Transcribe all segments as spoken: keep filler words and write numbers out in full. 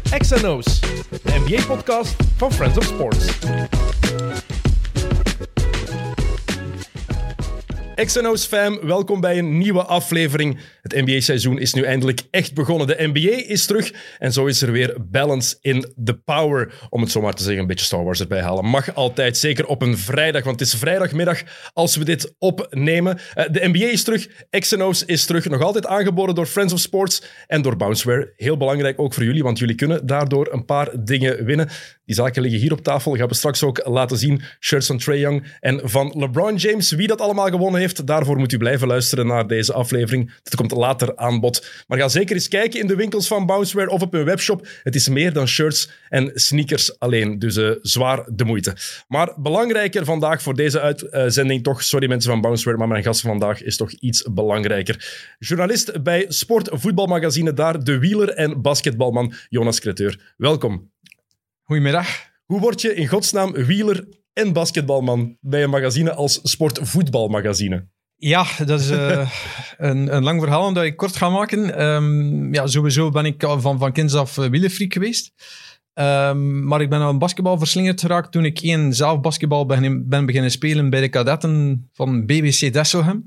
X en O's, de N B A-podcast van Friends of Sports. X en O's fam, welkom bij een nieuwe aflevering. Het N B A-seizoen is nu eindelijk echt begonnen. De N B A is terug en zo is er weer balance in the power. Om het zo maar te zeggen, een beetje Star Wars erbij halen. Mag altijd, zeker op een vrijdag, want het is vrijdagmiddag als we dit opnemen. Uh, de N B A is terug, X en O's is terug. Nog altijd aangeboden door Friends of Sports en door Bounceware. Heel belangrijk ook voor jullie, want jullie kunnen daardoor een paar dingen winnen. Die zaken liggen hier op tafel. Gaan we straks ook laten zien. Shirts van Trae Young en van LeBron James. Wie dat allemaal gewonnen heeft, daarvoor moet u blijven luisteren naar deze aflevering. Dat komt later aan bod. Maar ga zeker eens kijken in de winkels van Bounceware of op hun webshop. Het is meer dan shirts en sneakers alleen. Dus uh, zwaar de moeite. Maar belangrijker vandaag voor deze uitzending toch, sorry mensen van Bounceware, maar mijn gast van vandaag is toch iets belangrijker. Journalist bij Sport Voetbalmagazine, daar de wieler en basketbalman Jonas Creteur. Welkom. Goedemiddag. Hoe word je in godsnaam wieler en basketbalman bij een magazine als Sportvoetbalmagazine? Ja, dat is uh, een, een lang verhaal dat ik kort ga maken. Um, ja, sowieso ben ik van, van kinds af wielerfreak geweest. Um, maar ik ben aan basketbal verslingerd geraakt toen ik één zelf basketbal ben, ben beginnen spelen bij de kadetten van B W C Desselhem.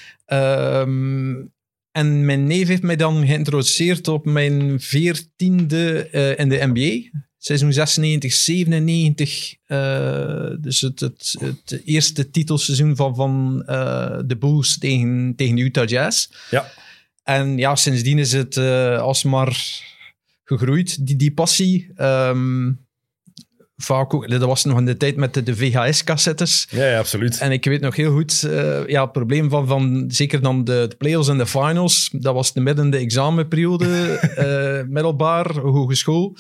Um, en mijn neef heeft mij dan geïntroduceerd op mijn veertiende uh, in de N B A. Seizoen zesennegentig zevenennegentig, uh, dus het, het, het eerste titelseizoen van, van uh, de Bulls tegen, tegen de Utah Jazz. Ja. En ja, sindsdien is het uh, alsmaar gegroeid, die, die passie. Um, vaak ook, dat was nog in de tijd met de, de V H S-cassettes. Ja, ja, absoluut. En ik weet nog heel goed, uh, ja, het probleem van, van zeker dan de, de play-offs en de finals, dat was de midden de examenperiode, uh, middelbaar, hogeschool.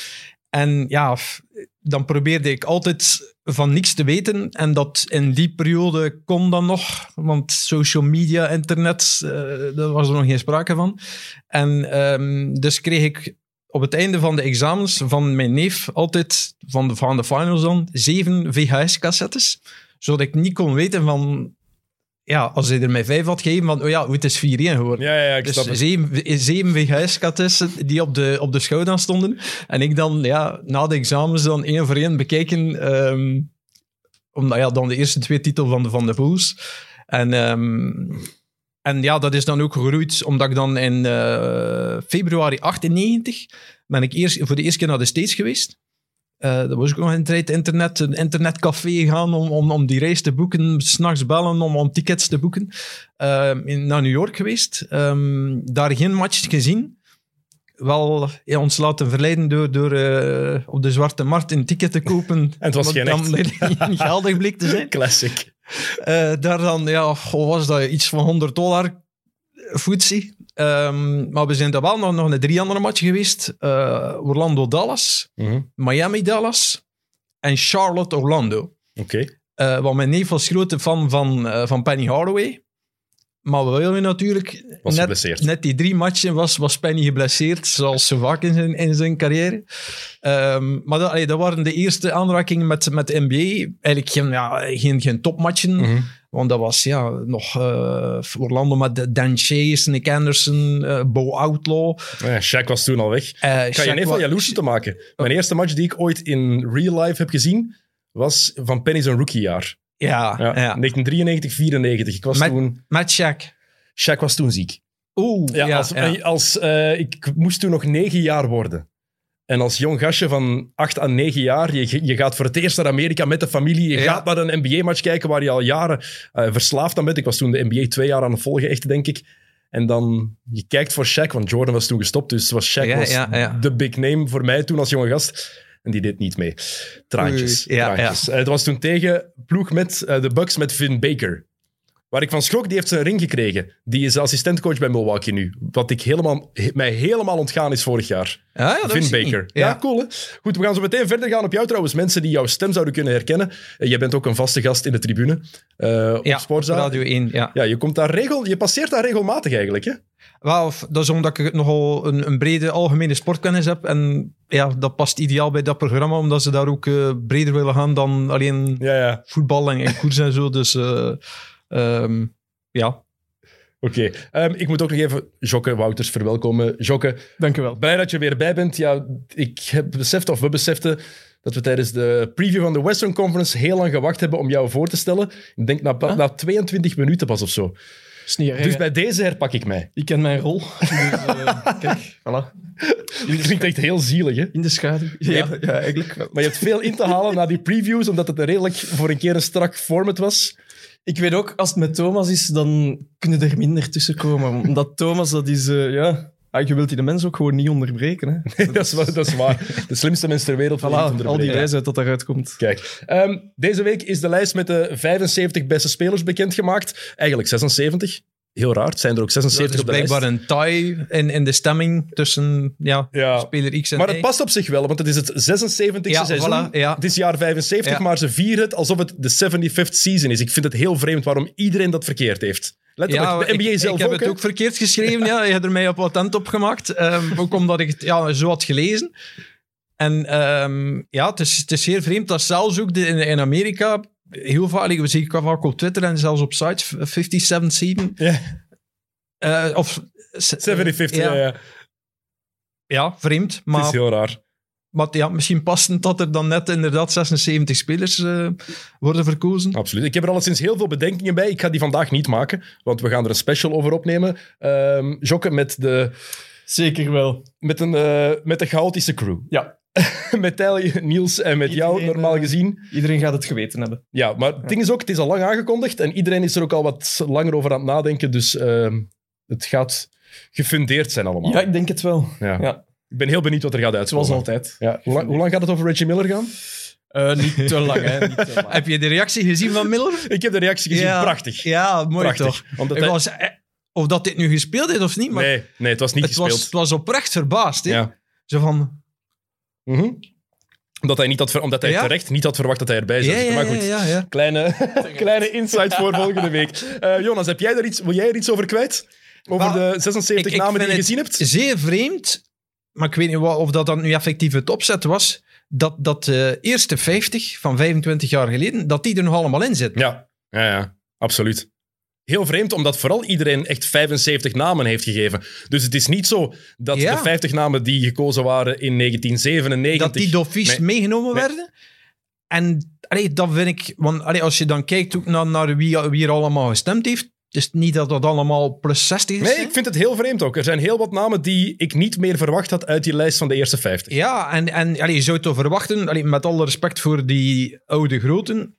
En ja, dan probeerde ik altijd van niks te weten. En dat in die periode kon dan nog. Want social media, internet, uh, daar was er nog geen sprake van. En um, dus kreeg ik op het einde van de examens van mijn neef altijd, van de, van de finals dan, zeven V H S-cassettes. Zodat ik niet kon weten van... Ja, als hij er mij vijf had gegeven, van, oh ja, het is vier één geworden. Ja, ja, ik dus snap het. Zeven, zeven V H S-cassettes die op de, op de schouder stonden. En ik dan, ja, na de examens dan één voor één bekijken. Um, omdat ja, dan de eerste twee titels van de, van de Bulls. En, um, en ja, dat is dan ook gegroeid, omdat ik dan in uh, februari achtennegentig ben ik eerst, voor de eerste keer naar de States geweest. Uh, dat was ook nog een tijd internet, een internetcafé gaan om, om, om die reis te boeken, 's nachts bellen om, om tickets te boeken. Uh, in, naar New York geweest, um, daar geen match gezien. Wel ja, ons laten verleiden door, door uh, op de zwarte markt een ticket te kopen. En het was geen echt. Niet geldig bleek te zijn. Classic. Uh, daar dan, ja, hoe was dat? Iets van honderd dollar footsie. Um, maar we zijn daar wel nog, nog een drie andere matchen geweest. Uh, Orlando-Dallas, Mm-hmm. Miami-Dallas en Charlotte-Orlando. Oké. Okay. Uh, want mijn neef was grote fan van, uh, van Penny Hardaway. Maar we willen natuurlijk... Was net, net die drie matchen was, was Penny geblesseerd, zoals zo vaak in zijn, in zijn carrière. Um, maar dat, allee, dat waren de eerste aanrakingen met, met de N B A. Eigenlijk geen, ja, geen, geen topmatchen. Mm-hmm. Want dat was ja, nog uh, Orlando met Dan Chase, Nick Anderson, uh, Bo Outlaw. Ja, Shaq was toen al weg. Uh, Ik ga je neef wel jaloers te maken. Mijn oh. eerste match die ik ooit in real life heb gezien, was van Penny zijn rookiejaar. Ja, ja, ja. negentien drieënnegentig vierennegentig. Ik was met, toen... Met Shaq. Shaq was toen ziek. Oeh, ja. ja, als, ja. als, uh, ik moest toen nog negen jaar worden. En als jong gastje van acht à negen jaar, je, je gaat voor het eerst naar Amerika met de familie, je ja. gaat naar een N B A-match kijken waar je al jaren uh, verslaafd aan bent. Ik was toen de N B A twee jaar aan het volgen, echt, denk ik. En dan, je kijkt voor Shaq, want Jordan was toen gestopt, dus was Shaq ja, was ja, ja. de big name voor mij toen als jonge gast. En die deed niet mee. Traantjes. Ja, traantjes. ja. Uh, het was toen tegen ploeg met uh, de Bucks met Vin Baker. Waar ik van schrok, die heeft zijn ring gekregen. Die is assistentcoach bij Milwaukee nu. Wat ik helemaal, he, mij helemaal ontgaan is vorig jaar. Ja, ja, Vin Baker. Ja. ja, cool hè? Goed, we gaan zo meteen verder gaan op jou trouwens. Mensen die jouw stem zouden kunnen herkennen. Uh, jij bent ook een vaste gast in de tribune. Uh, op ja, Sportzaal. Radio één, ja. Ja, je, komt daar regel, je passeert daar regelmatig eigenlijk, hè? Wel, dat is omdat ik nogal een, een brede algemene sportkennis heb. En ja, dat past ideaal bij dat programma, omdat ze daar ook uh, breder willen gaan dan alleen ja, ja. voetbal en, en koers en zo. Dus uh, um, ja. Oké, Oké, okay. um, ik moet ook nog even Jokke Wouters verwelkomen. Jokke, dank u wel. Blij dat je er weer bij bent. Ja, ik heb beseft, of we beseften, dat we tijdens de preview van de Western Conference heel lang gewacht hebben om jou voor te stellen. Ik denk na, huh? na tweeëntwintig minuten pas of zo. Niet, dus bij deze herpak ik mij. Ik ken mijn rol. Dus, uh, kijk, voilà. Het klinkt echt heel zielig, hè? In de schaduw. Ja, ja, eigenlijk wel. Maar je hebt veel in te halen na die previews, omdat het redelijk voor een keer een strak format was. Ik weet ook, als het met Thomas is, dan kunnen er minder tussen komen. Omdat Thomas, dat is... Uh, ja... Ah, je wilt die de mens ook gewoon niet onderbreken. Hè? Nee, dat, is, dat is waar. De slimste mens ter wereld. Voilà, al die wijsheid dat eruit komt. Kijk, um, deze week is de lijst met de vijfenzeventig beste spelers bekendgemaakt. Eigenlijk zesenzeventig. Heel raar, het zijn er ook zesenzeventig op de lijst. Het is blijkbaar een tie in, in de stemming tussen ja, ja. speler X en Maar Y. het past op zich wel, want het is het zesenzeventigste ja, seizoen. Voilà, ja. Het is jaar vijfenzeventig, ja. Maar ze vieren het alsof het de zevenenvijftigste season is. Ik vind het heel vreemd waarom iedereen dat verkeerd heeft. Letterlijk, ja, de N B A ik, zelf ik heb ook, het hè? ook verkeerd geschreven. Ja. Je hebt er mij op patent op gemaakt. Um, ook omdat ik het ja, zo had gelezen. En um, ja, het is, het is zeer vreemd dat zelfs ook de, in, in Amerika heel vaak, ik zie ik vaak op Twitter en zelfs op sites, vijfenzeventig season. Ja. Uh, of zevenenvijftig, ja. Ja, ja. ja, vreemd. Maar, het is heel raar. Maar ja, misschien passend dat er dan net inderdaad zesenzeventig spelers uh, worden verkozen. Absoluut. Ik heb er alleszins heel veel bedenkingen bij. Ik ga die vandaag niet maken, want we gaan er een special over opnemen. Um, Jokke met de... Zeker wel. Met, een, uh, met de chaotische crew. Ja. Met Tijl, Niels en met iedereen, jou, normaal gezien. Iedereen gaat het geweten hebben. Ja, maar het ja. ding is ook, het is al lang aangekondigd en iedereen is er ook al wat langer over aan het nadenken, dus uh, het gaat gefundeerd zijn allemaal. Ja, ik denk het wel. Ja. Ja. Ik ben heel benieuwd wat er gaat uitkomen. Zoals altijd. Ja. Hoe, lang, hoe lang gaat het over Reggie Miller gaan? Uh, niet te lang, hè. Niet te lang. Heb je de reactie gezien van Miller? Ik heb de reactie gezien. Ja. Prachtig. Ja, mooi Prachtig. toch. Omdat hij... hij... was, of dat dit nu gespeeld heeft of niet, maar... Nee, nee, het was niet het gespeeld. Was, het was oprecht verbaasd, hè. Ja. Zo van... Mm-hmm. Omdat hij, niet had ver... Omdat hij ja? terecht niet had verwacht dat hij erbij zou ja, zitten. Ja, maar goed, ja, ja, ja. kleine, kleine insight voor volgende week. Uh, Jonas, heb jij er iets, wil jij er iets over kwijt? Over maar, de zesenzeventig ik, namen ik die je gezien hebt? Zeer vreemd, maar ik weet niet of dat dan nu effectief het opzet was, dat, dat de eerste vijftig van vijfentwintig jaar geleden, dat die er nog allemaal in zitten. Ja, ja, ja, absoluut. Heel vreemd, omdat vooral iedereen echt vijfenzeventig namen heeft gegeven. Dus het is niet zo dat ja. de vijftig namen die gekozen waren in negentien zevenennegentig... Dat die door Fies nee. meegenomen nee. werden. En allee, dat vind ik... Want allee, als je dan kijkt ook naar, naar wie, wie er allemaal gestemd heeft, dus niet dat dat allemaal plus zestig is. Nee, ik vind het heel vreemd ook. Er zijn heel wat namen die ik niet meer verwacht had uit die lijst van de eerste vijftig. Ja, en, en allee, je zou het toch verwachten, allee, met alle respect voor die oude groten...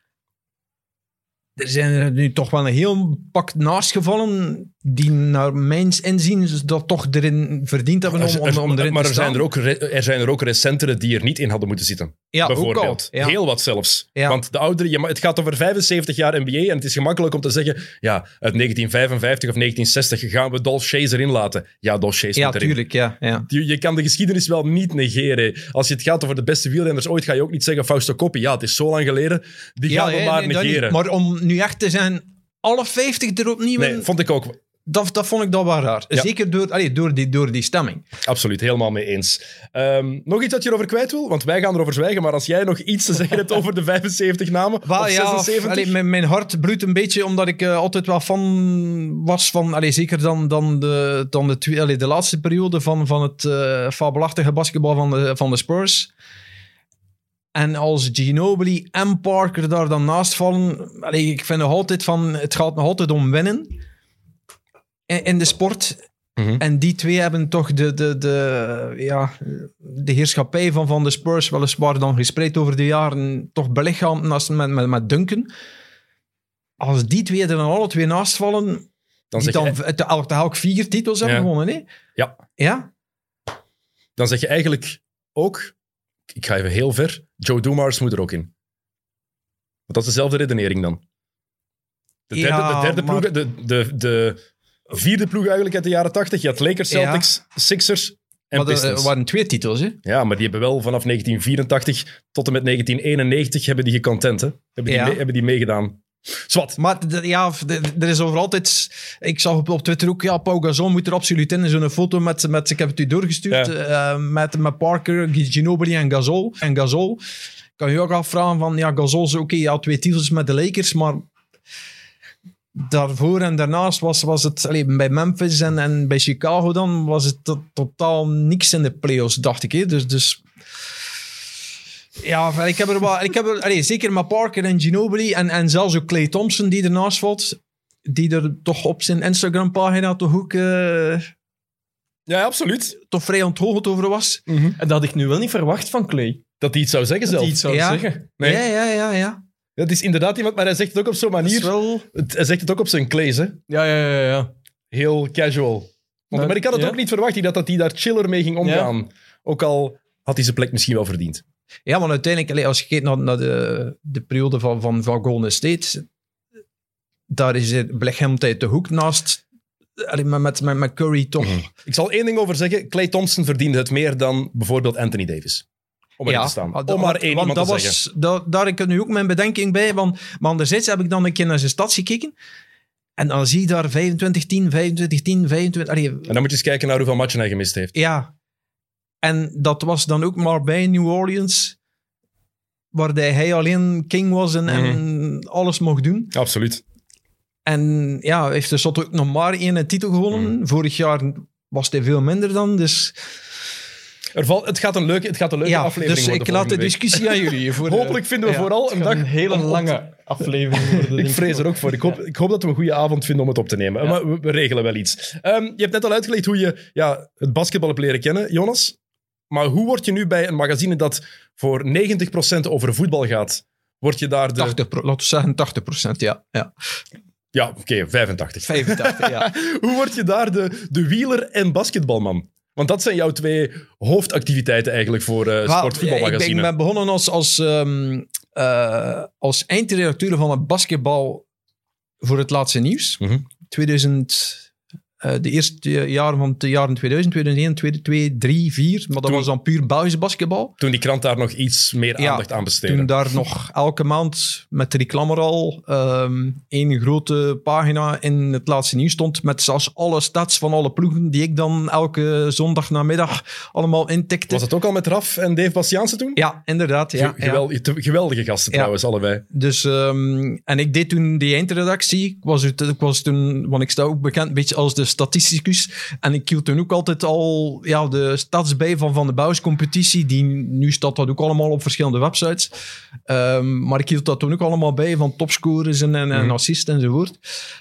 Er zijn er nu toch wel een heel pak naast gevallen die naar mijn inzien dat toch erin verdiend hebben om, om, om erin maar te er staan. Zijn er, ook re- er zijn er ook recentere die er niet in hadden moeten zitten. Ja, bijvoorbeeld. ook al. Ja. Heel wat zelfs. Ja. Want de ouderen, je, het gaat over vijfenzeventig jaar N B A en het is gemakkelijk om te zeggen, ja, uit negentien vijfenvijftig of negentien zestig gaan we Dolph Schayes erin laten. Ja, Dolph Schayes ja, moet erin. Tuurlijk, ja, ja. Je, je kan de geschiedenis wel niet negeren. Als je het gaat over de beste wielrenners ooit, ga je ook niet zeggen Fausto Coppi. Ja, het is zo lang geleden. Die ja, gaan we ja, maar nee, negeren. Maar om nu echt te zijn, alle vijftig er opnieuw Nee, vond ik ook. Dat, dat vond ik dat wel raar. Ja. Zeker door, allee, door, die, door die stemming. Absoluut, helemaal mee eens. Um, nog iets dat je erover kwijt wil? Want wij gaan erover zwijgen, maar als jij nog iets te zeggen hebt over de vijfenzeventig namen, well, of ja, zesenzeventig? Allee, mijn, mijn hart bloedt een beetje, omdat ik uh, altijd wel fan was van, allee, zeker dan, dan, de, dan de, twee, allee, de laatste periode van, van het uh, fabelachtige basketbal van de, van de Spurs. En als Ginobili en Parker daar dan naast vallen... Allee, ik vind nog altijd van... Het gaat nog altijd om winnen in, in de sport. Mm-hmm. En die twee hebben toch de, de, de, ja, de heerschappij van, van de Spurs weliswaar dan gespreid over de jaren toch belichaamd met, met, met Duncan. Als die twee er dan alle twee naast vallen... Dan die dan je... elk, elk vier titels hebben ja. gewonnen, hè? Ja. Ja. Dan zeg je eigenlijk ook... Ik ga even heel ver. Joe Dumars moet er ook in. Want dat is dezelfde redenering dan. De derde, ja, de derde maar... ploeg, de, de, de vierde ploeg eigenlijk uit de jaren tachtig. Je had Lakers, Celtics, ja. Sixers en maar Pistons. Er waren twee titels, hè? Ja, maar die hebben wel vanaf negentien vierentachtig tot en met negentien eenennegentig hebben die gecontent, hè? Hebben die, ja. mee, hebben die meegedaan. Zwat. Maar ja, er is over altijd... Ik zag op, op Twitter ook, ja, Pau Gasol moet er absoluut in. Zo'n foto met, met... Ik heb het u doorgestuurd. Ja. Uh, met, met Parker, Ginobili en Gasol. En Gasol. Kan je ook afvragen van... Ja, Gasol is oké, okay, ja, twee titels met de Lakers, maar... daarvoor en daarnaast was, was het... Allee, bij Memphis en, en bij Chicago dan was het to- totaal niks in de playoffs, dacht ik. Hè. Dus... dus ja, ik heb er wel... Ik heb er, allee, zeker met Parker en Ginobili en, en zelfs ook Klay Thompson die ernaast valt, die er toch op zijn Instagram-pagina toch ook... Uh, Ja, absoluut. toch vrij onthoogd over was. Mm-hmm. En dat had ik nu wel niet verwacht van Clay. Dat hij iets zou zeggen Dat zelf. hij iets zou Ja. zeggen. Nee. Ja, ja, ja, ja. Het is inderdaad iemand, maar hij zegt het ook op zo'n Dat is manier. wel... Het, hij zegt het ook op zijn Clays, hè. Ja, ja, ja. ja. Heel casual. Want, Maar- maar ik had het ja. ook niet verwacht dat, dat hij daar chiller mee ging omgaan. Ook al had hij zijn plek misschien wel verdiend. Ja, want uiteindelijk, allee, als je kijkt naar, naar de, de periode van, van, van Golden State, daar is het Beckham tijd de hoek naast, allee, met, met, met, met Curry toch. Mm-hmm. Ik zal één ding over zeggen. Klay Thompson verdiende het meer dan bijvoorbeeld Anthony Davis. Om erin te staan. want- Om maar want- één want iemand dat te was, zeggen. da, daar heb ik nu ook mijn bedenking bij, want, maar anderzijds heb ik dan een keer naar zijn stats gekeken en dan zie je daar vijfentwintig tien, vijfentwintig tien, vijfentwintig... Allee, En dan moet je eens kijken naar hoeveel matchen hij gemist heeft. ja. En dat was dan ook maar bij New Orleans, waar hij alleen king was en, en alles mocht doen. Absoluut. En ja, hij heeft dus tot ook nog maar één titel gewonnen. Mm. Vorig jaar was hij veel minder dan, dus... Er valt, het gaat een leuke, het gaat een leuke Ja, aflevering dus worden ik laat de volgende week. discussie aan jullie. Voor de- Hopelijk vinden we ja. vooral een Het dag... gaat een hele om- om- lange aflevering worden. denk Ik vrees er ook voor. Ik hoop, ik hoop dat we een goede avond vinden om het op te nemen. Ja. Maar we, we regelen wel iets. Ehm, je hebt net al uitgelegd hoe je ja, het basketbal hebt leren kennen, Jonas. Maar hoe word je nu bij een magazine dat voor negentig procent over voetbal gaat, word je daar de... tachtig, pro- laten we zeggen tachtig procent, ja. ja. Ja, oké, vijfentachtig. vijfentachtig, ja. Hoe word je daar de, de wieler en basketbalman? Want dat zijn jouw twee hoofdactiviteiten eigenlijk voor uh, Wel, ik, sportvoetbalmagazine. ben, ik ben begonnen als, als, um, uh, als eindredacteur van het basketbal voor het laatste nieuws. Mhm. tweeduizend, uh, de eerste jaren van de jaren tweeduizend, tweeduizend één, tweeduizend twee, drie, vier. Maar dat Toen- was dan puur Belgisch basketbal. Toen die krant daar nog iets meer Ja, aandacht aan besteedde. Toen daar nog elke maand met de reclame al um, één grote pagina in het laatste nieuws stond met zelfs alle stats van alle ploegen die ik dan elke zondagnamiddag allemaal intikte. Was het ook al met Raf en Dave Bastiaanse toen? Ja, inderdaad. Ja, Ge- gewel- te- Geweldige gasten Ja. trouwens, allebei. Dus, um, en ik deed toen die eindredactie. Ik was, uit- ik was toen, want ik sta ook bekend een beetje als de statisticus. En ik hield toen ook altijd al ja, de stats bij van, van de Bouwscompetitie. Die, nu staat dat ook allemaal op verschillende websites. Um, maar ik hield dat toen ook allemaal bij van topscorers en, en, en Mhm. assists enzovoort.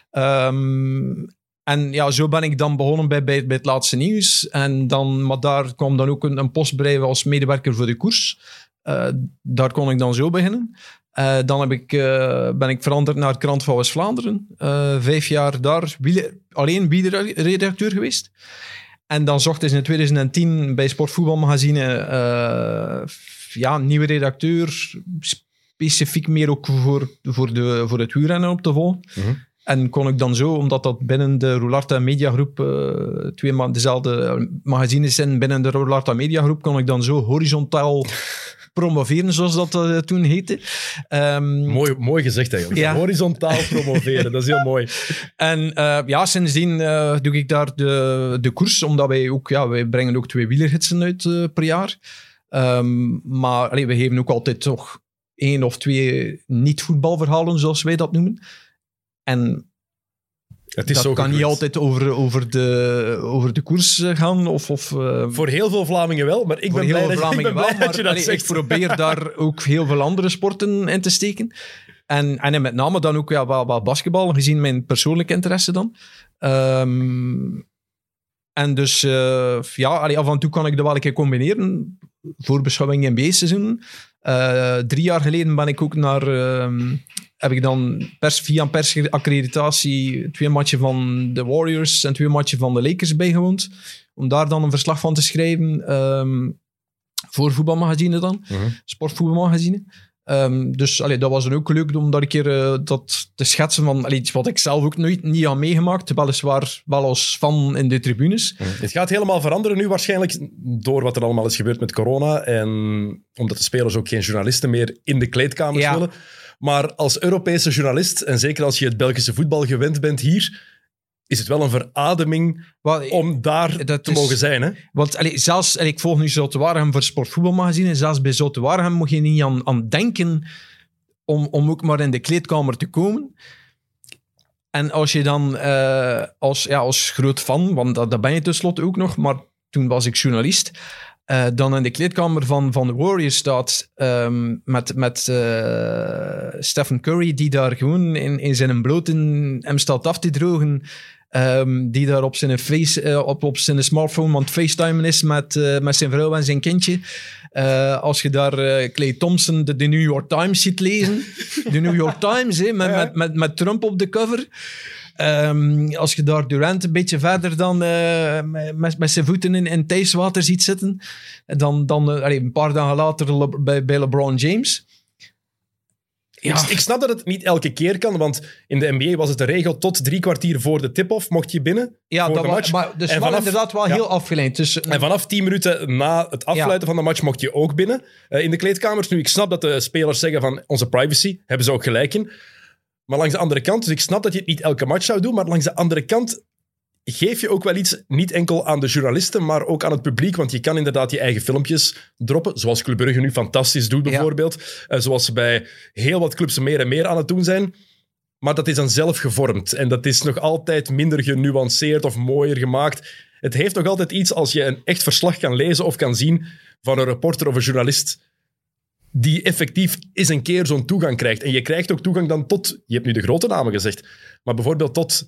Um, en ja, zo ben ik dan begonnen bij, bij, bij het laatste nieuws. En dan, maar daar kwam dan ook een, een post bij als medewerker voor de koers. Uh, daar kon ik dan zo beginnen. Uh, dan heb ik, uh, ben ik veranderd naar Krant van West-Vlaanderen. Uh, vijf jaar daar wieler, alleen wielerredacteur geweest. En dan zocht ik in tweeduizend tien bij Sportvoetbalmagazine uh, ja, een nieuwe redacteur. Specifiek meer ook voor, voor, de, voor het wielrennen op te volgen. Mm-hmm. En kon ik dan zo, omdat dat binnen de Roularta Mediagroep uh, twee ma- dezelfde magazines zijn binnen de Roularta Mediagroep, kon ik dan zo horizontaal promoveren, zoals dat uh, toen heette. Um, Mooi, mooi gezegd eigenlijk. Ja. Horizontaal promoveren, dat is heel mooi. En uh, ja, sindsdien uh, doe ik daar de, de koers, omdat wij ook, ja, wij brengen ook twee wielergidsen uit uh, per jaar. Um, maar allee, we geven ook altijd toch één of twee niet-voetbalverhalen, zoals wij dat noemen. En Het is dat zo kan gegroeid. niet altijd over, over, de, over de koers uh, gaan. Of, of, uh, Voor heel veel Vlamingen wel, maar ik voor ben heel blij, veel dat, ik ben Vlamingen blij wel, dat je maar dat allee, zegt. ik probeer daar ook heel veel andere sporten in te steken. En, en met name dan ook ja, wel, wel basketbal, gezien mijn persoonlijke interesse dan. Um, en dus uh, ja, allee, af en toe kan ik dat wel een keer combineren. Voorbeschouwing N B A-seizoen. Uh, drie jaar geleden ben ik ook naar... Uh, heb ik dan pers, via persaccreditatie twee matchen van de Warriors en twee matchen van de Lakers bijgewoond. Om daar dan een verslag van te schrijven. Um, voor voetbalmagazine dan. Mm-hmm. Sportvoetbalmagazine. Um, dus allee, dat was dan ook leuk om daar een keer uh, dat te schetsen van allee, iets wat ik zelf ook nooit niet aan meegemaakt. Weliswaar wel als fan in de tribunes. Mm. Het gaat helemaal veranderen nu waarschijnlijk door wat er allemaal is gebeurd met corona en omdat de spelers ook geen journalisten meer in de kleedkamers Ja. willen. Maar als Europese journalist, en zeker als je het Belgische voetbal gewend bent hier, is het wel een verademing Wel, om daar dat te is- mogen zijn. Hè? Want allee, zelfs, allee, ik volg nu Zoute Waregem voor Sportvoetbalmagazine. Zelfs bij Zoute Waregem moet je niet aan, aan denken om, om ook maar in de kleedkamer te komen. En als je dan uh, als, ja, als groot fan, want dat, dat ben je tenslotte ook nog, maar toen was ik journalist, uh, dan in de kleedkamer van, van de Warriors staat um, met, met uh, Stephen Curry, die daar gewoon in, in zijn blote hem staat af te drogen, um, die daar op zijn, face, uh, op, op zijn smartphone aan het facetimen is met, uh, met zijn vrouw en zijn kindje. Uh, als je daar uh, Klay Thompson de, de New York Times ziet lezen. De New York Times, hè, met, met, met, met Trump op de cover. Um, als je daar Durant een beetje verder dan uh, met, met zijn voeten in, in Theeswater ziet zitten. Dan, dan uh, allee, een paar dagen later Le- bij, bij LeBron James. Ja. Ik, ik snap dat het niet elke keer kan, want in de N B A was het de regel tot drie kwartier voor de tip-off mocht je binnen ja, voor dat de was, match. maar dus en wel vanaf, inderdaad wel ja. heel afgeleid. Dus, en vanaf tien minuten na het afluiten ja. van de match mocht je ook binnen uh, in de kleedkamers. Nu, ik snap dat de spelers zeggen van onze privacy, hebben ze ook gelijk in. Maar langs de andere kant, dus ik snap dat je het niet elke match zou doen, maar langs de andere kant geef je ook wel iets, niet enkel aan de journalisten, maar ook aan het publiek, want je kan inderdaad je eigen filmpjes droppen, zoals Club Brugge nu fantastisch doet bijvoorbeeld, ja. uh, zoals ze bij heel wat clubs meer en meer aan het doen zijn. Maar dat is dan zelf gevormd en dat is nog altijd minder genuanceerd of mooier gemaakt. Het heeft nog altijd iets als je een echt verslag kan lezen of kan zien van een reporter of een journalist die effectief eens een keer zo'n toegang krijgt. En je krijgt ook toegang dan tot, je hebt nu de grote namen gezegd, maar bijvoorbeeld tot,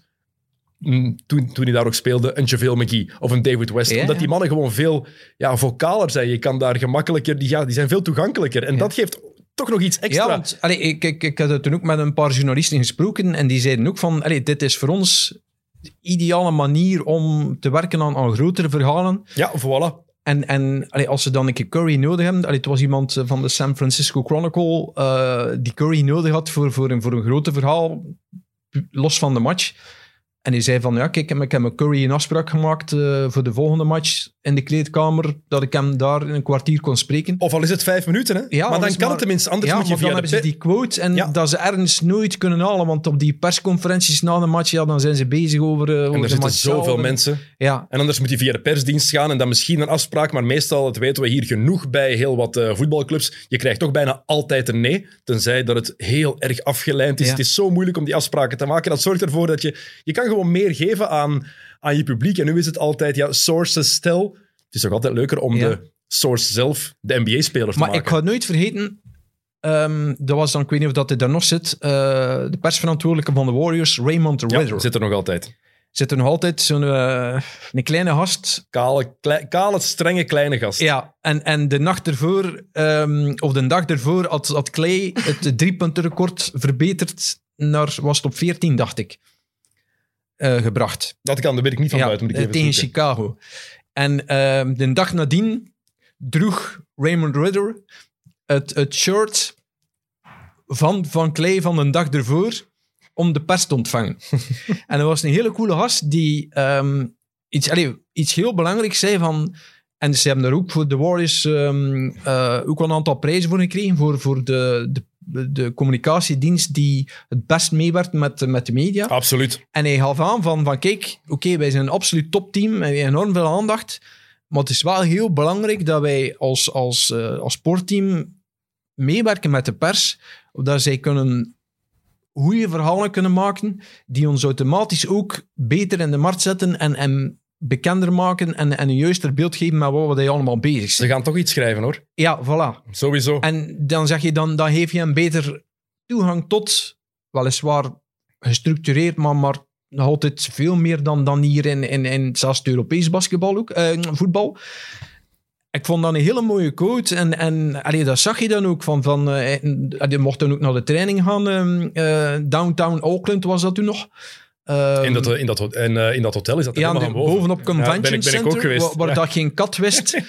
mm, toen, toen hij daar ook speelde, een JaVale McGee of een David West. Ja, omdat die ja. mannen gewoon veel ja, vocaler zijn. Je kan daar gemakkelijker, die, ja, die zijn veel toegankelijker. En Ja. dat geeft toch nog iets extra. Ja, want allee, ik, ik, ik had toen ook met een paar journalisten gesproken en die zeiden ook van, allee, dit is voor ons de ideale manier om te werken aan, aan grotere verhalen. Ja, voilà. En, en allee, als ze dan een keer Curry nodig hebben... Allee, het was iemand van de San Francisco Chronicle uh, die Curry nodig had voor, voor, een, voor een grote verhaal, los van de match. En die zei van, ja, kijk, ik heb met Curry een afspraak gemaakt uh, voor de volgende match in de kleedkamer, dat ik hem daar in een kwartier kon spreken. Of al is het vijf minuten, hè? Ja, maar dan kan maar, het tenminste, anders ja, moet je maar via dan de... hebben ze die quote en Ja. dat ze ergens nooit kunnen halen, want op die persconferenties na de match, ja, dan zijn ze bezig over, uh, over En er de zitten match zoveel zelf. mensen. Ja, En anders moet je via de persdienst gaan en dan misschien een afspraak, maar meestal, dat weten we hier genoeg bij heel wat uh, voetbalclubs, je krijgt toch bijna altijd een nee, tenzij dat het heel erg afgelijnd is. Ja. Het is zo moeilijk om die afspraken te maken. Dat zorgt ervoor dat je... Je kan gewoon meer geven aan, aan je publiek. En nu is het altijd, ja, sources tell. Het is toch altijd leuker om Ja. de source zelf, de N B A-spelers te maar maken. ik ga het nooit vergeten, um, dat was dan, ik weet niet of dat hij daar nog zit, uh, de persverantwoordelijke van de Warriors, Raymond Ja, Ridder. zit er nog altijd. Zit er nog altijd zo'n uh, een kleine gast. Kale, klei, kale, strenge, kleine gast. Ja, en, en de nacht ervoor, um, of de dag ervoor, had, had Klay het driepuntenrecord verbeterd naar, was het op veertien, dacht ik, uh, gebracht. Dat kan, daar weet ik niet van Ja, buiten. Moet ik uh, even tegen zoeken. Chicago. En um, de dag nadien droeg Raymond Ridder het, het shirt van, van Klay van de dag ervoor om de pers te ontvangen. En dat was een hele coole gast die um, iets, allez, iets heel belangrijks zei van... En ze hebben daar ook voor de Warriors um, uh, ook wel een aantal prijzen voor gekregen voor, voor de, de, de communicatiedienst die het best meewerkt met, met de media. Absoluut. En hij gaf aan van, van kijk, oké, okay, wij zijn een absoluut topteam en we hebben enorm veel aandacht, maar het is wel heel belangrijk dat wij als, als, uh, als sportteam meewerken met de pers, zodat zij kunnen goede verhalen kunnen maken die ons automatisch ook beter in de markt zetten en, en bekender maken en, en een juister beeld geven met wat we allemaal bezig zijn. Ze gaan toch iets schrijven, hoor. Ja, voilà. Sowieso. En dan zeg je, dan, dan geef je een beter toegang tot, weliswaar gestructureerd, maar, maar nog altijd veel meer dan, dan hier in, in, in zelfs het Europees basketbal ook, eh, voetbal. Ik vond dat een hele mooie quote. En, en allee, dat zag je dan ook. Van, van, uh, je mocht dan ook naar de training gaan. Uh, uh, downtown Auckland was dat toen nog. Uh, in, dat, in, dat, en, uh, in dat hotel is dat ja, helemaal de, van boven. bovenop Convention ja, ben ik, ben ik Center, ook geweest. waar, waar ja. dat geen kat wist.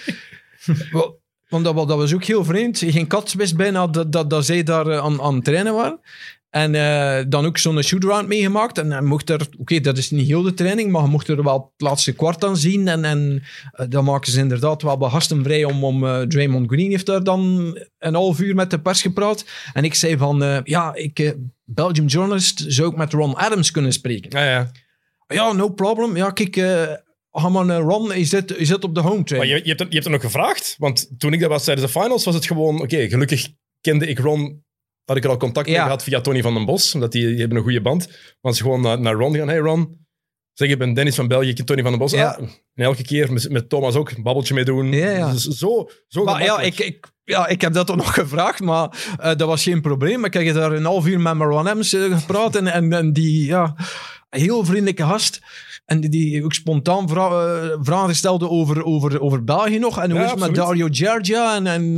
Want dat, dat was ook heel vreemd. Geen kat wist bijna dat, dat, dat zij daar uh, aan, aan het trainen waren. En uh, dan ook zo'n shoot-around meegemaakt. En hij mocht er... Oké, okay, dat is niet heel de training, maar je mocht er wel het laatste kwart aan zien. En, en uh, dan maken ze inderdaad wel gastenvrij om... om uh, Draymond Green heeft daar dan een half uur met de pers gepraat. En ik zei van... Uh, ja, ik... Uh, Belgium journalist zou ik met Ron Adams kunnen spreken. Ja, ja. Ja, no problem. Ja, kijk... Uh, ga maar uh, Ron, je zit, je zit op de home train. Maar je, je, hebt er, je hebt er nog gevraagd? Want toen ik dat was tijdens de finals, was het gewoon... Oké, okay, gelukkig kende ik Ron... had ik er al contact mee Ja. gehad via Tony van den Bos, omdat die, die hebben een goede band. Want ze gewoon naar, naar Ron gaan. Hey Ron, zeg, ik ben Dennis van België, ik ken Tony van den Bos. Ja. Ah, en elke keer met, met Thomas ook een babbeltje mee doen. Ja, ja. Dus zo, zo Maar ja gemakkelijk. ik, ik, ja, ik heb dat toch nog gevraagd, maar uh, dat was geen probleem. Ik heb daar een half uur met Marwan Ems uh, gepraat en, en, en die, ja, heel vriendelijke gast. En die, die ook spontaan vra- uh, vragen stelde over, over, over België nog. En hoe Ja, is het met absoluut. Dario Gergia en... en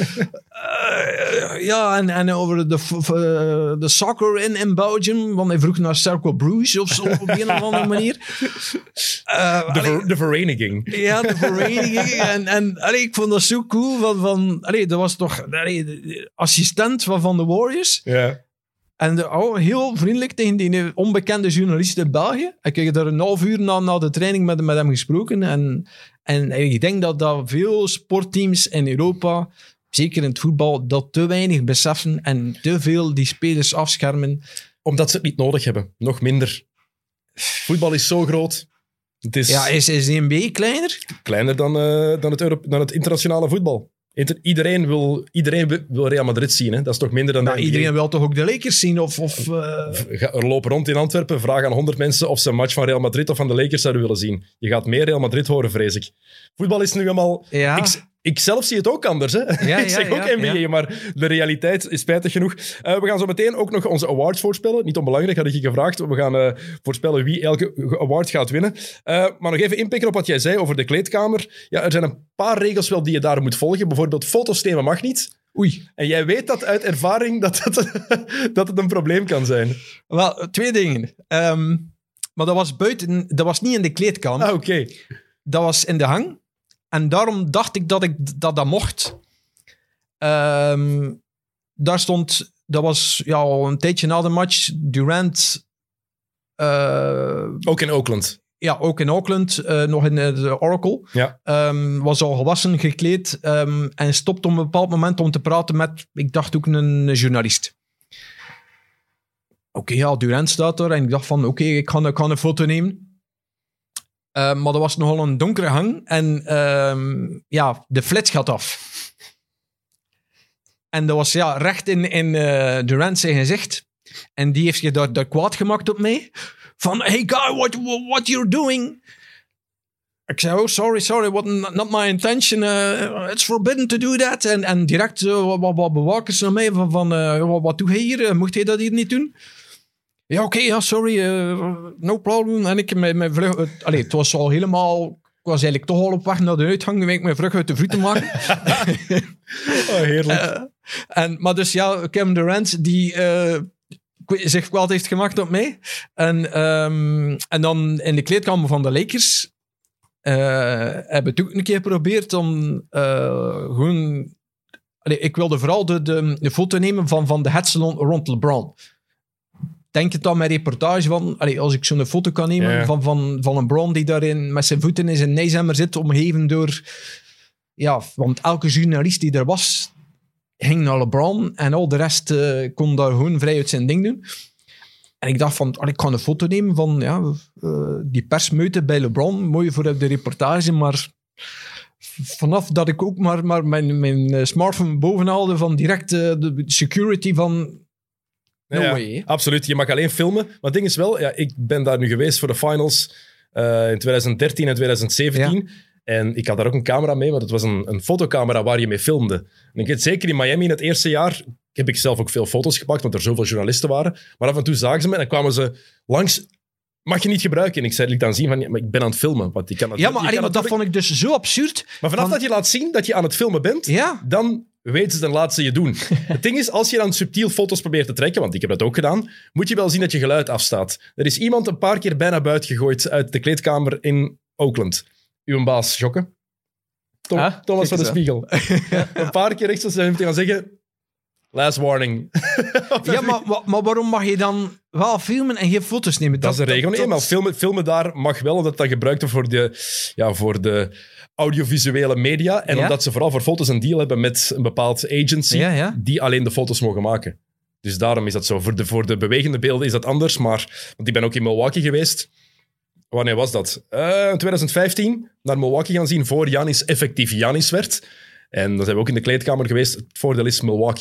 uh, ja, en, en over de, f- f- uh, de soccer in, in Belgium. Want hij vroeg naar Cercle Bruges of zo, op een of andere manier. Uh, De, allee, ver, de vereniging. ja, de vereniging. En, en allee, ik vond dat zo cool. Van, van, allee, dat was toch allee, de assistent van, van de Warriors. Ja. En de, oh, heel vriendelijk tegen die onbekende journalist in België. Ik heb daar een half uur na, na de training met, met hem gesproken. En, en ik denk dat, dat veel sportteams in Europa, zeker in het voetbal, dat te weinig beseffen en te veel die spelers afschermen. Omdat ze het niet nodig hebben. Nog minder. Voetbal is zo groot. Het is Ja, is, is de N B A kleiner? kleiner dan, uh, dan, het Europe- dan het internationale voetbal. Inter- iedereen, wil, iedereen wil Real Madrid zien. Hè? Dat is toch minder dan Nou, de N B A. iedereen wil toch ook de Lakers zien? Of, of, uh... Ga- Er lopen rond in Antwerpen, vraag aan honderd mensen of ze een match van Real Madrid of van de Lakers zouden willen zien. Je gaat meer Real Madrid horen, vrees ik. Voetbal is nu helemaal... Ja. Ik, ik zelf zie het ook anders. Hè? ja, ik zeg ook ja, N B A, ja. maar de realiteit is spijtig genoeg. Uh, we gaan zo meteen ook nog onze awards voorspellen. Niet onbelangrijk, had ik je gevraagd. We gaan uh, voorspellen wie elke award gaat winnen. Uh, maar nog even inpikken op wat jij zei over de kleedkamer. Ja, er zijn een paar regels wel die je daar moet volgen. Bijvoorbeeld foto's nemen mag niet. Oei. En jij weet dat uit ervaring dat, dat, dat het een probleem kan zijn. Wel, twee dingen. Ehm, maar dat was buiten, dat was niet in de kleedkamer. Ah, oké. Okay. Dat was in de hang. En daarom dacht ik dat ik dat, dat mocht. Ehm, daar stond, dat was ja, al een tijdje na de match, Durant. Uh, ook in Oakland. Ja, ook in Auckland, uh, nog in uh, de Oracle. Ja. Um, was al gewassen, gekleed um, en stopte op een bepaald moment om te praten met, ik dacht ook een journalist. Oké, okay, ja, Durant staat daar en ik dacht van, oké, okay, ik, ik ga een foto nemen. Uh, maar dat was nogal een donkere hang en um, ja, de flits gaat af. En dat was ja, recht in, in uh, Durant zijn gezicht. En die heeft zich daar, daar kwaad gemaakt op mij. Van, hey guy, what, what you're doing? Ik zei, oh, sorry, sorry, what, not my intention. Uh, it's forbidden to do that. En, en direct uh, wat, wat bewakers naar mij van, van uh, wat, wat doe je hier? Mocht je dat hier niet doen? Ja, oké, okay, ja, sorry, uh, no problem. En ik met mijn vlug... Uh, allee, het was al helemaal... Ik was eigenlijk toch al op weg naar de uitgang. Nu ik mijn vlug uit de voeten maken. Oh, heerlijk. Uh, en, maar dus ja, Kevin Durant, die... Uh, zich kwaad heeft gemaakt op mij. En, um, en dan in de kleedkamer van de Lakers uh, hebben we het ook een keer geprobeerd om uh, gewoon... Allee, ik wilde vooral de, de, de foto nemen van, van de hetzel rond LeBron. Denk het dan mijn reportage van... Allee, als ik zo'n foto kan nemen ja. van, van, van een Bron die daarin met zijn voeten in zijn nijzemmer zit, omgeven door... Ja, want elke journalist die er was... ging naar LeBron en al de rest uh, kon daar gewoon vrij uit zijn ding doen. En ik dacht van, allee, ik ga een foto nemen van ja, uh, die persmeute bij LeBron. Mooi voor op de reportage, maar vanaf dat ik ook maar, maar mijn, mijn smartphone boven haalde van direct uh, de security van... No ja, way. Absoluut, je mag alleen filmen. Maar het ding is wel, ja, ik ben daar nu geweest voor de finals uh, in twintig dertien en twintig zeventien. Ja. En ik had daar ook een camera mee, want het was een, een fotocamera waar je mee filmde. En ik weet zeker in Miami in het eerste jaar heb ik zelf ook veel foto's gepakt, want er zoveel journalisten waren. Maar af en toe zagen ze me en dan kwamen ze langs... Mag je niet gebruiken? En ik zei, liet dan zien van, ja, maar ik ben aan het filmen. Want je kan het, ja, maar, je allee, kan maar dat vond ik dus zo absurd. Maar vanaf van... dat je laat zien dat je aan het filmen bent, ja. dan weten ze dan laten ze je doen. Het ding is, als je dan subtiel foto's probeert te trekken, want ik heb dat ook gedaan, moet je wel zien dat je geluid afstaat. Er is iemand een paar keer bijna buiten gegooid uit de kleedkamer in Oakland. Uw baas, Jokke. Tom, ah, Thomas van de Spiegel. Een paar keer rechts zijn te gaan zeggen... Last warning. Ja, maar, maar waarom mag je dan wel filmen en geen foto's nemen? Dat, dat is de regel. Nee, maar filmen, filmen daar mag wel, omdat dat gebruikt wordt voor de, ja, voor de audiovisuele media. En ja? omdat ze vooral voor foto's een deal hebben met een bepaald agency, ja, ja. die alleen de foto's mogen maken. Dus daarom is dat zo. Voor de, voor de bewegende beelden is dat anders, maar... Want ik ben ook in Milwaukee geweest. Wanneer was dat? Uh, in twintig vijftien naar Milwaukee gaan zien, voor Giannis effectief Giannis werd. En dan zijn we ook in de kleedkamer geweest. Het voordeel is Milwaukee.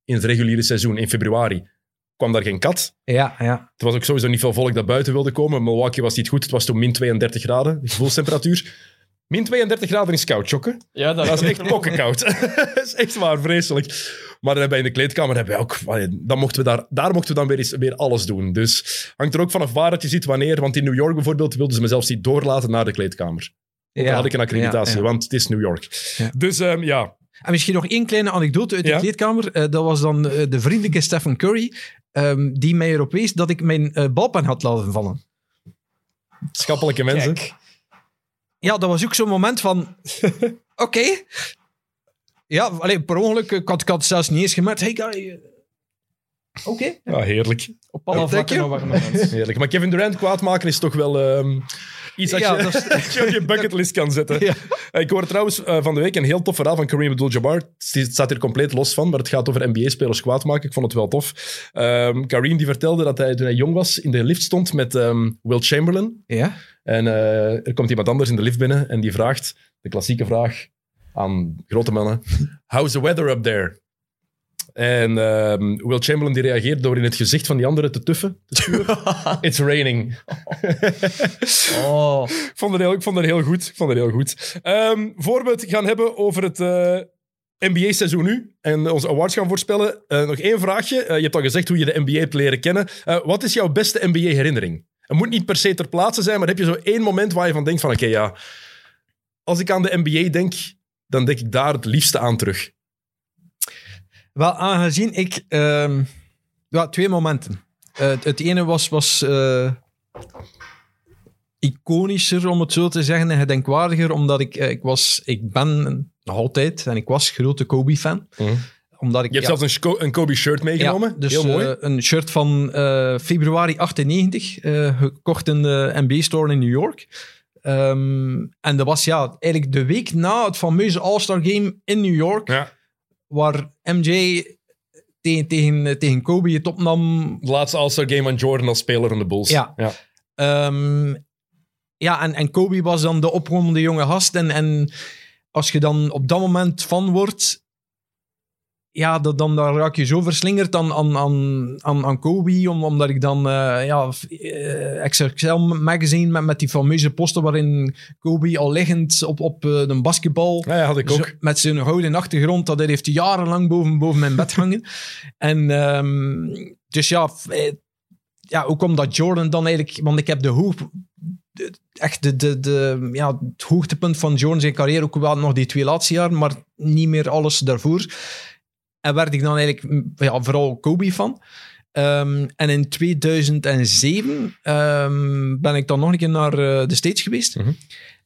in het reguliere seizoen, in februari, kwam daar geen kat. Ja, ja. Er was ook sowieso niet veel volk dat buiten wilde komen. Milwaukee was niet goed. Het was toen min tweeëndertig graden, de gevoelstemperatuur. min tweeëndertig graden is koud, Jokke. Ja, Dat is echt pokkenkoud. Dat is echt waar, vreselijk. Maar dan hebben we in de kleedkamer hebben we ook... Dan mochten we daar, daar mochten we dan weer, eens, weer alles doen. Dus hangt er ook vanaf waar dat je ziet wanneer. Want in New York bijvoorbeeld wilden ze me zelfs niet doorlaten naar de kleedkamer. Ook al had ik een accreditatie, ja, ja. want het is New York. Ja. Dus um, ja... En misschien nog één kleine anekdote uit de Ja? kleedkamer. Uh, dat was dan uh, de vriendelijke Stephen Curry, um, die mij erop wees dat ik mijn uh, balpen had laten vallen. Schappelijke mensen. Kijk. Ja, dat was ook zo'n moment van... Oké. Okay. Ja, alleen per ongeluk, ik had, ik had het zelfs niet eens gemerkt. Hey guy... uh, Oké. Okay. Ja, heerlijk. Op alle Ja, vlakken dank nog argument. Heerlijk. Maar Kevin Durant kwaad maken is toch wel um, iets dat, Ja, je, dat is- dat je op je bucketlist kan zetten. Ja. Ik hoorde trouwens uh, van de week een heel tof verhaal van Kareem Abdul-Jabbar. Het staat hier compleet los van, maar het gaat over N B A-spelers kwaad maken. Ik vond het wel tof. Um, Kareem die vertelde dat hij toen hij jong was in de lift stond met um, Will Chamberlain. Ja? En uh, er komt iemand anders in de lift binnen en die vraagt, de klassieke vraag aan grote mannen, how's the weather up there? En um, Will Chamberlain die reageert door in het gezicht van die andere te tuffen. Te spuwen. It's raining. Oh. Ik vond het heel, ik vond het heel goed. Ik vond het heel goed. Um, voor we het gaan hebben over het uh, N B A-seizoen nu en onze awards gaan voorspellen, uh, nog één vraagje. Uh, je hebt al gezegd hoe je de N B A hebt leren kennen. Uh, wat is jouw beste N B A-herinnering? Het moet niet per se ter plaatse zijn, maar heb je zo één moment waar je van denkt van oké, okay, ja, als ik aan de N B A denk, dan denk ik daar het liefste aan terug. Wel, aangezien ik... Um, ja, twee momenten. Uh, het, het ene was... was uh, iconischer, om het zo te zeggen, en gedenkwaardiger, omdat ik, uh, ik was... Ik ben nog altijd, en ik was grote Kobe-fan. Mm. Omdat ik... Je hebt ja, zelfs een, Sco- een Kobe-shirt meegenomen. Ja, dus heel mooi. uh, een shirt van uh, februari achtennegentig, uh, gekocht in de N B A-store in New York. Um, en dat was ja, eigenlijk de week na het fameuze All-Star Game in New York, Ja. waar M J tegen, tegen, tegen Kobe het opnam. De laatste All-Star Game van Jordan als speler van de Bulls. Ja. ja. Um, ja, en, en Kobe was dan de opkomende jonge gast. En, en als je dan op dat moment fan wordt, ja, dat, dan, dan raak je zo verslingerd aan, aan, aan, aan, aan Kobe, om, omdat ik dan uh, ja, uh, X X L magazine met, met die fameuze poster waarin Kobe al liggend op, op uh, een basketbal, Ja, ja, had ik ook. zo, met zijn gouden achtergrond, dat hij heeft jarenlang boven, boven mijn bed hangen. En um, dus ja, eh, ja, hoe komt dat Jordan dan eigenlijk, want ik heb de hoog, de, echt de, de, de, ja, het hoogtepunt van Jordan zijn carrière, ook wel nog die twee laatste jaar, maar niet meer alles daarvoor. En werd ik dan eigenlijk ja, vooral Kobe van. Um, en in tweeduizend zeven um, ben ik dan nog een keer naar uh, de States geweest. Mm-hmm.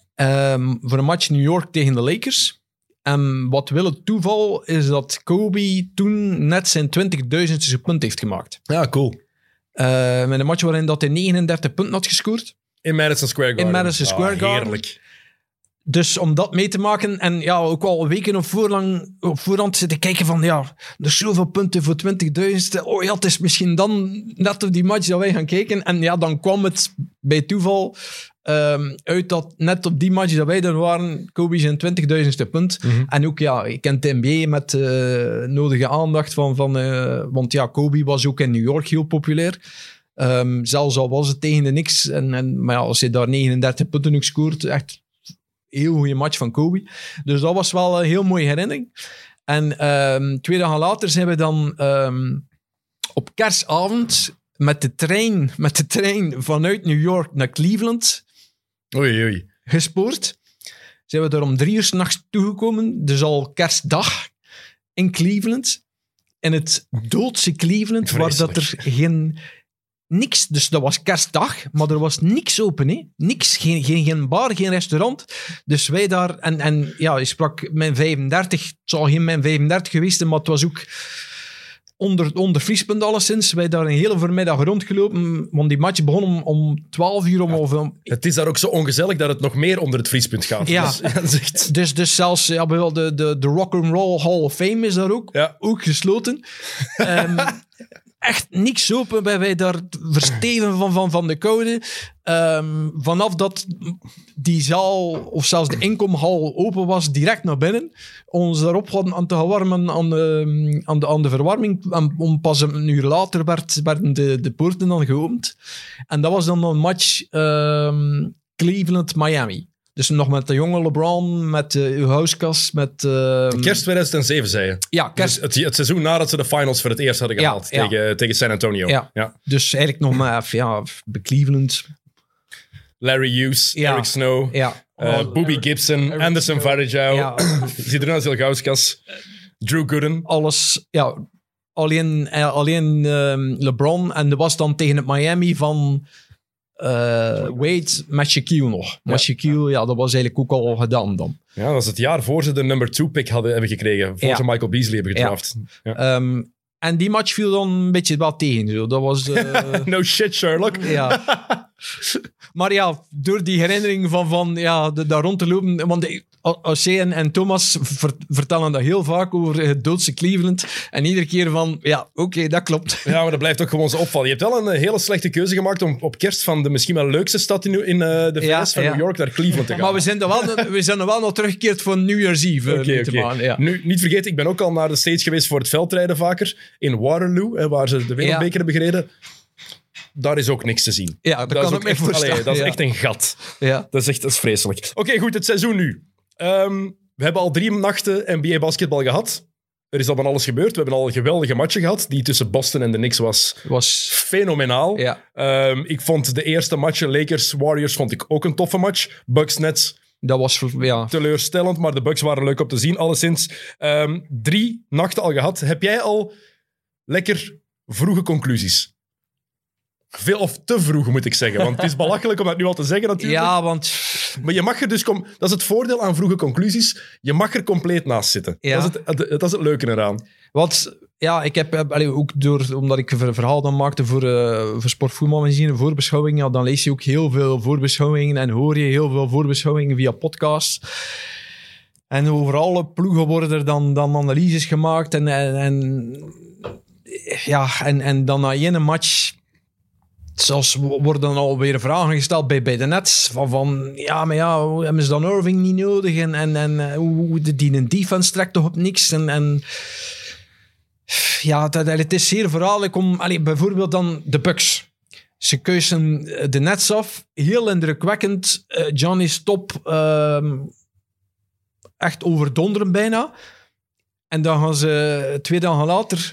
Um, voor een match New York tegen de Lakers. En wat wil het toeval is dat Kobe toen net zijn twintigduizendste punt heeft gemaakt. Ja, cool. Uh, met een match waarin dat hij negenendertig punten had gescoord. In Madison Square Garden. In Madison Square Ah, Garden. Heerlijk. Dus om dat mee te maken en ja, ook al weken op, voorlang, op voorhand zitten kijken van ja, er is zoveel punten voor twintigduizend. Oh ja, het is misschien dan net op die match dat wij gaan kijken. En ja, dan kwam het bij toeval um, uit dat net op die match dat wij er waren, Kobe zijn twintigduizendste punt. Mm-hmm. En ook ja, je kent de N B A met uh, nodige aandacht van, van uh, want ja, Kobe was ook in New York heel populair. Um, zelfs al was het tegen de Knicks. En, en, maar ja, als je daar negenendertig punten ook scoort, echt heel goede match van Kobe. Dus dat was wel een heel mooie herinnering. En um, twee dagen later zijn we dan um, op kerstavond met de trein, met de trein vanuit New York naar Cleveland Oei, oei. gespoord. Zijn we daar om drie uur 's nachts toegekomen. Dus al kerstdag in Cleveland. In het doodse Cleveland, Vreselijk. waar dat er geen... Niks, dus dat was kerstdag, maar er was niks open. Hè? Niks, geen, geen, geen bar, geen restaurant. Dus wij daar, en, en ja, je sprak mijn vijfendertig, het zal geen mijn vijfendertig geweest zijn, maar het was ook onder, onder vriespunt alleszins. Wij daar een hele voormiddag rondgelopen, want die match begon om, om twaalf uur. Om, Ja. of, om, Het is daar ook zo ongezellig dat het nog meer onder het vriespunt gaat. Ja. Dus, ja, dat is echt... dus, dus zelfs ja, bijvoorbeeld de, de, de Rock and Roll Hall of Fame is daar ook, Ja. ook gesloten. um, echt niks open. Wij, wij daar versteven van, van, van de koude. Um, vanaf dat die zaal, of zelfs de inkomhal open was, direct naar binnen. Ons daarop hadden aan te gaan warmen aan de, aan de, aan de verwarming. En om pas een uur later werd, werden de, de poorten dan geopend. En dat was dan een match um, Cleveland-Miami. Dus nog met de jonge LeBron, met uh, uw huiskas, met... Uh, Kerst tweeduizend zeven, zei je. Ja, kerst. Dus het, het seizoen nadat ze de finals voor het eerst hadden gehaald ja, tegen, ja. tegen San Antonio. Ja. Ja. Dus eigenlijk nog maar ja, bij Cleveland. Larry Hughes, Ja. Eric Snow, Ja. uh, Oh, Bobby Eric- Gibson, Eric Anderson Snow. Varejao. Ja. Ziet er nou als heel Gauskas. Drew Gooden. Alles, ja. Alleen, eh, alleen um, LeBron. En er was dan tegen het Miami van uh, Wade met Shaquille nog. Maar Ja. Shaquille, ja, dat was eigenlijk ook al gedaan dan. Ja, dat was het jaar voor ze de number two pick hadden, hebben gekregen. Voor Ja. ze Michael Beasley hebben gedraft. Ja. Um, en die match viel dan een beetje wat tegen. Zo. Dat was... Uh, No shit, Sherlock. ja. Maar ja, door die herinnering van, van ja, de, daar rond te lopen... Want de, Ocean en Thomas ver, vertellen dat heel vaak over het doodse Cleveland. En iedere keer van, ja, oké, okay, dat klopt. Ja, maar dat blijft ook gewoon zo opvallen. Je hebt wel een uh, hele slechte keuze gemaakt om op kerst van de misschien wel leukste stad in, in uh, de V S, Ja, van ja. New York, naar Cleveland te gaan. Maar we zijn er wel, we zijn er wel nog teruggekeerd voor New Year's Eve. Oké, Okay, oké. okay. Ja. Nu, niet vergeten, ik ben ook al naar de States geweest voor het veldrijden vaker. In Waterloo, hè, waar ze de wereldbeker Ja. hebben gereden. Daar is ook niks te zien. Ja, dat, Dat kan is ik me echt, voorstellen. allee, dat is ja. echt een gat. Ja. Dat is echt dat is vreselijk. Oké, goed, het seizoen nu. Um, we hebben al drie nachten N B A basketbal gehad. Er is al van alles gebeurd. We hebben al een geweldige matchen gehad. Die tussen Boston en de Knicks was Was... fenomenaal. Ja. Um, ik vond de eerste matchen, Lakers-Warriors, vond ik ook een toffe match. Bucks-Nets, Dat was... Ja. teleurstellend, maar de Bucks waren leuk om te zien, alleszins. Um, drie nachten al gehad. Heb jij al lekker vroege conclusies? Veel of te vroeg, moet ik zeggen. Want het is belachelijk om dat nu al te zeggen, natuurlijk. ja, want... Maar je mag er dus... Com- dat is het voordeel aan vroege conclusies. Je mag er compleet naast zitten. Ja. Dat, is het, dat is het leuke eraan. Wat, ja, ik heb, heb allee, ook door, omdat ik een verhaal dan maakte voor, uh, voor Sportvoetbalmagazine, voorbeschouwingen, ja, dan lees je ook heel veel voorbeschouwingen en hoor je heel veel voorbeschouwingen via podcasts. En over alle ploegen worden er dan, dan analyses gemaakt en, en, en ja, en, en dan na één match... Zelfs worden dan alweer vragen gesteld bij, bij de Nets. Van, van ja, maar ja, hebben ze dan Irving niet nodig? En, en, en hoe de, die een defense trekt toch op niks? En, en ja, dat, het is zeer verhaaldelijk om... Allee, bijvoorbeeld dan de Bucks. Ze keuzen de Nets af. Heel indrukwekkend. Uh, Giannis top. Uh, echt overdonderen bijna. En dan gaan ze twee dagen later...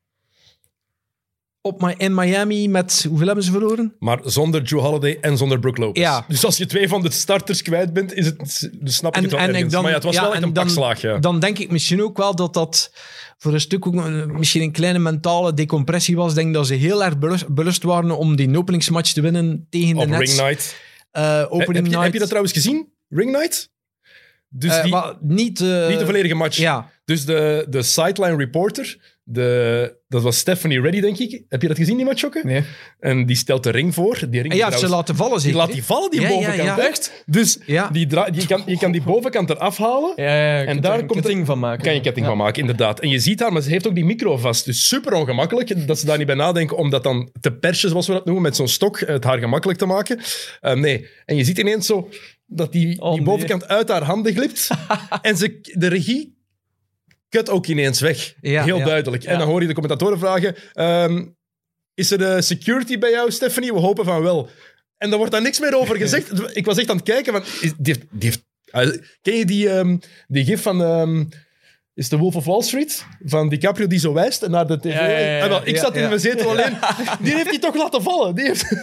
Op in Miami met... Hoeveel hebben ze verloren? Maar zonder Drew Holiday en zonder Brook Lopez. Ja. Dus als je twee van de starters kwijt bent, is het, dus snap ik En- het wel en ik ergens. dan- maar ja, het was ja, wel echt en een dan- pakslaag. Ja. Dan denk ik misschien ook wel dat dat voor een stuk ook een- misschien een kleine mentale decompressie was. Ik denk dat ze heel erg belust, belust waren om die openingsmatch te winnen tegen de Op Nets. Ring Night. Uh, opening heb, je, night. heb je dat trouwens gezien? Ring Night? Dus Uh, die, maar niet, uh, niet de volledige match. Ja, Dus de, de sideline reporter, de, dat was Stephanie Reddy, denk ik. Heb je dat gezien, die match, Jokke? Nee. En die stelt de ring voor. Die ring en ja, trouwens- ze laten vallen die zeker. laat die vallen, die Ja, ja, bovenkant. ja. hè? Echt? Dus Ja. die dra- je, kan, je kan die bovenkant eraf halen. Ja, ja, ja, En daar een komt ketting het- van maken. Kan je ketting Ja. van maken, inderdaad. En je ziet haar, maar ze heeft ook die micro vast. Dus super ongemakkelijk. Dat ze daar niet bij nadenken om dat dan te persen, zoals we dat noemen, met zo'n stok, het haar gemakkelijk te maken. Uh, nee. En je ziet ineens zo dat die, Oh, die nee. bovenkant uit haar handen glipt. En ze, de regie kut ook ineens weg. Ja, Heel ja. duidelijk. En Ja. dan hoor je de commentatoren vragen... ehm, is er de security bij jou, Stephanie? We hopen van wel. En daar wordt daar niks meer over gezegd. Ik was echt aan het kijken van... Is, die heeft, die heeft, uh, ken je die, um, die gif van... Um, is de Wolf of Wall Street? Van DiCaprio die zo wijst en naar de tv. Ja, ja, ja, ja. Ah, wel, ik Ja, zat in ja. mijn zetel alleen. Die heeft hij toch laten vallen. Die heeft...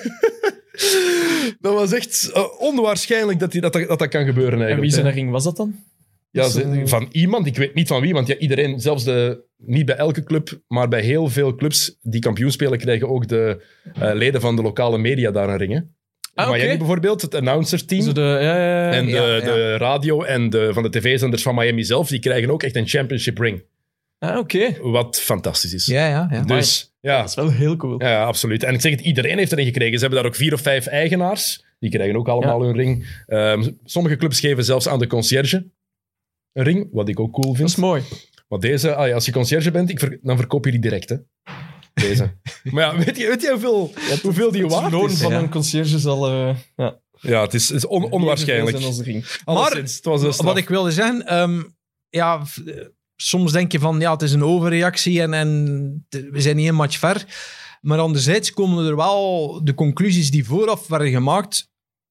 dat was echt uh, onwaarschijnlijk dat, die, dat, dat dat kan gebeuren En eigenlijk. wie zijn ring was dat dan? Ja, Dus, ze- eh, van iemand, ik weet niet van wie, want ja, iedereen, zelfs de, niet bij elke club, maar bij heel veel clubs die kampioen spelen, krijgen ook de uh, leden van de lokale media daar een ring. Hè? Ah, oké. Miami bijvoorbeeld, het announcerteam Zo de, ja, ja, ja. en de, ja, ja. de radio en de, van de tv-zenders van Miami zelf, die krijgen ook echt een championship ring. Ah, oké. Wat fantastisch is. Ja, ja, ja. Dus ja, Dat is wel heel cool. ja, absoluut. En ik zeg het, iedereen heeft erin gekregen. Ze hebben daar ook vier of vijf eigenaars. Die krijgen ook allemaal Ja. hun ring. Um, sommige clubs geven zelfs aan de conciërge een ring, wat ik ook cool Dat vind. is mooi. Maar deze, ah ja, als je conciërge bent, ik ver- dan verkoop je die direct. Hè. Deze. Maar ja, weet je, weet je hoeveel, hoeveel die Het waard loon is? van Ja. een conciërge zal... Uh, ja, Ja, het is, het is on- onwaarschijnlijk. zijn als de ring. Alleszins, het was een straf. Wat ik wilde zeggen, ehm, ja, v- soms denk je van, ja, het is een overreactie en, en t- we zijn niet een match ver. Maar anderzijds komen er wel de conclusies die vooraf werden gemaakt.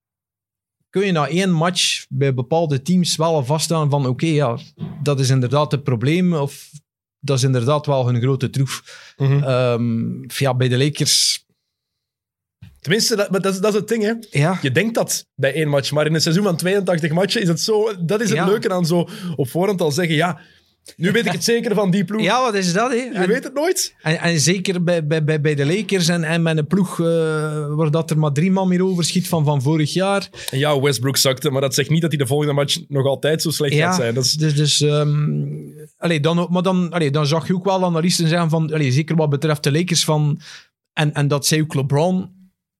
Kun je na één match bij bepaalde teams wel vaststellen van, oké, ja, dat is inderdaad het probleem of dat is inderdaad wel een grote troef. Mhm. Ehm, ja, bij de Lakers, Tenminste, dat, maar dat, is, dat is het ding, hè. ja. Je denkt dat bij één match, maar in een seizoen van tweeëntachtig matchen is het zo... Dat is het Ja. leuke aan zo op voorhand al zeggen, ja, nu weet ik het zeker van die ploeg. Ja, wat is dat, hè? Je En- weet het nooit. En, en zeker bij, bij, bij, bij de Lakers en, en met een ploeg uh, waar dat er maar drie man meer overschiet van, van vorig jaar. En ja, Westbrook zakte, maar dat zegt niet dat hij de volgende match nog altijd zo slecht gaat zijn. Dat is... Dus, dus um, allee, dan, maar dan, allee, dan zag je ook wel analisten zeggen van, allee, zeker wat betreft de Lakers van, en, en dat zei ook LeBron,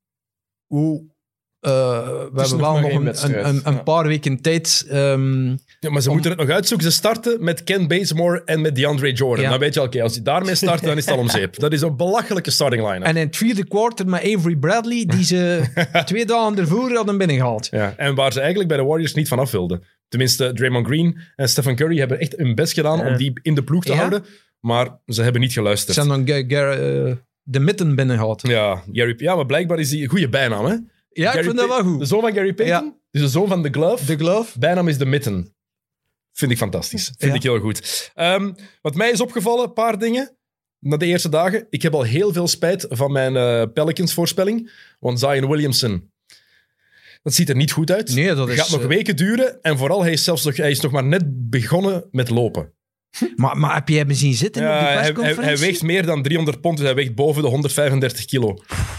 hoe, uh, we hebben nog wel maar nog één een, wedstrijd, een, een ja. paar weken tijd. Um, Ja, maar ze Om- moeten het nog uitzoeken. Ze starten met Ken Bazemore en met DeAndre Jordan. Ja. Dan weet je al, oké, als die daarmee starten, dan is het al om zeep. Dat is een belachelijke starting line. en in het vierde kwart met Avery Bradley, die ze twee dagen ervoor hadden binnengehaald. Ja, en waar ze eigenlijk bij de Warriors niet vanaf wilden. Tenminste, Draymond Green en Stephen Curry hebben echt hun best gedaan Ja. om die in de ploeg te Ja. houden. Maar ze hebben niet geluisterd. Ze hebben dan Ga- Ga- uh, de mitten binnengehaald. Ja, Gary, ja, maar blijkbaar is die een goede bijnaam, hè? Ja, Gary ik vind dat Pay- wel goed. De zoon van Gary Payton, Ja. dus de zoon van The Glove. De glove. Bijnaam is de Mitten. Vind ik fantastisch. Vind Ja. ik heel goed. Ehm, wat mij is opgevallen, een paar dingen. Na de eerste dagen. Ik heb al heel veel spijt van mijn eh, Pelicans-voorspelling. Want Zion Williamson, dat ziet er niet goed uit. Nee, dat Het is... gaat nog eh, weken duren. En vooral, hij is, zelfs nog, hij is nog maar net begonnen met lopen. Maar, maar heb je hem zien zitten Ja, op die hij, hij, persconferentie? hij weegt meer dan driehonderd pond, dus hij weegt boven de honderdvijfendertig kilo.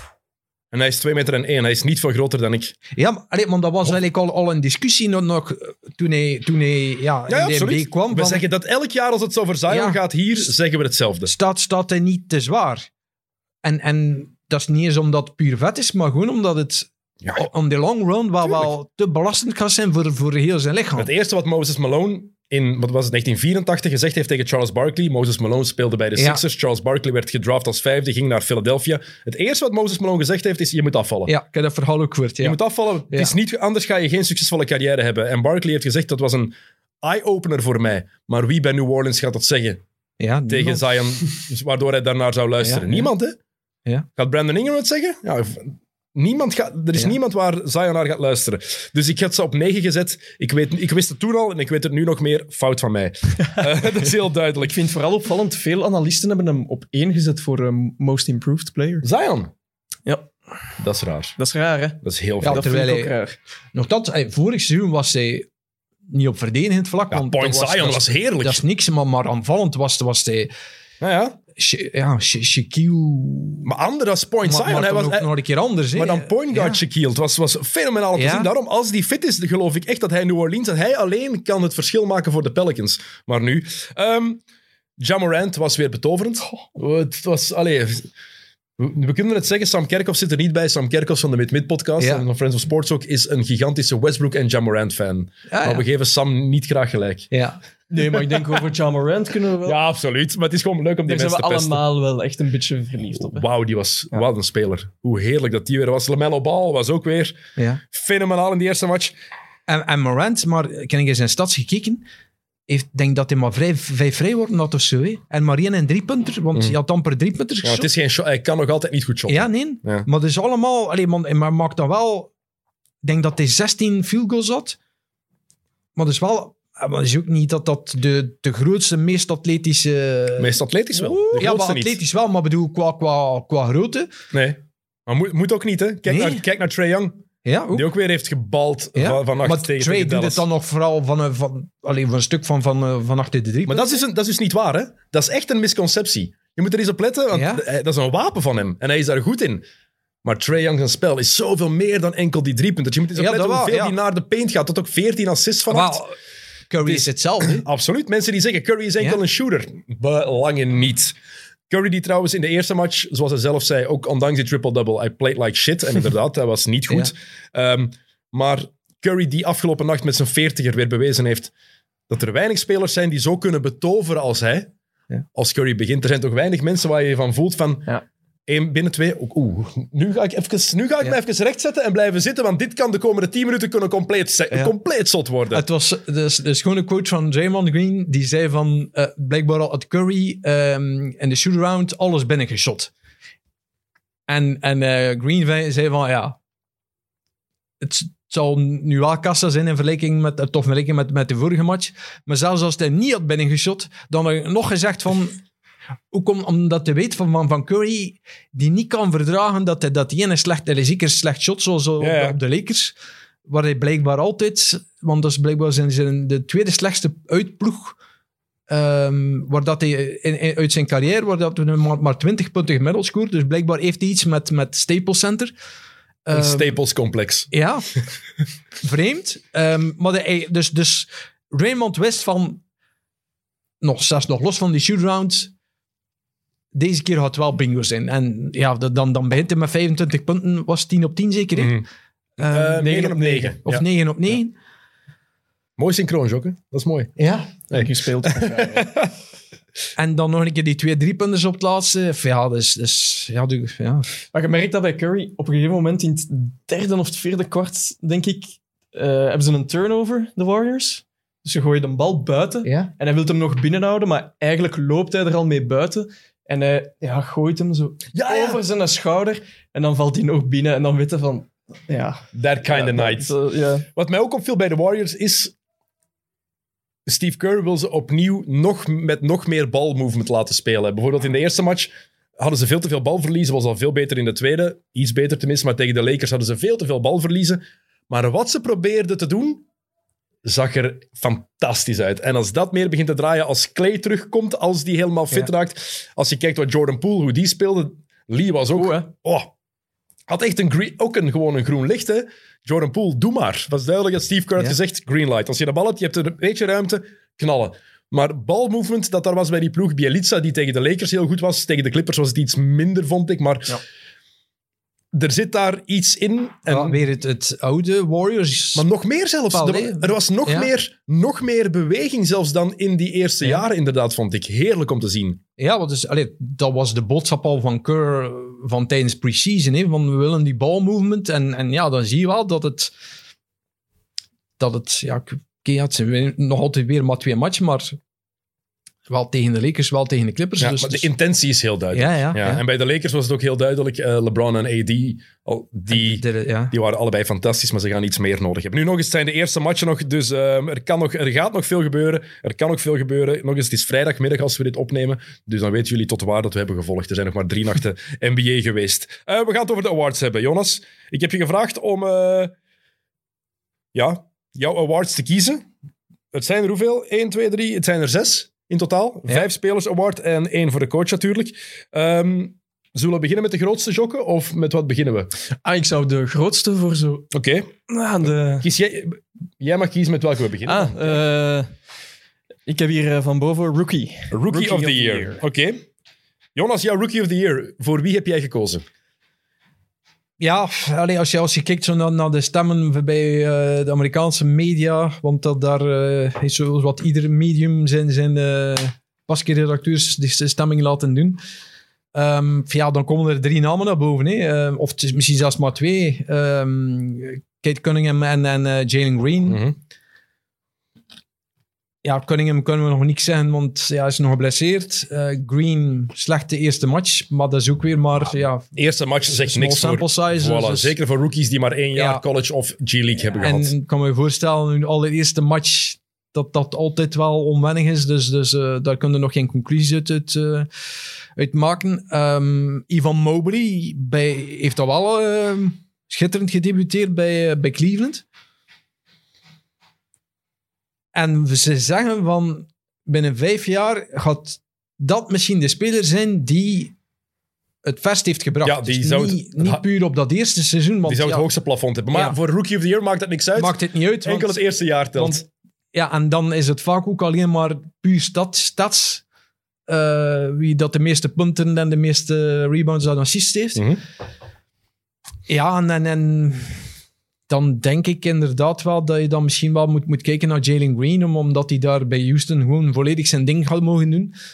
En hij is twee meter en één. Hij is niet veel groter dan ik. Ja, maar, allee, maar dat was eigenlijk al, al een discussie nog, nog eh, toen hij, toen hij ja, Ja, in de absoluut. N B A kwam. We Van, zeggen dat elk jaar als het over Zion Ja. gaat, hier zeggen we hetzelfde. staat, staat hij niet te zwaar? En, en dat is niet eens omdat het puur vet is, maar gewoon omdat het Ja. o- on the long run wel, Tuurlijk. wel te belastend gaat zijn voor, voor heel zijn lichaam. Het eerste wat Moses Malone in wat was het, negentien vierentachtig gezegd heeft tegen Charles Barkley. Moses Malone speelde bij de Ja. Sixers. Charles Barkley werd gedraft als vijfde, ging naar Philadelphia. Het eerste wat Moses Malone gezegd heeft is, je moet afvallen. Ja, ik heb dat verhaal ook gehoord. Je Ja. moet afvallen, het Ja. is niet, anders ga je geen succesvolle carrière hebben. En Barkley heeft gezegd, dat was een eye-opener voor mij. Maar wie bij New Orleans gaat dat zeggen ja, tegen niemand. Zion, dus waardoor hij daarnaar zou luisteren? Ja, ja. Niemand, hè? Ja. Gaat Brandon Ingram het zeggen? Ja, of- niemand gaat, er is Ja. niemand waar Zion naar gaat luisteren. Dus ik had ze op negen gezet. Ik, weet, ik wist het toen al en ik weet het nu nog meer. Fout van mij. Eh, dat is heel duidelijk. Ik vind het vooral opvallend, veel analisten hebben hem op één gezet voor um, Most Improved Player. Zion? Ja, Dat is raar. dat is raar, hè? Dat is heel Ja, veel. Dat vind terwijl ik ook hij- raar. Nog dat, ey, vorig seizoen was hij niet op verdedigend vlak. Ja, want Point dat Zion dat was heerlijk. Dat is niks, maar, maar aanvallend was, was hij... Nou ja, Sha- Ja, Sha- Shaquille... maar ander als Point Maar, Zion. maar hij dan was, ook hij- nog een keer anders. hè. maar dan point guard Ja. Shaquille. Het was, was fenomenaal om te Ja. zien. Daarom, als die fit is, geloof ik echt dat hij New Orleans... dat hij alleen kan het verschil maken voor de Pelicans. Maar nu... Um, Ja Morant was weer betoverend. Oh, het was... Allee, we, we kunnen het zeggen, Sam Kerkhoff zit er niet bij. Sam Kerkhoff van de Mid-Mid podcast Ja. en van Friends of Sports ook is een gigantische Westbrook en Ja Morant fan. Ja, Maar ja. we geven Sam niet graag gelijk. Ja. Nee, maar ik denk over Ja Morant kunnen we wel... Ja, absoluut. Maar het is gewoon leuk om die Daar zijn mensen we te pesten. allemaal wel echt een beetje verliefd op. Hè? Wauw, die was Ja. wat een speler. Hoe heerlijk dat die weer was. LaMelo Ball was ook weer Ja. fenomenaal in die eerste match. En, en Morant, maar ik heb eens zijn stats gekeken. Ik denk dat hij maar vrij, vijf vrij worden had of zo. Hè. En maar één en drie punter, want Mm. hij had amper drie punters Ja, het geschoten. is geen shot. Hij kan nog altijd niet goed shotten. Ja, nee. Ja. Maar het is allemaal... Allee, man, maar maakt dan wel... Ik denk dat hij zestien field goals had. Maar het is wel... Maar het is ook niet dat dat de, de grootste, meest atletische... Meest atletisch wel. De ja, maar grootste niet. atletisch wel, maar bedoel, qua, qua, qua grootte. Nee. Maar moet, moet ook niet, hè. Kijk, Nee. naar, kijk naar Trae Young. Ja, ook. Die ook weer heeft gebald Ja. van, van acht Maar tegen, Trey tegen doet Dallas. het dan nog vooral van, een- van, alleen van een stuk van, van, eh, van achter de drie. Maar dat is, dus een, dat is dus niet waar, hè. Dat is echt een misconceptie. Je moet er eens op letten, want Ja. hij- dat is een wapen van hem. En hij is daar goed in. Maar Trae Young zijn spel is zoveel meer dan enkel die drie punten. Je moet eens Ja, opletten dat wel, hoeveel ja. die naar de paint gaat. Tot ook veertien assists van acht. Maar Curry Het is is- hetzelfde. Absoluut. Mensen die zeggen Curry is enkel Ja. een shooter. Belange niet. Curry die trouwens in de eerste match, zoals hij zelf zei, ook ondanks die triple-double, I played like shit. En inderdaad, dat was niet goed. Ehm, maar Curry die afgelopen nacht met zijn veertiger weer bewezen heeft dat er weinig spelers zijn die zo kunnen betoveren als hij. Ja. als Curry begint. Er zijn toch weinig mensen waar je van voelt van... Ja. één binnen twee... Oeh, nu ga ik, even, nu ga ik Ja. me even rechtzetten en blijven zitten, want dit kan de komende tien minuten kunnen compleet, se- Ja. compleet zot worden. Het was dus, dus gewoon een quote van Draymond Green, die zei van, uh, blijkbaar al het Curry um, in de shootaround alles binnengeschot. En, en uh, Green zei van, ja, het zal nu wel kassa zijn in vergelijking met, uh, toch vergelijking met, met de vorige match, maar zelfs als hij niet had binnengeschot, dan had hij nog gezegd van... Hoe komt omdat hij weet van, van, van Curry, die niet kan verdragen dat hij dat die ene slecht, er is zeker slecht shot, zoals op, Ja, ja. op de Lakers, waar hij blijkbaar altijd, want dat is blijkbaar zijn, zijn de tweede slechtste uitploeg, um, waar dat hij in, in, uit zijn carrière, waar dat hij maar, maar twintig punten gemiddeld scoort, dus blijkbaar heeft hij iets met, met Staples Center. Een Um, Staples-complex. ja, vreemd. Um, maar de, dus, dus Raymond wist van, nog, zelfs nog los van die shootaround, deze keer gaat het wel bingo zijn. En ja, dan, dan begint hij met vijfentwintig punten, was tien op tien zeker, hè? Mhm. Um, Uh, negen op negen. of Ja. negen op negen. Mooi synchroon, Jokke. Dat is mooi. Ja. Nee. Gespeeld. En dan nog een keer die twee driepunters op het laatste. Ja, dus, dus ja, du- ja. Maar je merkt dat bij Curry op een gegeven moment in het derde of het vierde kwart, denk ik, uh, hebben ze een turnover, de Warriors. Dus je gooit een bal buiten ja. en hij wil hem nog binnenhouden, maar eigenlijk loopt hij er al mee buiten. En hij ja, gooit hem zo Ja, ja. over zijn schouder en dan valt hij nog binnen en dan weet hij van... Ja, That kind of ja, night. dat- ja. Wat mij ook opviel bij de Warriors is... Steve Kerr wil ze opnieuw nog, met nog meer balmovement laten spelen. Bijvoorbeeld in de eerste match hadden ze veel te veel balverliezen. Was al veel beter in de tweede. Iets beter tenminste. Maar tegen de Lakers hadden ze veel te veel balverliezen. Maar wat ze probeerden te doen, zag er fantastisch uit. En als dat meer begint te draaien, als Clay terugkomt, als die helemaal fit Ja. raakt. Als je kijkt wat Jordan Poole, hoe die speelde. Lee was ook... Goed, hè? Oh, had echt een green, ook een, gewoon een groen licht, hè. Jordan Poole, doe maar. Het was duidelijk dat Steve Kerr had Ja. gezegd, green light. Als je de bal hebt, je hebt er een beetje ruimte, knallen. Maar balmovement, dat daar was bij die ploeg, Bielitsa, die tegen de Lakers heel goed was, tegen de Clippers was het iets minder, vond ik. Maar Ja. er zit daar iets in. En, Ja, weer het, het oude Warriors. maar nog meer zelfs. Wel, Er, nee. er was nog, Ja. meer, nog meer beweging zelfs dan in die eerste Ja. jaren, inderdaad, vond ik. Heerlijk om te zien. Ja, wat is, allee, dat was de boodschap al van Kerr van tijdens pre-season. Hè, van we willen die balmovement. En, en ja, dan zie je wel dat het... Dat het... Ja, oké, ja, het zijn nog altijd weer maar twee matchen, maar wel tegen de Lakers, wel tegen de Clippers. Ja, dus, maar de dus- intentie is heel duidelijk. ja, ja, Ja, ja. En bij de Lakers was het ook heel duidelijk. eh, LeBron en A D, al, die, De- ja. die waren allebei fantastisch, maar ze gaan iets meer nodig hebben. Nu nog eens, het zijn de eerste matchen nog, dus ehm, er, kan nog, er gaat nog veel gebeuren. Er kan nog veel gebeuren. Nog eens, het is vrijdagmiddag als we dit opnemen, dus dan weten jullie tot waar dat we hebben gevolgd. Er zijn nog maar drie nachten N B A geweest. Eh, we gaan het over de awards hebben. Jonas, ik heb je gevraagd om eh, ja, jouw awards te kiezen. Het zijn er hoeveel? één, twee, drie, het zijn er zes in totaal. Ja. Vijf spelers award en één voor de coach natuurlijk. Ehm, zullen we beginnen met de grootste jokken of met wat beginnen we? Ah, ik zou de grootste voor zo... Oké. Ah, de... Kies jij, jij mag kiezen met welke we beginnen. Ah, eh, ik heb hier eh, van boven Rookie. Rookie, of the Year. Oké. Jonas, jouw Rookie of the Year. Voor wie heb jij gekozen? Ja, allee, als, je, als je kijkt zo naar, naar de stemmen bij uh, de Amerikaanse media, want dat daar uh, is zoals wat ieder medium zijn, zijn uh, basket-redacteurs die stemming laten doen. Um, ja, dan komen er drie namen naar boven. Hè. Uh, of het is misschien zelfs maar twee. Um, Kate Cunningham en, en uh, Jalen Green. Mm-hmm. Ja, Cunningham kunnen we nog niks zeggen, want ja, hij is nog geblesseerd. Uh, Green, slechte eerste match, maar dat is ook weer maar... Ja, eerste match zegt small niks voor... sample size. Voilà, dus- zeker voor rookies die maar één jaar Ja. college of G-League hebben gehad. En ik kan me je voorstellen, hun allereerste match, dat dat altijd wel onwennig is. Dus, dus uh, daar kunnen we nog geen conclusie uit, uit, uh, uit maken. Um, Ivan Mobley bij, heeft al wel uh, schitterend gedebuteerd bij, uh, bij Cleveland. En ze zeggen van, binnen vijf jaar gaat dat misschien de speler zijn die het verst heeft gebracht. Ja, die Dus zou het- niet, niet puur op dat eerste seizoen. Want Die zou het ja, hoogste plafond hebben. Maar Ja. voor Rookie of the Year maakt dat niks uit. maakt het niet uit. Enkel want- het eerste jaar telt. want- Ja, en dan is het vaak ook alleen maar puur stat, stats. Uh, wie dat de meeste punten en de meeste rebounds en assists heeft. Mhm. Ja, en, en, en dan denk ik inderdaad wel dat je dan misschien wel moet, moet kijken naar Jalen Green, om, omdat hij daar bij Houston gewoon volledig zijn ding gaat mogen doen.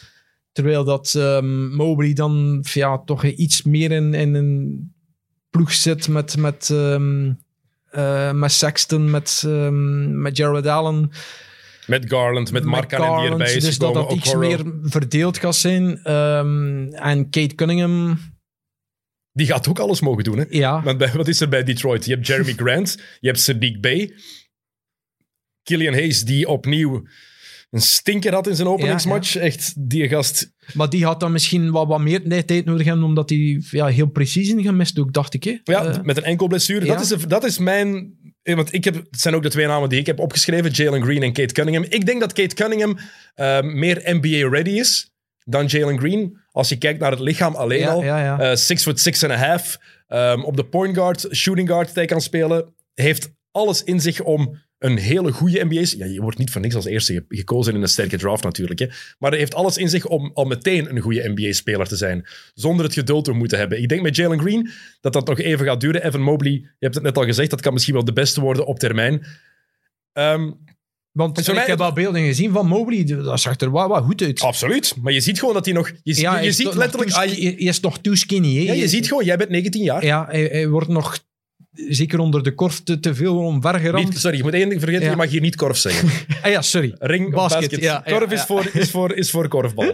Terwijl dat um, Mobley dan ja, toch iets meer in, in een ploeg zit met, met, um, uh, met Sexton, met, um, met Jared Allen. Met Garland, met Markkanen die erbij is dus gekomen. dat dat iets meer verdeeld gaat zijn. Um, en Kate Cunningham... Die gaat ook alles mogen doen, hè? Ja. Want bij, wat is er bij Detroit? Je hebt Jeremy Grant, je hebt Sadiq Bey, Killian Hayes, die opnieuw een stinker had in zijn openingsmatch. Ja, ja. Echt, die gast... Maar die had dan misschien wat, wat meer tijd nodig hebben, omdat hij ja, heel precies in gemist ook, dacht ik. Hè? Ja, uh, met een enkel blessure. Ja. Dat, is, dat is mijn... Want ik heb, het zijn ook de twee namen die ik heb opgeschreven, Jalen Green en Kate Cunningham. Ik denk dat Kate Cunningham uh, meer N B A-ready is dan Jalen Green. Als je kijkt naar het lichaam alleen ja, al. Ja, ja. Uh, six foot six and a half. Um, op de point guard, shooting guard dat hij kan spelen. Heeft alles in zich om een hele goede N B A... Ja, je wordt niet voor niks als eerste gekozen in een sterke draft natuurlijk. Hè. Maar hij heeft alles in zich om al meteen een goede N B A-speler te zijn. Zonder het geduld te moeten hebben. Ik denk met Jalen Green dat dat nog even gaat duren. Evan Mobley, je hebt het net al gezegd, dat kan misschien wel de beste worden op termijn. Um, Want ik mij... heb al beelden gezien van Mobley. Dat zag er wel wat goed uit. Absoluut. Maar je ziet gewoon dat hij nog... Je, ja, je, je ziet letterlijk... Too, hij is nog too skinny. Hè? Ja, je, je ziet gewoon, jij bent negentien jaar. Ja, hij, hij wordt nog... Zeker onder de korf te, te veel omvergeramd. Sorry, je moet één ding vergeten. Ja. Je mag hier niet korf zeggen. Ah ja, sorry. Ring basket. basket. Ja, korf ja, ja. Is, voor, is, voor, is voor korfbal.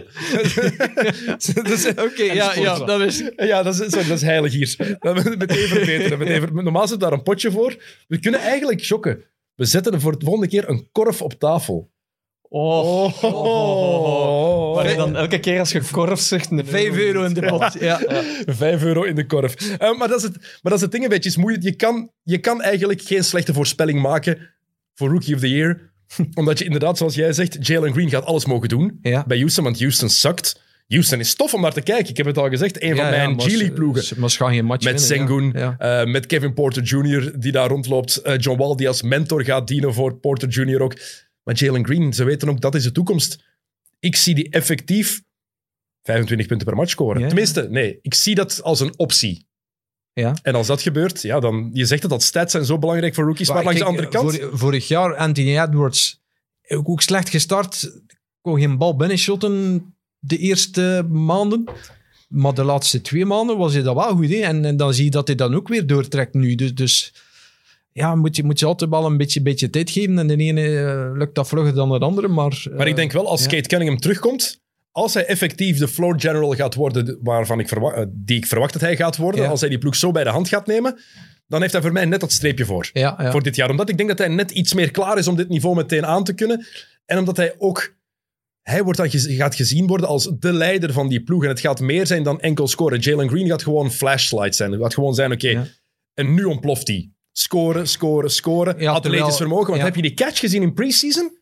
Oké, okay, ja, ja, dat is... Ja, dat is, sorry, dat is heilig hier. Meteen verbeteren. Meteen, normaal zit daar een potje voor. We kunnen eigenlijk shocken. We zetten voor de volgende keer een korf op tafel. Oh. oh, oh, oh, oh. Maar dan elke keer als je korf zegt... Vijf euro in de pot. Ja. Ja. Vijf euro in de korf. Uh, maar, dat is het, maar dat is het ding een beetje. Is moeilijk. Je, kan, je kan eigenlijk geen slechte voorspelling maken voor Rookie of the Year. Omdat je inderdaad, zoals jij zegt, Jalen Green gaat alles mogen doen. Ja. Bij Houston, want Houston suckt. Houston is tof om naar te kijken. Ik heb het al gezegd. Een ja, van mijn ja, G-League-ploegen. Maar ze gaan geen match met winnen, Sengun, ja. Ja. Uh, met Kevin Porter junior die daar rondloopt. Uh, John Wall die als mentor gaat dienen voor Porter junior ook. Maar Jalen Green, ze weten ook, dat is de toekomst. Ik zie die effectief vijfentwintig punten per match scoren. Ja. Tenminste, nee, ik zie dat als een optie. Ja. En als dat gebeurt, ja, dan... Je zegt dat dat stats zijn zo belangrijk voor rookies, maar, maar langs kijk, de andere kant... Vor, vorig jaar, Anthony Edwards, ook, ook slecht gestart. Kon geen bal binnenshotten de eerste maanden. Maar de laatste twee maanden was hij dat wel goed. Hè? En, en dan zie je dat hij dan ook weer doortrekt nu. Dus... dus ja, moet je, moet je altijd wel een beetje, beetje tijd geven. En de ene uh, lukt dat vlugger dan de andere. Maar, uh, maar ik denk wel, als ja. Kate Cunningham terugkomt, als hij effectief de floor general gaat worden, waarvan ik verwa- uh, die ik verwacht dat hij gaat worden, ja. als hij die ploeg zo bij de hand gaat nemen, dan heeft hij voor mij net dat streepje voor. Ja, ja. Voor dit jaar. Omdat ik denk dat hij net iets meer klaar is om dit niveau meteen aan te kunnen. En omdat hij ook... Hij wordt dan gez- gaat gezien worden als de leider van die ploeg. En het gaat meer zijn dan enkel scoren. Jalen Green gaat gewoon flashlight zijn. Het gaat gewoon zijn, oké, okay, ja. en nu ontploft hij. Scoren, scoren, scoren. Ja, atletisch terwijl, vermogen. Want ja. heb je die catch gezien in pre-season?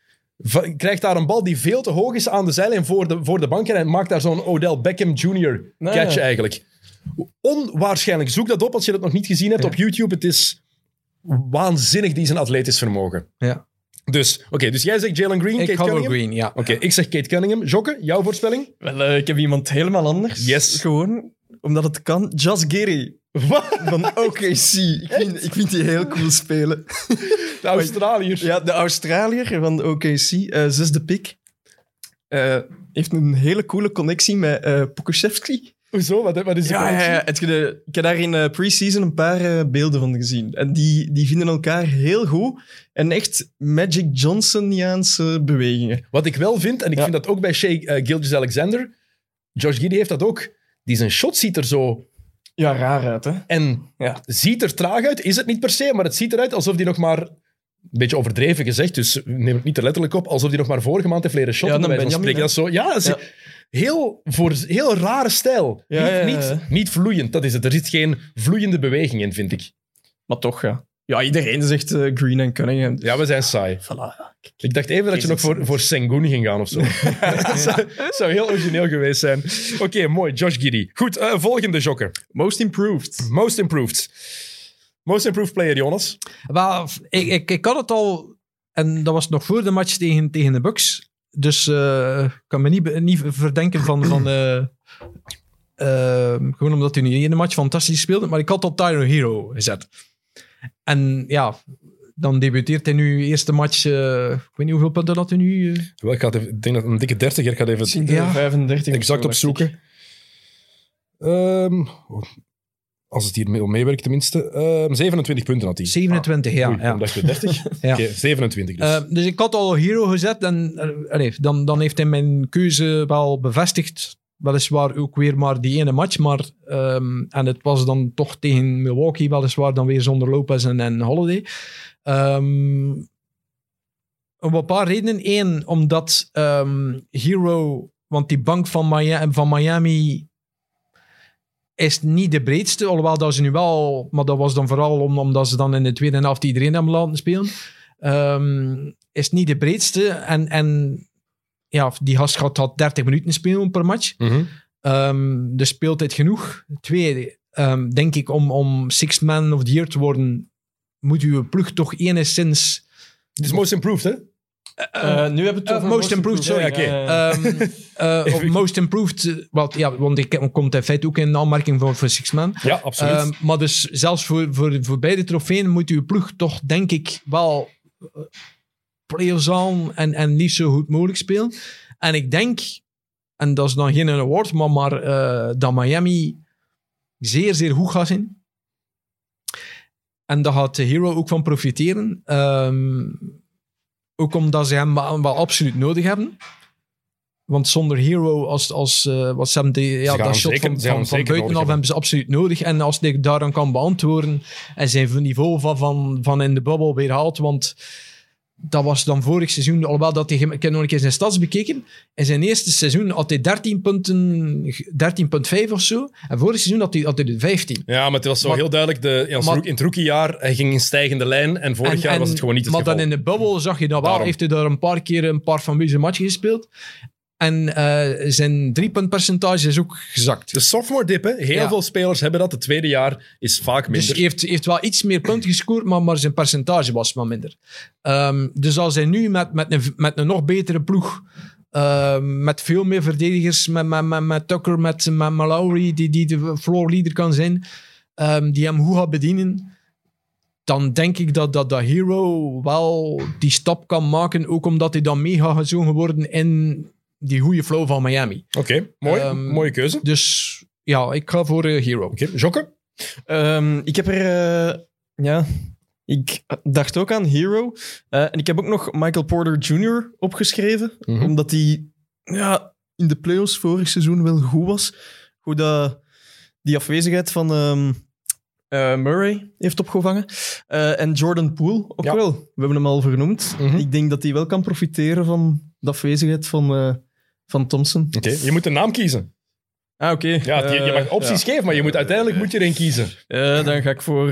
V- krijgt daar een bal die veel te hoog is aan de zijlijn voor de, voor de bank. En maakt daar zo'n Odell Beckham junior catch nee, ja. eigenlijk. Onwaarschijnlijk. Zoek dat op als je dat nog niet gezien hebt ja. op YouTube. Het is waanzinnig, die zijn atletisch vermogen. Ja. Dus, oké, okay, dus jij zegt Jalen Green, ik Kate Cunningham? Green, ja. Oké, okay, ik zeg Kate Cunningham. Jokke, jouw voorspelling? Wel, uh, ik heb iemand helemaal anders. Yes. Gewoon, omdat het kan. Josh Giddey. Wat? Van O K C. Ik vind, ik vind die heel cool spelen. De Australiër. Ja, de Australiër van O K C. Uh, zesde pick. Uh, heeft een hele coole connectie met uh, Pokusevski. Hoezo? Wat, wat is de ja, connectie? Ja, ja. Het, de, ik heb daar in uh, pre-season een paar uh, beelden van gezien. En die, die vinden elkaar heel goed. En echt Magic Johnson-Jaanse bewegingen. Wat ik wel vind, en ik ja. vind dat ook bij Shai uh, Gilgeous-Alexander, Josh Giddey heeft dat ook. Die zijn shot ziet er zo... Ja, raar uit, hè? En ja. ziet er traag uit. Is het niet per se, maar het ziet eruit alsof hij nog maar... Een beetje overdreven gezegd, dus neem het niet te letterlijk op. Alsof hij nog maar vorige maand heeft leren shotten. Ja, bij spreken. Dat is zo, ja, dat is ja. Heel, voor, heel rare stijl. Ja, niet, ja, ja, ja. Niet, niet vloeiend, dat is het. Er zit geen vloeiende beweging in, vind ik. Maar toch, ja. Ja, iedereen zegt uh, Green en Cunningham. Ja, we zijn saai. Voilà. Ik dacht even dat je nog voor, voor Sengun ging gaan of zo. Dat zou, zou heel origineel geweest zijn. Oké, okay, mooi. Josh Giddey. Goed, uh, volgende jokker. Most improved. Most improved. Most improved player, Jonas. Wel, ik, ik, ik had het al... En dat was nog voor de match tegen, tegen de Bucks. Dus ik uh, kan me niet, niet verdenken van... van uh, uh, gewoon omdat hij niet in de match fantastisch speelde. Maar ik had op Tyler Hero gezet. En ja... dan debuteert hij nu eerste match. Uh, ik weet niet hoeveel punten had hij nu. Uh. Wel, ik, ga even, ik denk dat een dikke dertig. Ik ga even het ja. vijfendertig exact opzoeken. Um, als het hier mee, meewerkt tenminste. Um, zevenentwintig punten had hij. zevenentwintig, ah, ja. Oei, ja. Dan dacht ik dertig. ja. Oké, okay, zevenentwintig dus. Uh, dus ik had al Hero gezet en uh, allez, dan, dan heeft hij mijn keuze wel bevestigd. Weliswaar ook weer maar die ene match, maar um, en het was dan toch tegen Milwaukee, weliswaar dan weer zonder Lopez en, en Holiday. Um, om een paar redenen. Eén, omdat um, Hero, want die bank van Miami, van Miami is niet de breedste, alhoewel dat ze nu wel, maar dat was dan vooral om, omdat ze dan in de tweede helft iedereen hebben laten spelen, um, is niet de breedste en, en ja, die gast gaat, had dertig minuten spelen per match. Mm-hmm. Um, dus speeltijd genoeg. Twee, um, denk ik, om, om Sixth Man of the Year te worden, moet uw ploeg toch enigszins... Het is most improved, hè? Uh, uh, nu hebben we het uh, over most, most improved, improved, sorry. Ja, okay. um, uh, of most improved, uh, well, ja, want ik komt in feite ook in aanmerking voor, voor Sixth Man. Ja, absoluut. Um, maar dus zelfs voor, voor, voor beide trofeeën moet uw ploeg toch, denk ik, wel... Uh, play-offs aan en, en niet zo goed mogelijk spelen. En ik denk, en dat is dan geen award, maar, maar uh, dat Miami zeer, zeer goed gaat zijn. En daar gaat de Hero ook van profiteren. Um, ook omdat ze hem wel, wel absoluut nodig hebben. Want zonder Hero, als, als, uh, wat ze hebben de, ja, dat shot zeker, van, van, van buitenaf hebben ze absoluut nodig. En als hij daaraan kan beantwoorden en zijn niveau van, van, van in de bubbel weer haalt, want... Dat was dan vorig seizoen, alhoewel dat hij, ik heb nog een keer zijn stats bekeken. In zijn eerste seizoen had hij dertien punten, dertien komma vijf of zo. En vorig seizoen had hij, had hij vijftien. Ja, maar het was zo maar, heel duidelijk, de, ja, maar, in het rookiejaar, hij ging in stijgende lijn. En vorig en, jaar was het gewoon niet het maar geval. Maar dan in de bubbel zag je dat wel. Daarom. Heeft hij daar een paar keer een paar fameuze matchen gespeeld. En uh, zijn driepuntpercentage is ook gezakt. De sophomore dip, hè? Heel ja. veel spelers hebben dat. Het tweede jaar is vaak minder. Dus hij heeft, heeft wel iets meer punten gescoord, maar, maar zijn percentage was wat minder. Um, dus als hij nu met, met, een, met een nog betere ploeg, uh, met veel meer verdedigers, met, met, met, met Tucker, met, met Mallory, die, die de floor leader kan zijn, um, die hem goed gaat bedienen, dan denk ik dat, dat dat Hero wel die stap kan maken, ook omdat hij dan mega gezogen worden in... die goede flow van Miami. Oké, okay, mooi. Um, Mooie keuze. Dus ja, ik ga voor uh, Hero. Oké, okay. Jokke? Um, ik heb er... Uh, ja, ik dacht ook aan Hero. Uh, en ik heb ook nog Michael Porter junior opgeschreven. Mm-hmm. Omdat hij ja, in de playoffs vorig seizoen wel goed was. Hoe dat die afwezigheid van um, uh, Murray heeft opgevangen. Uh, en Jordan Poole ook ja. wel. We hebben hem al vernoemd. Mm-hmm. Ik denk dat hij wel kan profiteren van de afwezigheid van... Uh, Van Thompson. Oké, okay, je moet een naam kiezen. Ah, oké. Okay. Ja, je, je mag opties uh, geven, maar je moet, uiteindelijk moet je erin kiezen. Uh, dan ga ik voor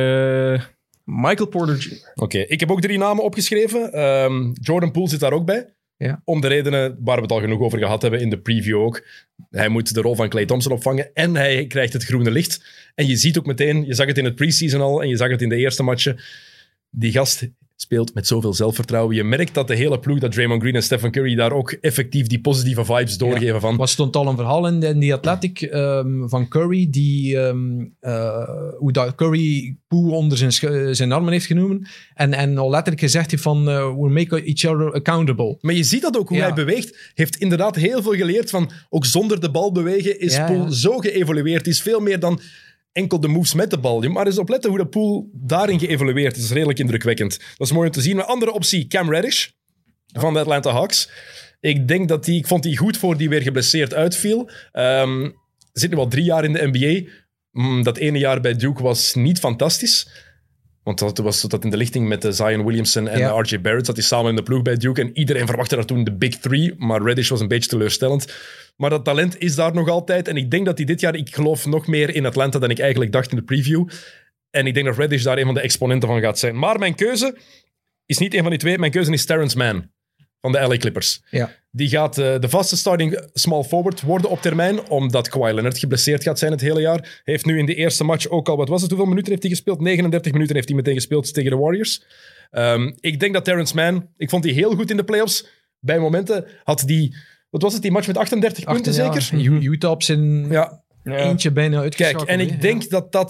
uh, Michael Porter junior Oké, okay, ik heb ook drie namen opgeschreven. Um, Jordan Poole zit daar ook bij. Ja. Om de redenen waar we het al genoeg over gehad hebben in de preview ook. Hij moet de rol van Klay Thompson opvangen en hij krijgt het groene licht. En je ziet ook meteen, je zag het in het preseason al en je zag het in de eerste matchen, die gast speelt met zoveel zelfvertrouwen. Je merkt dat de hele ploeg, dat Draymond Green en Stephen Curry daar ook effectief die positieve vibes doorgeven ja. van. Er stond al een verhaal in, de, in die Athletic um, van Curry, die um, uh, hoe dat Curry Poole onder zijn, sch- zijn armen heeft genomen en, en al letterlijk gezegd heeft van uh, we make each other accountable. Maar je ziet dat ook, hoe ja. hij beweegt. Heeft inderdaad heel veel geleerd van, ook zonder de bal bewegen is ja, Poole ja. zo geëvolueerd. Is veel meer dan... enkel de moves met de bal. Maar eens opletten hoe de Poole daarin geëvolueerd is. Dat is redelijk indrukwekkend. Dat is mooi om te zien. Een andere optie, Cam Reddish van de Atlanta Hawks. Ik denk dat die, ik vond die goed voor die weer geblesseerd uitviel. Um, zit nu al drie jaar in de N B A. Mm, dat ene jaar bij Duke was niet fantastisch. Want dat was dat in de lichting met uh, Zion Williamson en ja. R J Barrett. Zat hij samen in de ploeg bij Duke. En iedereen verwachtte daar toen de Big Three. Maar Reddish was een beetje teleurstellend. Maar dat talent is daar nog altijd. En ik denk dat hij dit jaar... Ik geloof nog meer in Atlanta dan ik eigenlijk dacht in de preview. En ik denk dat Reddish daar een van de exponenten van gaat zijn. Maar mijn keuze is niet een van die twee. Mijn keuze is Terrence Mann van de L A Clippers. Ja. Die gaat uh, de vaste starting small forward worden op termijn, omdat Kawhi Leonard geblesseerd gaat zijn het hele jaar. Heeft nu in de eerste match ook al, wat was het, hoeveel minuten heeft hij gespeeld? negenendertig minuten heeft hij meteen gespeeld tegen de Warriors. Um, ik denk dat Terrence Mann, ik vond die heel goed in de playoffs. Bij momenten had die, wat was het, die match met achtendertig punten ja, zeker? Utah op zijn ja. eentje bijna uitgeschakeld. Kijk, en ik hè? denk ja. dat dat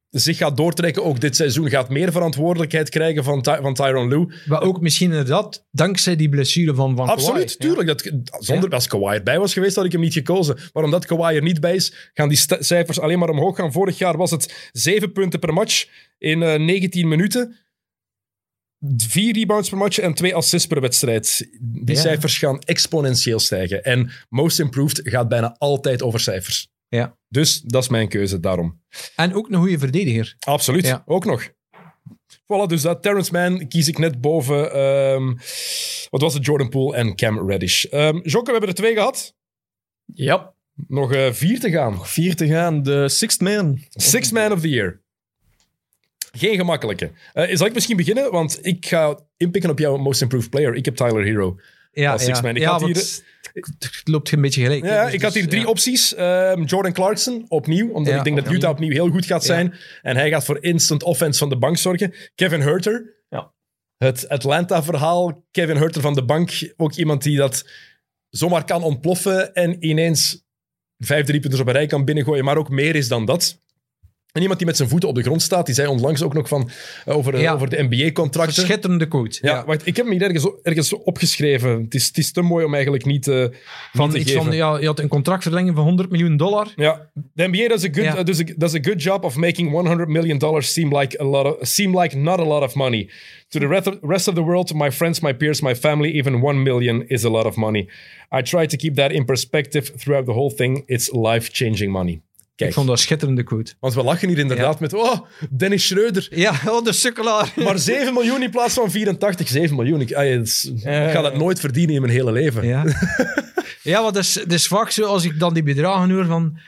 zich gaat doortrekken. Ook dit seizoen gaat meer verantwoordelijkheid krijgen van, Ty- van Tyronn Lue. Maar ook misschien inderdaad, dankzij die blessure van, van Absoluut, Kawhi. tuurlijk. Dat, zonder, als Kawhi erbij was geweest, had ik hem niet gekozen. Maar omdat Kawhi er niet bij is, gaan die st- cijfers alleen maar omhoog gaan. Vorig jaar was het zeven punten per match in uh, negentien minuten. Vier rebounds per match en twee assists per wedstrijd. Die Ja. cijfers gaan exponentieel stijgen. En Most Improved gaat bijna altijd over cijfers. Ja. Dus dat is mijn keuze, daarom. En ook een goede verdediger. Absoluut, Ja. ook nog. Voilà, dus dat Terrence Mann kies ik net boven... Um, wat was het? Jordan Poole en Cam Reddish. Um, Jokke, we hebben er twee gehad. Ja, Nog uh, vier te gaan. vier te gaan. De Sixth Man. Sixth Man of the Year. Geen gemakkelijke. Uh, zal ik misschien beginnen? Want ik ga inpikken op jouw Most Improved Player. Ik heb Tyler Hero. Ja, Als sixth ja. man. Ik ja had hier- want het loopt een beetje gelijk. Ja, Dus- ik had hier dus, drie ja. opties. Um, Jordan Clarkson, opnieuw. Omdat Ja, ik denk dat opnieuw. Utah opnieuw heel goed gaat Ja. zijn. En hij gaat voor instant offense van de bank zorgen. Kevin Huerter. Ja. Het Atlanta-verhaal. Kevin Huerter van de bank. Ook iemand die dat zomaar kan ontploffen en ineens vijf driepunters op een rij kan binnengooien, maar ook meer is dan dat. En iemand die met zijn voeten op de grond staat, die zei onlangs ook nog van, uh, over, uh, Ja. over de N B A-contracten. Schitterende coach. Ja, Ja. wacht, ik heb hem hier ergens, ergens opgeschreven. Het is, het is te mooi om eigenlijk niet, uh, Van niet te iets geven. van, ja, je had een contractverlenging van honderd miljoen dollar. Ja, de N B A does a good, Ja. uh, does, a, does a good job of making honderd million dollars seem like, a lot of, seem like not a lot of money. To the rest of, rest of the world, my friends, my peers, my family, even one million is a lot of money. I try to keep that in perspective throughout the whole thing. It's life-changing money. Kijk, Ik vond dat een schitterende quote. want we lachen hier inderdaad Ja. met, oh, Dennis Schreuder. Ja, oh, de sukkelaar. Maar zeven miljoen in plaats van vierentachtig. zeven miljoen. Ik, ay, het is- ik ga dat nooit verdienen in mijn hele leven. Ja, ja want dat is, dat is vaak zo als ik dan die bedragen hoor van...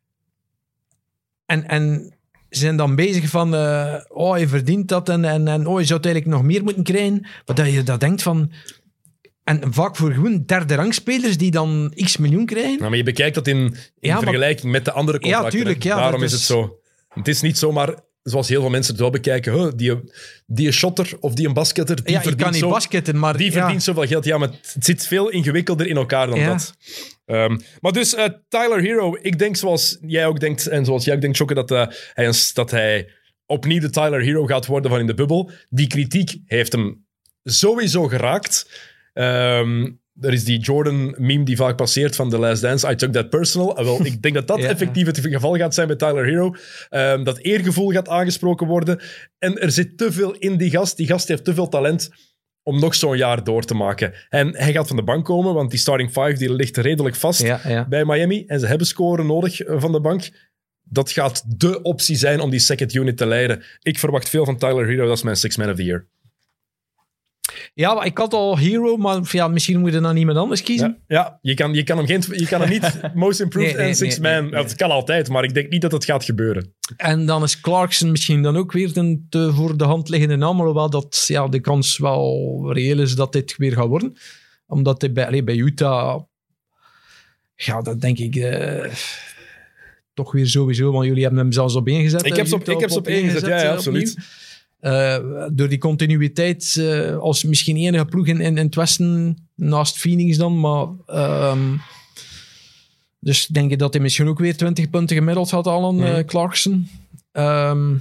En, en ze zijn dan bezig van... eh, oh, je verdient dat en, en, en oh, je zou het eigenlijk nog meer moeten krijgen. Maar dat je dat denkt van... En vaak voor gewoon derde rangspelers die dan x miljoen krijgen. Nou, maar je bekijkt dat in, in Ja, maar- vergelijking met de andere contracten. Ja, tuurlijk, hè. ja, Daarom dat is is- het zo. Het is niet zomaar, zoals heel veel mensen het wel bekijken, huh, die, die een shotter of die een basketter, die ja, je verdient, kan niet zo, basketten, maar... die ja, verdient zoveel geld. Ja, maar het zit veel ingewikkelder in elkaar dan Ja. dat. Um, maar dus, uh, Tyler Hero, ik denk zoals jij ook denkt, en zoals jij ook denkt, Jokke, dat, uh, hij, een- dat hij opnieuw de Tyler Hero gaat worden van in de bubbel. Die kritiek heeft hem sowieso geraakt. Um, er is die Jordan-meme die vaak passeert van The Last Dance. I took that personal. Uh, wel, ik denk dat dat Ja. effectief het geval gaat zijn bij Tyler Hero. Um, dat eergevoel gaat aangesproken worden. En er zit te veel in die gast. Die gast heeft te veel talent om nog zo'n jaar door te maken. En hij gaat van de bank komen, want die starting five die ligt redelijk vast Ja, ja. bij Miami. En ze hebben scoren nodig uh, van de bank. Dat gaat dé optie zijn om die second unit te leiden. Ik verwacht veel van Tyler Hero. Dat is mijn Sixth Man of the Year. Ja, maar ik had al Hero, maar ja, misschien moet je dan iemand anders kiezen. Ja, ja je, kan, je, kan hem geen, je kan hem niet Most Improved Nee, nee, en Sixth nee, Man. nee, nee. Het kan altijd, maar ik denk niet dat het gaat gebeuren. En dan is Clarkson misschien dan ook weer een te voor de hand liggende naam, hoewel dat ja, de kans wel reëel is dat dit weer gaat worden. Omdat hij bij, allee, bij Utah, ja, dat denk ik eh, toch weer sowieso, want jullie hebben hem zelfs op één gezet. Ik hè, heb ze op, Utah ik heb ze op één gezet, ja, ja, eh, absoluut. opnieuw. Eh, door die continuïteit, eh, als misschien enige ploeg in, in, in het Westen, naast Phoenix dan, maar... ehm, dus denk je dat hij misschien ook weer twintig punten gemiddeld had al, Mhm. eh, Clarkson. Ehm,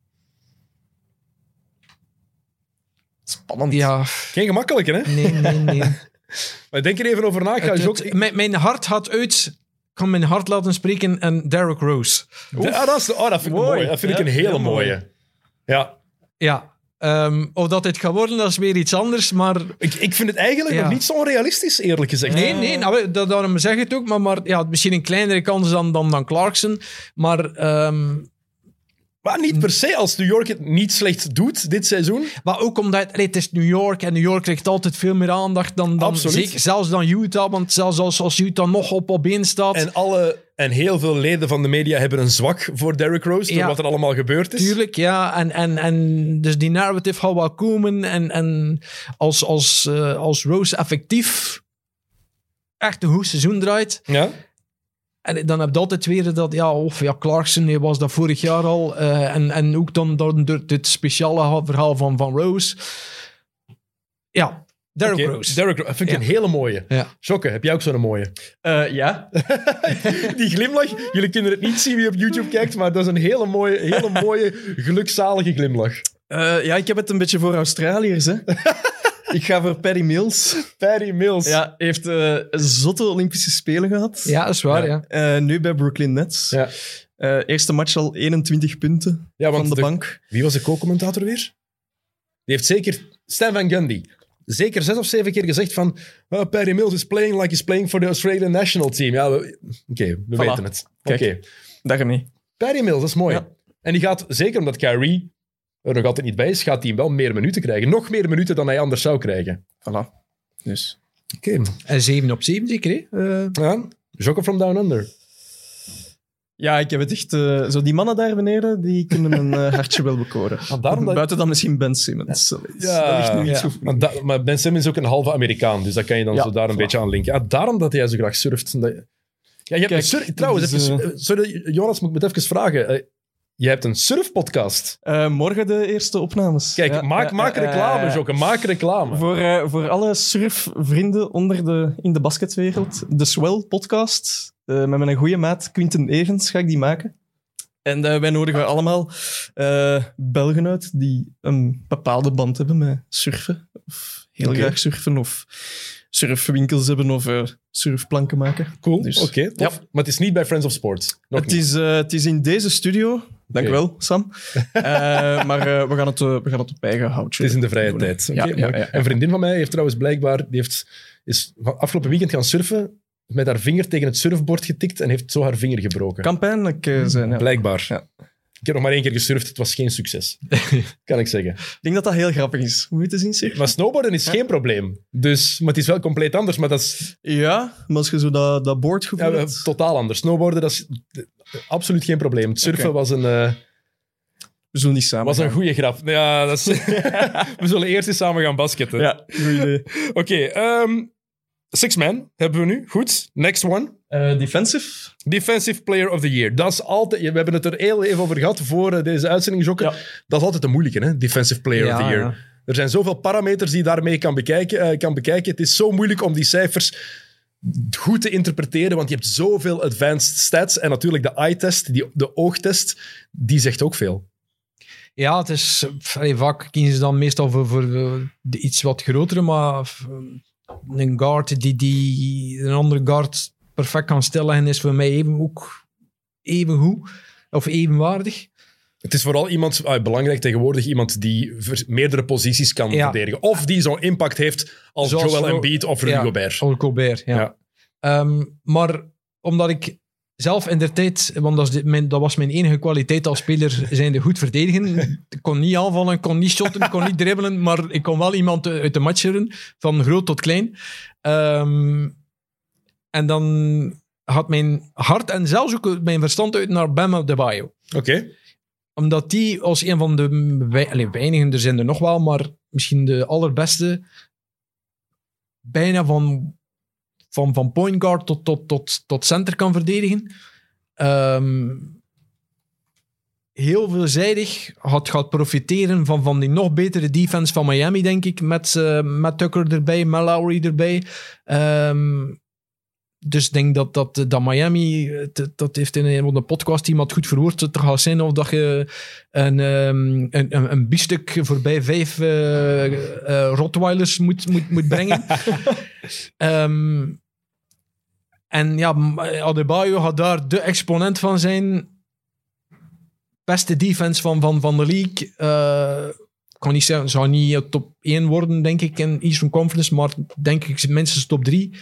Spannend. ja, Geen gemakkelijke, hè? nee, nee, nee. Maar denk er even over na. Ik ga Het- Jok- het- mijn, mijn hart had uit... Ik kan mijn hart laten spreken en Derrick Rose. Ah, dat, is, oh, dat vind ik Mooi. mooi. Dat vind ik Ja, een hele heel mooi. mooie. Ja. Ja. ehm, of dat dit gaat worden, dat is weer iets anders, maar... Ik, ik vind het eigenlijk Ja. nog niet zo onrealistisch, eerlijk gezegd. Nee, nee, nou, dat, daarom zeg ik het ook, maar, maar ja, misschien een kleinere kans dan, dan, dan Clarkson. Maar, ehm, Maar niet per se als New York het niet slecht doet dit seizoen. maar ook omdat allee, het is New York en New York krijgt altijd veel meer aandacht dan, dan Absoluut. zeker, zelfs dan Utah. Want zelfs als, als Utah nog op op één staat, En, alle, en heel veel leden van de media hebben een zwak voor Derrick Rose, door Ja. wat er allemaal gebeurd is. tuurlijk, ja. En, en, en dus die narrative gaat wel komen. En, en als, als, eh, als Rose effectief echt een goed seizoen draait, Ja? en dan heb je altijd weer dat, ja, of ja, Clarkson hij was dat vorig jaar al. eh, en, en ook dan, dan door dit speciale verhaal van, van Rose. Ja, Derrick Okay, Rose. Derrick Rose. Dat vind ik Ja. een hele mooie. Ja. Jokke, heb jij ook zo'n mooie? Uh, ja. Die glimlach, jullie kunnen het niet zien wie op YouTube kijkt, maar dat is een hele mooie, hele mooie gelukzalige glimlach. Uh, ja, ik heb het een beetje voor Australiërs, hè. Ik ga voor Paddy Mills. Paddy Mills. Ja, heeft uh, zotte Olympische Spelen gehad. Ja, dat is waar, ja. ja. Uh, nu bij Brooklyn Nets. Ja. Uh, eerste match al eenentwintig punten Ja, want van de, de bank. Wie was de co-commentator weer? Die heeft zeker... Stan Van Gundy. Zeker zes of zeven keer gezegd van... Oh, Paddy Mills is playing like he's playing for the Australian national team. Ja, Oké, okay, we Voilà. weten het. Oké. Kijk. Dag niet. Paddy Mills, dat is mooi. Ja. En die gaat, zeker omdat Kyrie er nog altijd niet bij is, gaat hij wel meer minuten krijgen. Nog meer minuten dan hij anders zou krijgen. Voilà. Dus. Oké. Okay. En zeven op zeven zeker, hè? Uh... Ja, Jokke from Down Under. Ja, ik heb het echt... Uh, zo die mannen daar beneden, die kunnen mijn uh, hartje wel bekoren. Maar daarom dat... Buiten dan misschien Ben Simmons. Ja, ja, dat ligt nu iets ja. goed. Maar, da, maar Ben Simmons is ook een halve Amerikaan, dus dat kan je dan Ja, zo daar een voilà. beetje aan linken. Ja, daarom dat hij zo graag surft. Dat... Ja, je hebt Kijk, een surf... Trouwens, is, even... uh... sorry, Jonas, moet ik me het even vragen. Uh, je hebt een surfpodcast. Uh, morgen de eerste opnames. Kijk, ja, maak, ja, maak uh, reclame, uh, Jokke. Maak reclame. Voor, uh, voor alle surfvrienden onder de, in de basketwereld. De Swell podcast. Uh, met mijn goede maat Quinten Evans ga ik die maken. En uh, wij nodigen allemaal uh, Belgen uit die een bepaalde band hebben met surfen. Of heel Okay. graag surfen. Of surfwinkels hebben of uh, surfplanken maken. Cool, Dus, oké, okay, tof. ja. Maar het is niet bij Friends of Sports. Nog Het niet. is, uh, het is in deze studio. Dankjewel, okay. Sam. Uh, maar uh, we, gaan het, uh, we gaan het op eigen houtje Het is in de vrije doen. tijd. Ja, Okay, ja, mooi. ja, ja. Een vriendin van mij heeft trouwens blijkbaar... Die heeft, is van afgelopen weekend gaan surfen, met haar vinger tegen het surfbord getikt en heeft zo haar vinger gebroken. Kan pijnlijk uh, zijn, ja. Blijkbaar. Ja. Ik heb nog maar één keer gesurfd, het was geen succes. Kan ik zeggen. Ik denk dat dat heel grappig is. Moet je het eens zien, Maar snowboarden is Ja. geen probleem. Dus, maar het is wel compleet anders, maar dat is Ja, maar als je zo dat, dat boardgevoel ja, hebt... totaal anders. Snowboarden, dat is eh, absoluut geen probleem. Het surfen Oké. was een... Uh, We zullen niet samen was een gaan. goede grap. Ja, dat is, we zullen eerst eens samen gaan basketten. Ja, goed idee. Oké, okay, um, Six Man hebben we nu. Goed. Next one. Uh, defensive? Defensive Player of the Year. Dat is altijd... We hebben het er heel even over gehad voor uh, deze uitzending, Jokke. Ja. Dat is altijd een moeilijke, hè? Defensive Player Ja, of the Year. ja. Er zijn zoveel parameters die je daarmee kan bekijken, uh, kan bekijken. Het is zo moeilijk om die cijfers goed te interpreteren, want je hebt zoveel advanced stats. En natuurlijk de eye-test, die, de oogtest, die zegt ook veel. Ja, het is... Allee, vaak kiezen ze dan meestal voor, voor de iets wat grotere, maar een guard die, die een andere guard perfect kan stilleggen is voor mij even, ook even goed. Of evenwaardig. Het is vooral iemand, uh, belangrijk tegenwoordig, iemand die ver- meerdere posities kan Ja. verdedigen. Of die zo'n impact heeft als Zoals Joel Ro- Embiid of Rudy ja, Gobert. Of Gobert, ja. Ja. Ehm, maar omdat ik zelf in de tijd, want dat, is de- mijn, dat was mijn enige kwaliteit als speler, zijnde goed verdedigen. Ik kon niet aanvallen, ik kon niet shotten, ik kon niet dribbelen, maar ik kon wel iemand uit de match scheuren, van groot tot klein. Ehm, en dan had mijn hart en zelfs ook mijn verstand uit naar Bam Adebayo. Oké. Okay. Omdat die als een van de wei- allee, weinigen, er zijn er nog wel, maar misschien de allerbeste, bijna van, van, van point guard tot, tot, tot, tot center kan verdedigen. Um, heel veelzijdig had gaat profiteren van, van die nog betere defense van Miami, denk ik, met, uh, met Tucker erbij, met Lowry erbij. Um, Dus ik denk dat, dat, dat Miami, dat, dat heeft in een van de podcast iemand goed verwoord, het gaat zijn of dat je een, um, een, een, een biefstuk voorbij vijf uh, uh, Rottweilers moet, moet, moet brengen. um, en ja, Adebayo gaat daar de exponent van zijn. Beste defense van, van, van de league. Uh, ik kan niet zeggen, zou niet top één worden, denk ik, in Eastern Conference, maar denk ik minstens top drie.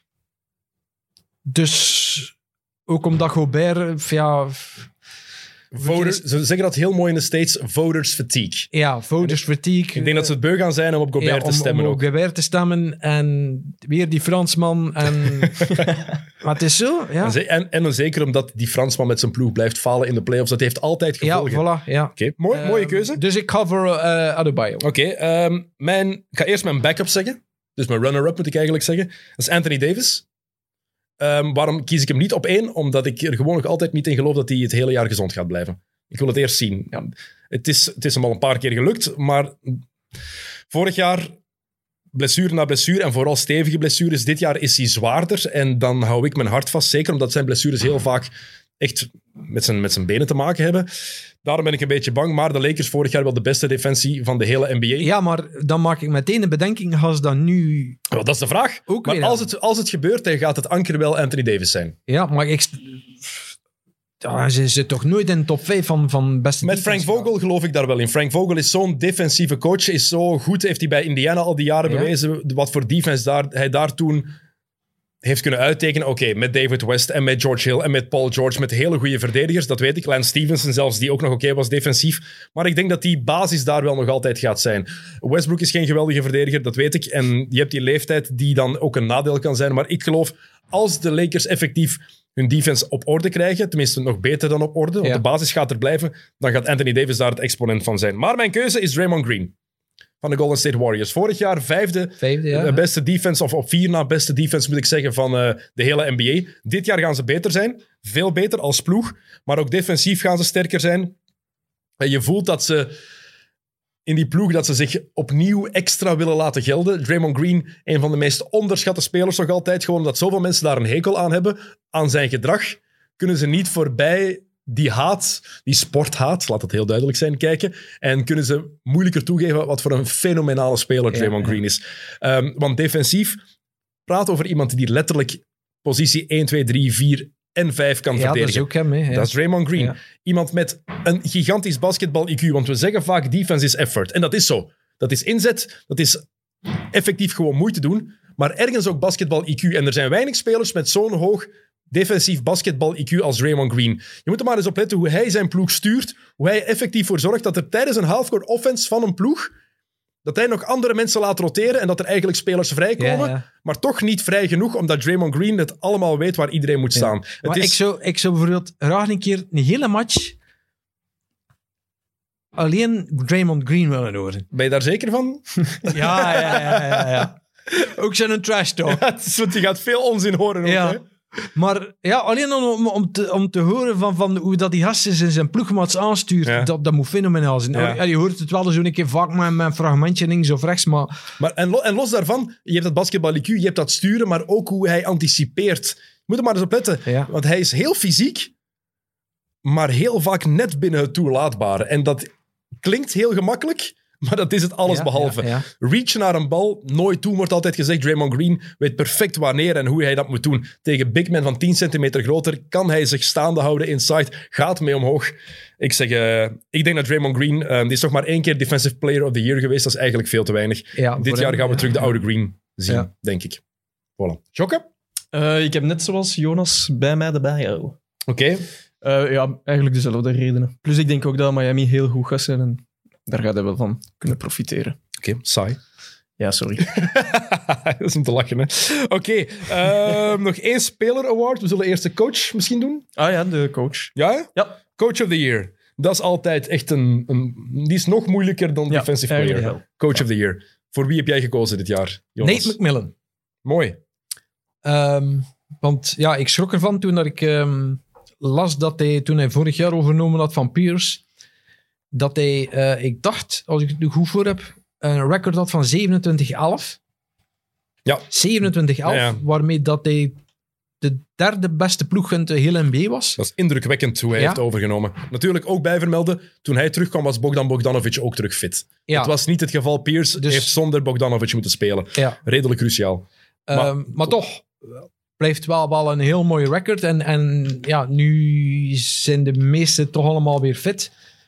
Dus ook omdat Gobert, ja... Voters, ze zeggen dat heel mooi in de States, voters fatigue. Ja, voters fatigue. Ik denk dat ze het beu gaan zijn om op Gobert ja, te om, stemmen om ook. op Gobert te stemmen en weer die Fransman. En... maar het is zo, ja. En, ze- en, en zeker omdat die Fransman met zijn ploeg blijft falen in de playoffs. Dat heeft altijd Ja, gevolgen. voilà, ja. Oké, mooi, Uh, mooie keuze. Dus ik ga voor uh, Adebayo. Oké, ehm, mijn, ik ga eerst mijn backup zeggen. Dus mijn runner-up moet ik eigenlijk zeggen. Dat is Anthony Davis. Um, waarom kies ik hem niet op één? Omdat ik er gewoon nog altijd niet in geloof dat hij het hele jaar gezond gaat blijven. Ik wil het eerst zien. Ja, het, is, het is hem al een paar keer gelukt, maar vorig jaar blessure na blessure en vooral stevige blessures. Dit jaar is hij zwaarder en dan hou ik mijn hart vast. Zeker omdat zijn blessures heel vaak echt met zijn, met zijn benen te maken hebben. Daarom ben ik een beetje bang. Maar de Lakers vorig jaar wel de beste defensie van de hele N B A. Ja, maar dan maak ik meteen de bedenking, als dat nu... Wel, dat is de vraag. Ook maar weer als aan. het, als het gebeurt, dan gaat het anker wel Anthony Davis zijn. Ja, maar ik... Ja, ze zit toch nooit in de top vijf van, van beste Met Frank defense Vogel geloof ik daar wel in. Frank Vogel is zo'n defensieve coach, is zo goed, heeft hij bij Indiana al die jaren Ja. bewezen wat voor defense daar, hij daar toen heeft kunnen uittekenen. Oké, okay, met David West en met George Hill en met Paul George, met hele goede verdedigers, dat weet ik. Lance Stevenson zelfs, die ook nog oké okay was defensief. Maar ik denk dat die basis daar wel nog altijd gaat zijn. Westbrook is geen geweldige verdediger, dat weet ik. En je hebt die leeftijd die dan ook een nadeel kan zijn. Maar ik geloof, als de Lakers effectief hun defense op orde krijgen, tenminste nog beter dan op orde, want Ja. de basis gaat er blijven, dan gaat Anthony Davis daar het exponent van zijn. Maar mijn keuze is Draymond Green van de Golden State Warriors. Vorig jaar vijfde, Vijfde, ja. de beste defense, of op vier na beste defense moet ik zeggen, van uh, de hele N B A. Dit jaar gaan ze beter zijn, veel beter als ploeg, maar ook defensief gaan ze sterker zijn. En je voelt dat ze in die ploeg dat ze zich opnieuw extra willen laten gelden. Draymond Green, een van de meest onderschatte spelers nog altijd, gewoon omdat zoveel mensen daar een hekel aan hebben, aan zijn gedrag, kunnen ze niet voorbij die haat, die sporthaat, laat dat heel duidelijk zijn, kijken. En kunnen ze moeilijker toegeven wat voor een fenomenale speler Draymond ja, ja. Green is. Um, want defensief, praat over iemand die letterlijk positie één, twee, drie, vier en vijf kan Ja, verdedigen. dat is ook hem. Hè, ja. Dat is Draymond Green. Ja. Iemand met een gigantisch basketbal-I Q. Want we zeggen vaak defense is effort. En dat is zo. Dat is inzet. Dat is effectief gewoon moeite doen. Maar ergens ook basketbal-I Q. En er zijn weinig spelers met zo'n hoog defensief basketbal-I Q als Draymond Green. Je moet er maar eens op letten hoe hij zijn ploeg stuurt. Hoe hij effectief voor zorgt dat er tijdens een halfcourt offense van een ploeg, dat hij nog andere mensen laat roteren en dat er eigenlijk spelers vrijkomen, Ja, ja. maar toch niet vrij genoeg, omdat Draymond Green het allemaal weet waar iedereen moet staan. Het Maar is... ik, zou, ik zou bijvoorbeeld graag een keer een hele match alleen Draymond Green willen horen. Ben je daar zeker van? Ja, ja, ja. ja, ja. Ook zo'n trash talk. Ja, het is, want je gaat veel onzin horen. Ook, Ja. hè? Maar ja, alleen om, om, te, om te horen van, van hoe dat die gast in zijn ploegmaats aanstuurt, Ja. dat, dat moet fenomenaal zijn. Ja. Ja, je hoort het wel eens een keer vaak met, met een fragmentje links of rechts, maar Maar, en, lo- en los daarvan, je hebt dat basketbal-I Q, je hebt dat sturen, maar ook hoe hij anticipeert. Je moet er maar eens op letten. ja. Want hij is heel fysiek, maar heel vaak net binnen het toelaatbare. En dat klinkt heel gemakkelijk, maar dat is het alles Ja, behalve. ja, ja. Reach naar een bal, nooit toe, wordt altijd gezegd. Draymond Green weet perfect wanneer en hoe hij dat moet doen. Tegen big men van tien centimeter groter kan hij zich staande houden inside, gaat mee omhoog. Ik zeg, uh, ik denk dat Draymond Green, uh, die is nog maar één keer Defensive Player of the Year geweest, dat is eigenlijk veel te weinig. Ja, Dit voor jaar hem, gaan we ja. terug de oude Green zien, Ja. denk ik. Voilà. Jokke? Uh, ik heb net zoals Jonas bij mij erbij houden. Oké. Uh, ja, eigenlijk dezelfde redenen. Plus ik denk ook dat Miami heel goed gaat zijn en daar gaat hij wel van kunnen profiteren. Oké, saai. Ja, sorry. Dat is om te lachen, hè. Oké, ehm, nog één Speler Award. We zullen eerst de coach misschien doen. Ah ja, de coach. Ja? hè? Ja. Coach of the Year. Dat is altijd echt een... een die is nog moeilijker dan Ja, Defensive eigenlijk Player. wel. Coach of the Year. Voor wie heb jij gekozen dit jaar, Jonas? Nate McMillan. Mooi. Ehm, want ja, ik schrok ervan toen dat ik ehm, las dat hij, toen hij vorig jaar overnomen had van Pierce, dat hij, eh, ik dacht, als ik het nu goed voor heb, een record had van zevenentwintig elf. Ja. zevenentwintig elf, Ja, ja. waarmee dat hij de derde beste ploeg in de hele N B A was. Dat is indrukwekkend hoe hij Ja. heeft overgenomen. Natuurlijk ook bij vermelden, toen hij terugkwam was Bogdan Bogdanovic ook terug fit. Ja. Het was niet het geval. Pierce Dus- heeft zonder Bogdanovic moeten spelen. Ja. Redelijk cruciaal. Maar, Maar- maar toch, blijft wel, wel een heel mooi record. En, en ja, nu zijn de meesten toch allemaal weer fit.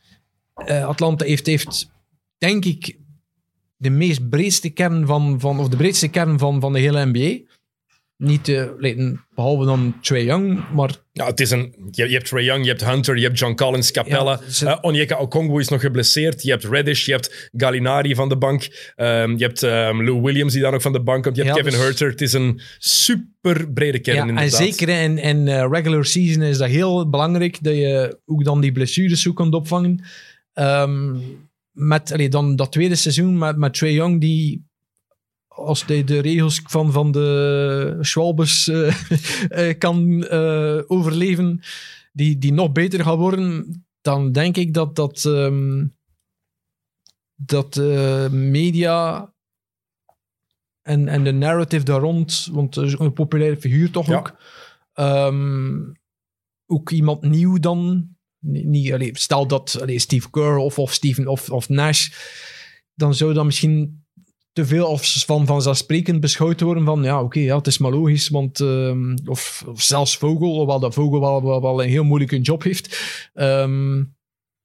Uh, Atlanta heeft, heeft, denk ik, de meest breedste kern van, van of de breedste kern van, van de hele N B A. Niet, uh, behalve dan Trae Young, maar... Ja, het is een, je, je hebt Trae Young, je hebt Hunter, je hebt John Collins, Capella. Ja, ze- uh, Onyeka Okongwu is nog geblesseerd. Je hebt Reddish, je hebt Gallinari van de bank. Um, je hebt um, Lou Williams die daar nog van de bank komt. Je hebt Ja, Kevin dus- Huerter. Het is een super brede kern Ja, en inderdaad. zeker in, in uh, regular season is dat heel belangrijk, dat je ook dan die blessures zo kunt opvangen. Um, met allee, dan dat tweede seizoen met, met Trae Young, die als hij de regels van, van de Schwalbes uh, uh, kan uh, overleven, die, die nog beter gaat worden, dan denk ik dat dat, um, dat uh, media en, en de narrative daar rond, want dat is een populaire figuur toch Ja. ook. Um, ook iemand nieuw dan. Niet, niet, allee, stel dat allee, Steve Kerr of, of, Steven, of, of Nash, dan zou dat misschien te veel of van vanzelfsprekend beschouwd worden van ja, oké, okay, ja, het is maar logisch, want um, of, of zelfs Vogel, hoewel dat Vogel wel, wel, wel een heel moeilijke job heeft. Um,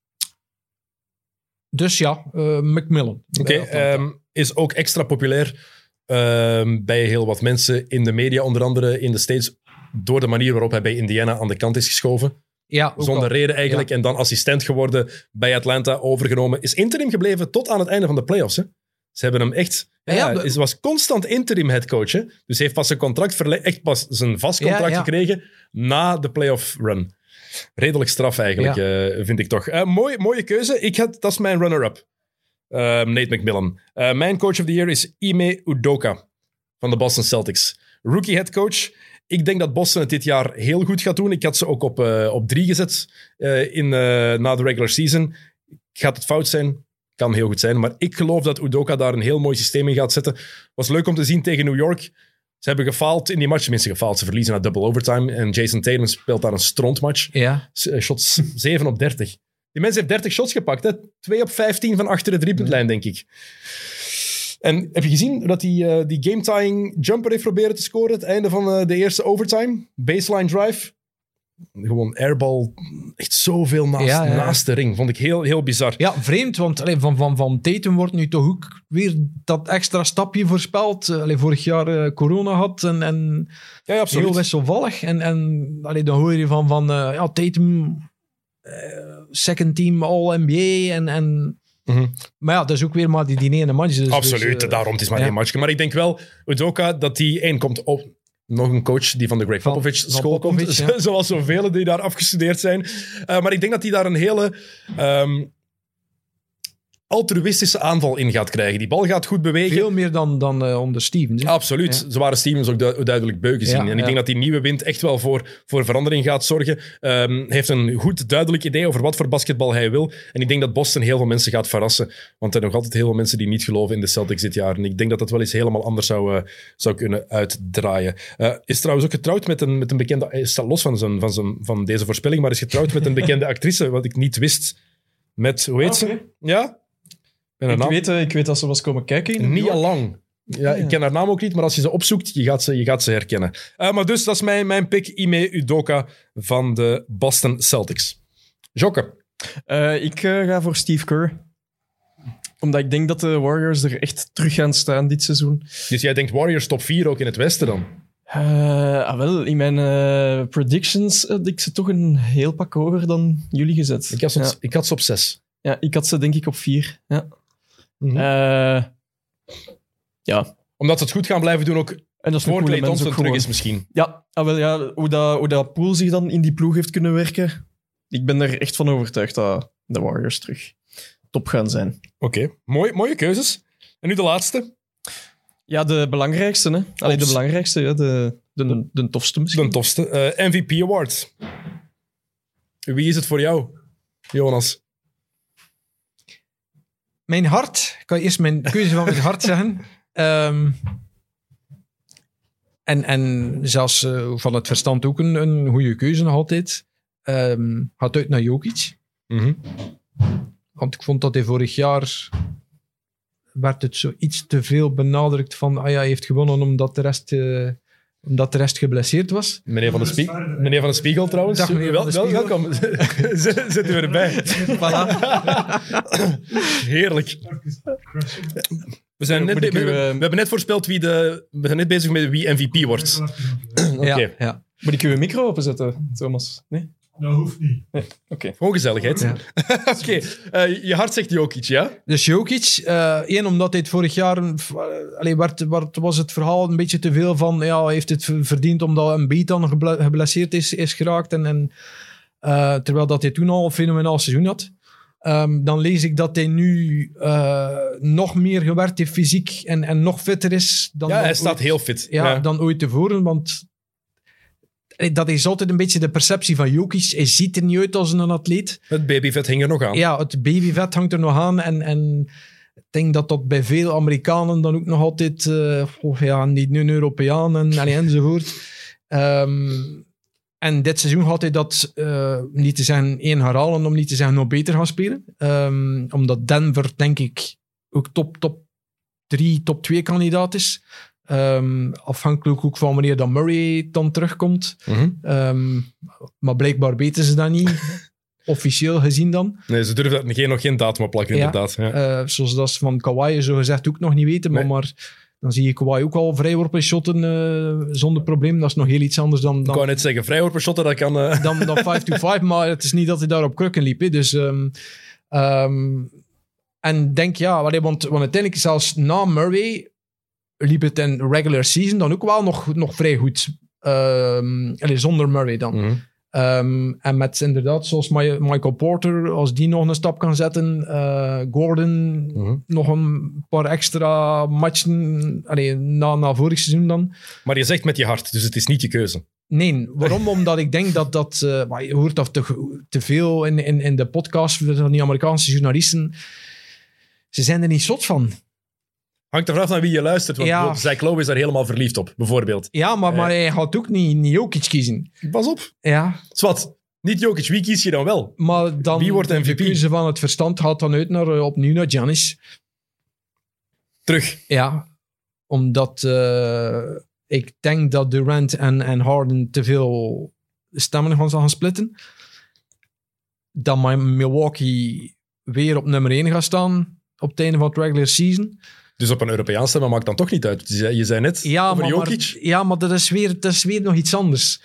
dus ja, uh, McMillan. Oké, okay, um, is ook extra populair um, bij heel wat mensen in de media, onder andere in de States, door de manier waarop hij bij Indiana aan de kant is geschoven. Ja, Zonder al. reden eigenlijk. Ja. En dan assistent geworden bij Atlanta, overgenomen. Is interim gebleven tot aan het einde van de playoffs. Hè? Ze hebben hem echt... Ja, ja, ja, was constant interim headcoach. Hè? Dus hij heeft pas zijn contract verle- echt pas zijn vast contract ja, ja. gekregen na de playoff run. Redelijk straf eigenlijk, ja. uh, vind ik toch. Uh, mooi, mooie keuze. Ik had, dat is mijn runner-up. Uh, Nate McMillan. Uh, mijn coach of the year is Ime Udoka van de Boston Celtics. Rookie headcoach. Ik denk dat Boston het dit jaar heel goed gaat doen. Ik had ze ook op, uh, op drie gezet uh, in, uh, na de regular season. Gaat het fout zijn? Kan heel goed zijn. Maar ik geloof dat Udoka daar een heel mooi systeem in gaat zetten. Was leuk om te zien tegen New York. Ze hebben gefaald in die match. Tenminste gefaald. Ze verliezen na double overtime. En Jason Tatum speelt daar een strontmatch. Ja. Shots zeven op dertig. Die mens heeft dertig shots gepakt. Hè? twee op vijftien van achter de driepuntlijn, denk ik. En heb je gezien dat hij uh, die game-tying jumper heeft proberen te scoren? Het einde van uh, de eerste overtime. Baseline drive. Gewoon airball. Echt zoveel naast, ja, ja. naast de ring. Vond ik heel, heel bizar. Ja, vreemd. Want allee, van, van, van Tatum wordt nu toch ook weer dat extra stapje voorspeld. Allee, vorig jaar uh, corona had. En, en ja, ja, absoluut. Heel wisselvallig. En, en allee, dan hoor je van, van uh, ja, Tatum... Uh, second team All-N B A. En... en Mm-hmm. Maar ja, dat is ook weer maar die, die ene match. Dus, Absoluut, dus, uh, daarom het is maar ja. één match. Maar ik denk wel, Udoka, dat die één komt op... Nog een coach die van de Greg Popovich van, school van Popovich, komt. Ja. Zoals zoveel die daar afgestudeerd zijn. Uh, maar ik denk dat hij daar een hele... Um, altruïstische aanval in gaat krijgen. Die bal gaat goed bewegen. Veel meer dan, dan uh, onder Stevens. Hè? Absoluut. Ja. Ze waren Stevens ook du- duidelijk beu gezien. Ja, en ik ja. denk dat die nieuwe wind echt wel voor, voor verandering gaat zorgen. Hij um, heeft een goed duidelijk idee over wat voor basketbal hij wil. En ik denk dat Boston heel veel mensen gaat verrassen. Want er zijn nog altijd heel veel mensen die niet geloven in de Celtics dit jaar. En ik denk dat dat wel eens helemaal anders zou, uh, zou kunnen uitdraaien. Uh, is trouwens ook getrouwd met een, met een bekende... Hij staat los van, zijn, van, zijn, van deze voorspelling, maar is getrouwd met een bekende actrice, wat ik niet wist. Met, hoe heet okay. ze? Ja? Ik weet, uh, ik weet dat ze was komen kijken. In niet al lang. Ja, ik ken haar naam ook niet, maar als je ze opzoekt, je gaat ze, je gaat ze herkennen. Uh, maar dus, dat is mijn, mijn pick, Ime Udoka van de Boston Celtics. Jokke? Uh, ik uh, ga voor Steve Kerr. Omdat ik denk dat de Warriors er echt terug gaan staan dit seizoen. Dus jij denkt Warriors top vier ook in het Westen dan? Uh, ah, wel, in mijn uh, predictions had ik ze toch een heel pak hoger dan jullie gezet. Ik had ze op, ja. ik had ze op zes. Ja, ik had ze denk ik op vier. Ja. Mm-hmm. Uh, ja. Omdat ze het goed gaan blijven doen ook en dat is voor Klay Thompson terug gewoon. is misschien. Ja, ah, wel, ja hoe, dat, hoe dat Poole zich dan in die ploeg heeft kunnen werken. Ik ben er echt van overtuigd dat de Warriors terug top gaan zijn. Oké, okay. Mooi, mooie keuzes. En nu de laatste. Ja, de belangrijkste. Hè? Allee, de belangrijkste, ja, de, de, de, de tofste misschien. De tofste. Uh, M V P Award. Wie is het voor jou, Jonas? Mijn hart. Ik kan eerst mijn keuze van mijn hart zeggen. Um, en, en zelfs uh, van het verstand ook een, een goede keuze nog altijd. Um, gaat uit naar Jokic. Mm-hmm. Want ik vond dat hij vorig jaar... werd het zo iets te veel benadrukt van... Ah ja, hij heeft gewonnen omdat de rest... Uh, omdat de rest geblesseerd was. Meneer van de, Spie- meneer van de Spiegel trouwens. Dag, meneer wel, van de Spiegel. Welkom. Zet u erbij. Voilà. Heerlijk. We, zijn net be- we, we hebben net voorspeld wie de... We zijn net bezig met wie M V P wordt. Oké. Okay. Ja, ja. Moet ik uw micro openzetten, Thomas? Nee? Dat hoeft niet. Nee. Oké. Okay. Gewoon gezelligheid. Ja. Oké. Okay. Uh, je hart zegt Jokic, ja? Dus Jokic. Uh, één, omdat hij het vorig jaar... Uh, allee, werd, werd, was het verhaal een beetje te veel van... Ja, hij heeft het verdiend omdat een beat dan geble- geblesseerd is, is geraakt. En, en, uh, terwijl dat hij toen al een fenomenaal seizoen had. Um, dan lees ik dat hij nu uh, nog meer gewerkt heeft fysiek en, en nog fitter is. Dan ja, dan hij staat ooit, heel fit. Ja, ja, dan ooit tevoren, want... Dat is altijd een beetje de perceptie van Jokic. Hij ziet er niet uit als een atleet. Het babyvet hing er nog aan. Ja, het babyvet hangt er nog aan. En, en Ik denk dat dat bij veel Amerikanen dan ook nog altijd... Uh, oh ja, niet een Europeaan en, allee, enzovoort. Um, en dit seizoen gaat hij dat uh, niet te zeggen één herhalen, om niet te zeggen nog beter gaan spelen. Um, omdat Denver, denk ik, ook top, top drie, top twee kandidaat is. Um, afhankelijk ook van wanneer dan Murray dan terugkomt. Mm-hmm. Um, maar blijkbaar weten ze dat niet. Officieel gezien dan. Nee, ze durven dat geen, nog geen datum op plakken, ja, inderdaad. Ja. Uh, zoals dat ze van Kawhi zo gezegd ook nog niet weten. Nee. Maar, maar dan zie je Kawhi ook al vrijworpen shotten uh, zonder probleem. Dat is nog heel iets anders dan... dan ik wou net zeggen, vrijworpen shotten, dat kan... Uh... Dan, dan vijf to vijf, maar het is niet dat hij daar op krukken liep. Hè. Dus... Um, um, en denk, ja, want, want uiteindelijk zelfs na Murray liep het in regular season dan ook wel nog, nog vrij goed. Um, allez, zonder Murray dan. Mm-hmm. Um, en met inderdaad, zoals My- Michael Porter, als die nog een stap kan zetten. Uh, Gordon, Mm-hmm. nog een paar extra matchen allez, na, na vorig seizoen dan. Maar je zegt met je hart, dus het is niet je keuze. Nee, waarom? Omdat ik denk dat dat... Uh, maar je hoort dat te, te veel in, in, in de podcast van die Amerikaanse journalisten. Ze zijn er niet zot van. Hangt er vanaf naar wie je luistert. Want Ja. Zach Lowe is daar helemaal verliefd op, bijvoorbeeld. Ja, maar, maar Eh. hij gaat ook niet, niet Jokic kiezen. Pas op. Ja, Zwat, niet Jokic, wie kies je dan wel? maar dan... Wie wordt de M V P? keuze van het verstand gaat dan uit naar, uh, opnieuw naar Giannis. Terug. Ja, omdat uh, ik denk dat Durant en, en Harden te veel stemmen gaan, gaan splitten. Dat Milwaukee weer op nummer één gaat staan op het einde van het regular season. Dus op een Europeaan stemmen maakt dan toch niet uit. Je zei, je zei net Ja, over maar, Jokic. maar, ja, maar dat is weer, dat is weer nog iets anders.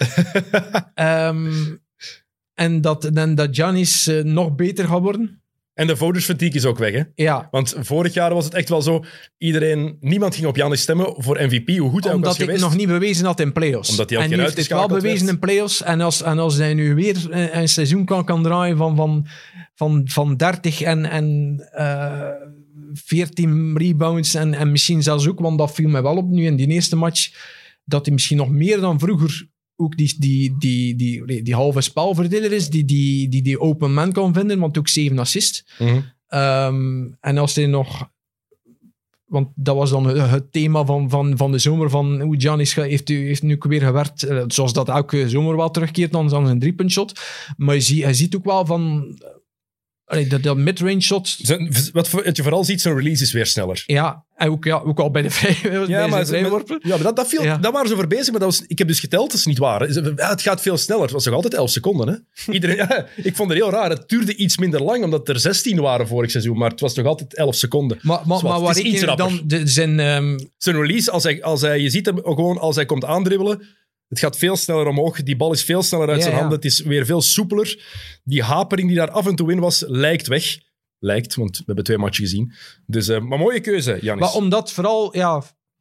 um, en dat, en dat Giannis uh, nog beter gaat worden. En de voters fatigue is ook weg, hè? Ja, Want vorig jaar was het echt wel zo... Iedereen, niemand ging op Giannis stemmen voor M V P, hoe goed hij ook was omdat ik geweest. nog niet bewezen had in playoffs. Omdat hij elke en nu keer heeft het wel uitgeschakeld bewezen werd. in playoffs. En als, en als hij nu weer een, een seizoen kan, kan draaien van, van, van, van dertig en, en uh, veertien rebounds en, en misschien zelfs ook, want dat viel mij wel op nu in die eerste match, dat hij misschien nog meer dan vroeger ook die, die, die, die, die, die halve spelverdeler is, die die, die die open man kan vinden, want ook zeven assists. Mm-hmm. Um, en als hij nog... Want dat was dan het thema van, van, van de zomer, van hoe Giannis heeft, heeft nu ook weer gewerkt, uh, zoals dat elke zomer wel terugkeert, dan aan zijn driepuntshot. Maar je, zie, je ziet ook wel van... Allee, dat, dat midrange shot... Zijn- Wat wat je vooral ziet, zijn release is weer sneller. Ja, en ook, ja, ook al bij de vrij, bij Ja, maar, zijn vrijworpen. ja, maar dat, dat viel, Ja. daar waren ze over bezig, maar dat was, ik heb dus geteld, dat is niet waar. hè. Ja, het gaat veel sneller. Het was nog altijd elf seconden. Hè? Iedereen, ja, ik vond het heel raar. Het duurde iets minder lang, omdat er zestien waren vorig seizoen, maar het was nog altijd elf seconden. Maar, maar, Zwart, maar waar het is ik iets in rapper. dan de, zijn... Um, Zijn release, als hij, als hij, je ziet hem gewoon als hij komt aandribbelen, het gaat veel sneller omhoog. Die bal is veel sneller uit Ja, zijn ja. handen. Het is weer veel soepeler. Die hapering die daar af en toe in was, lijkt weg. Lijkt, want we hebben twee matchen gezien. Dus, uh, maar mooie keuze, Giannis. maar omdat vooral... Ja,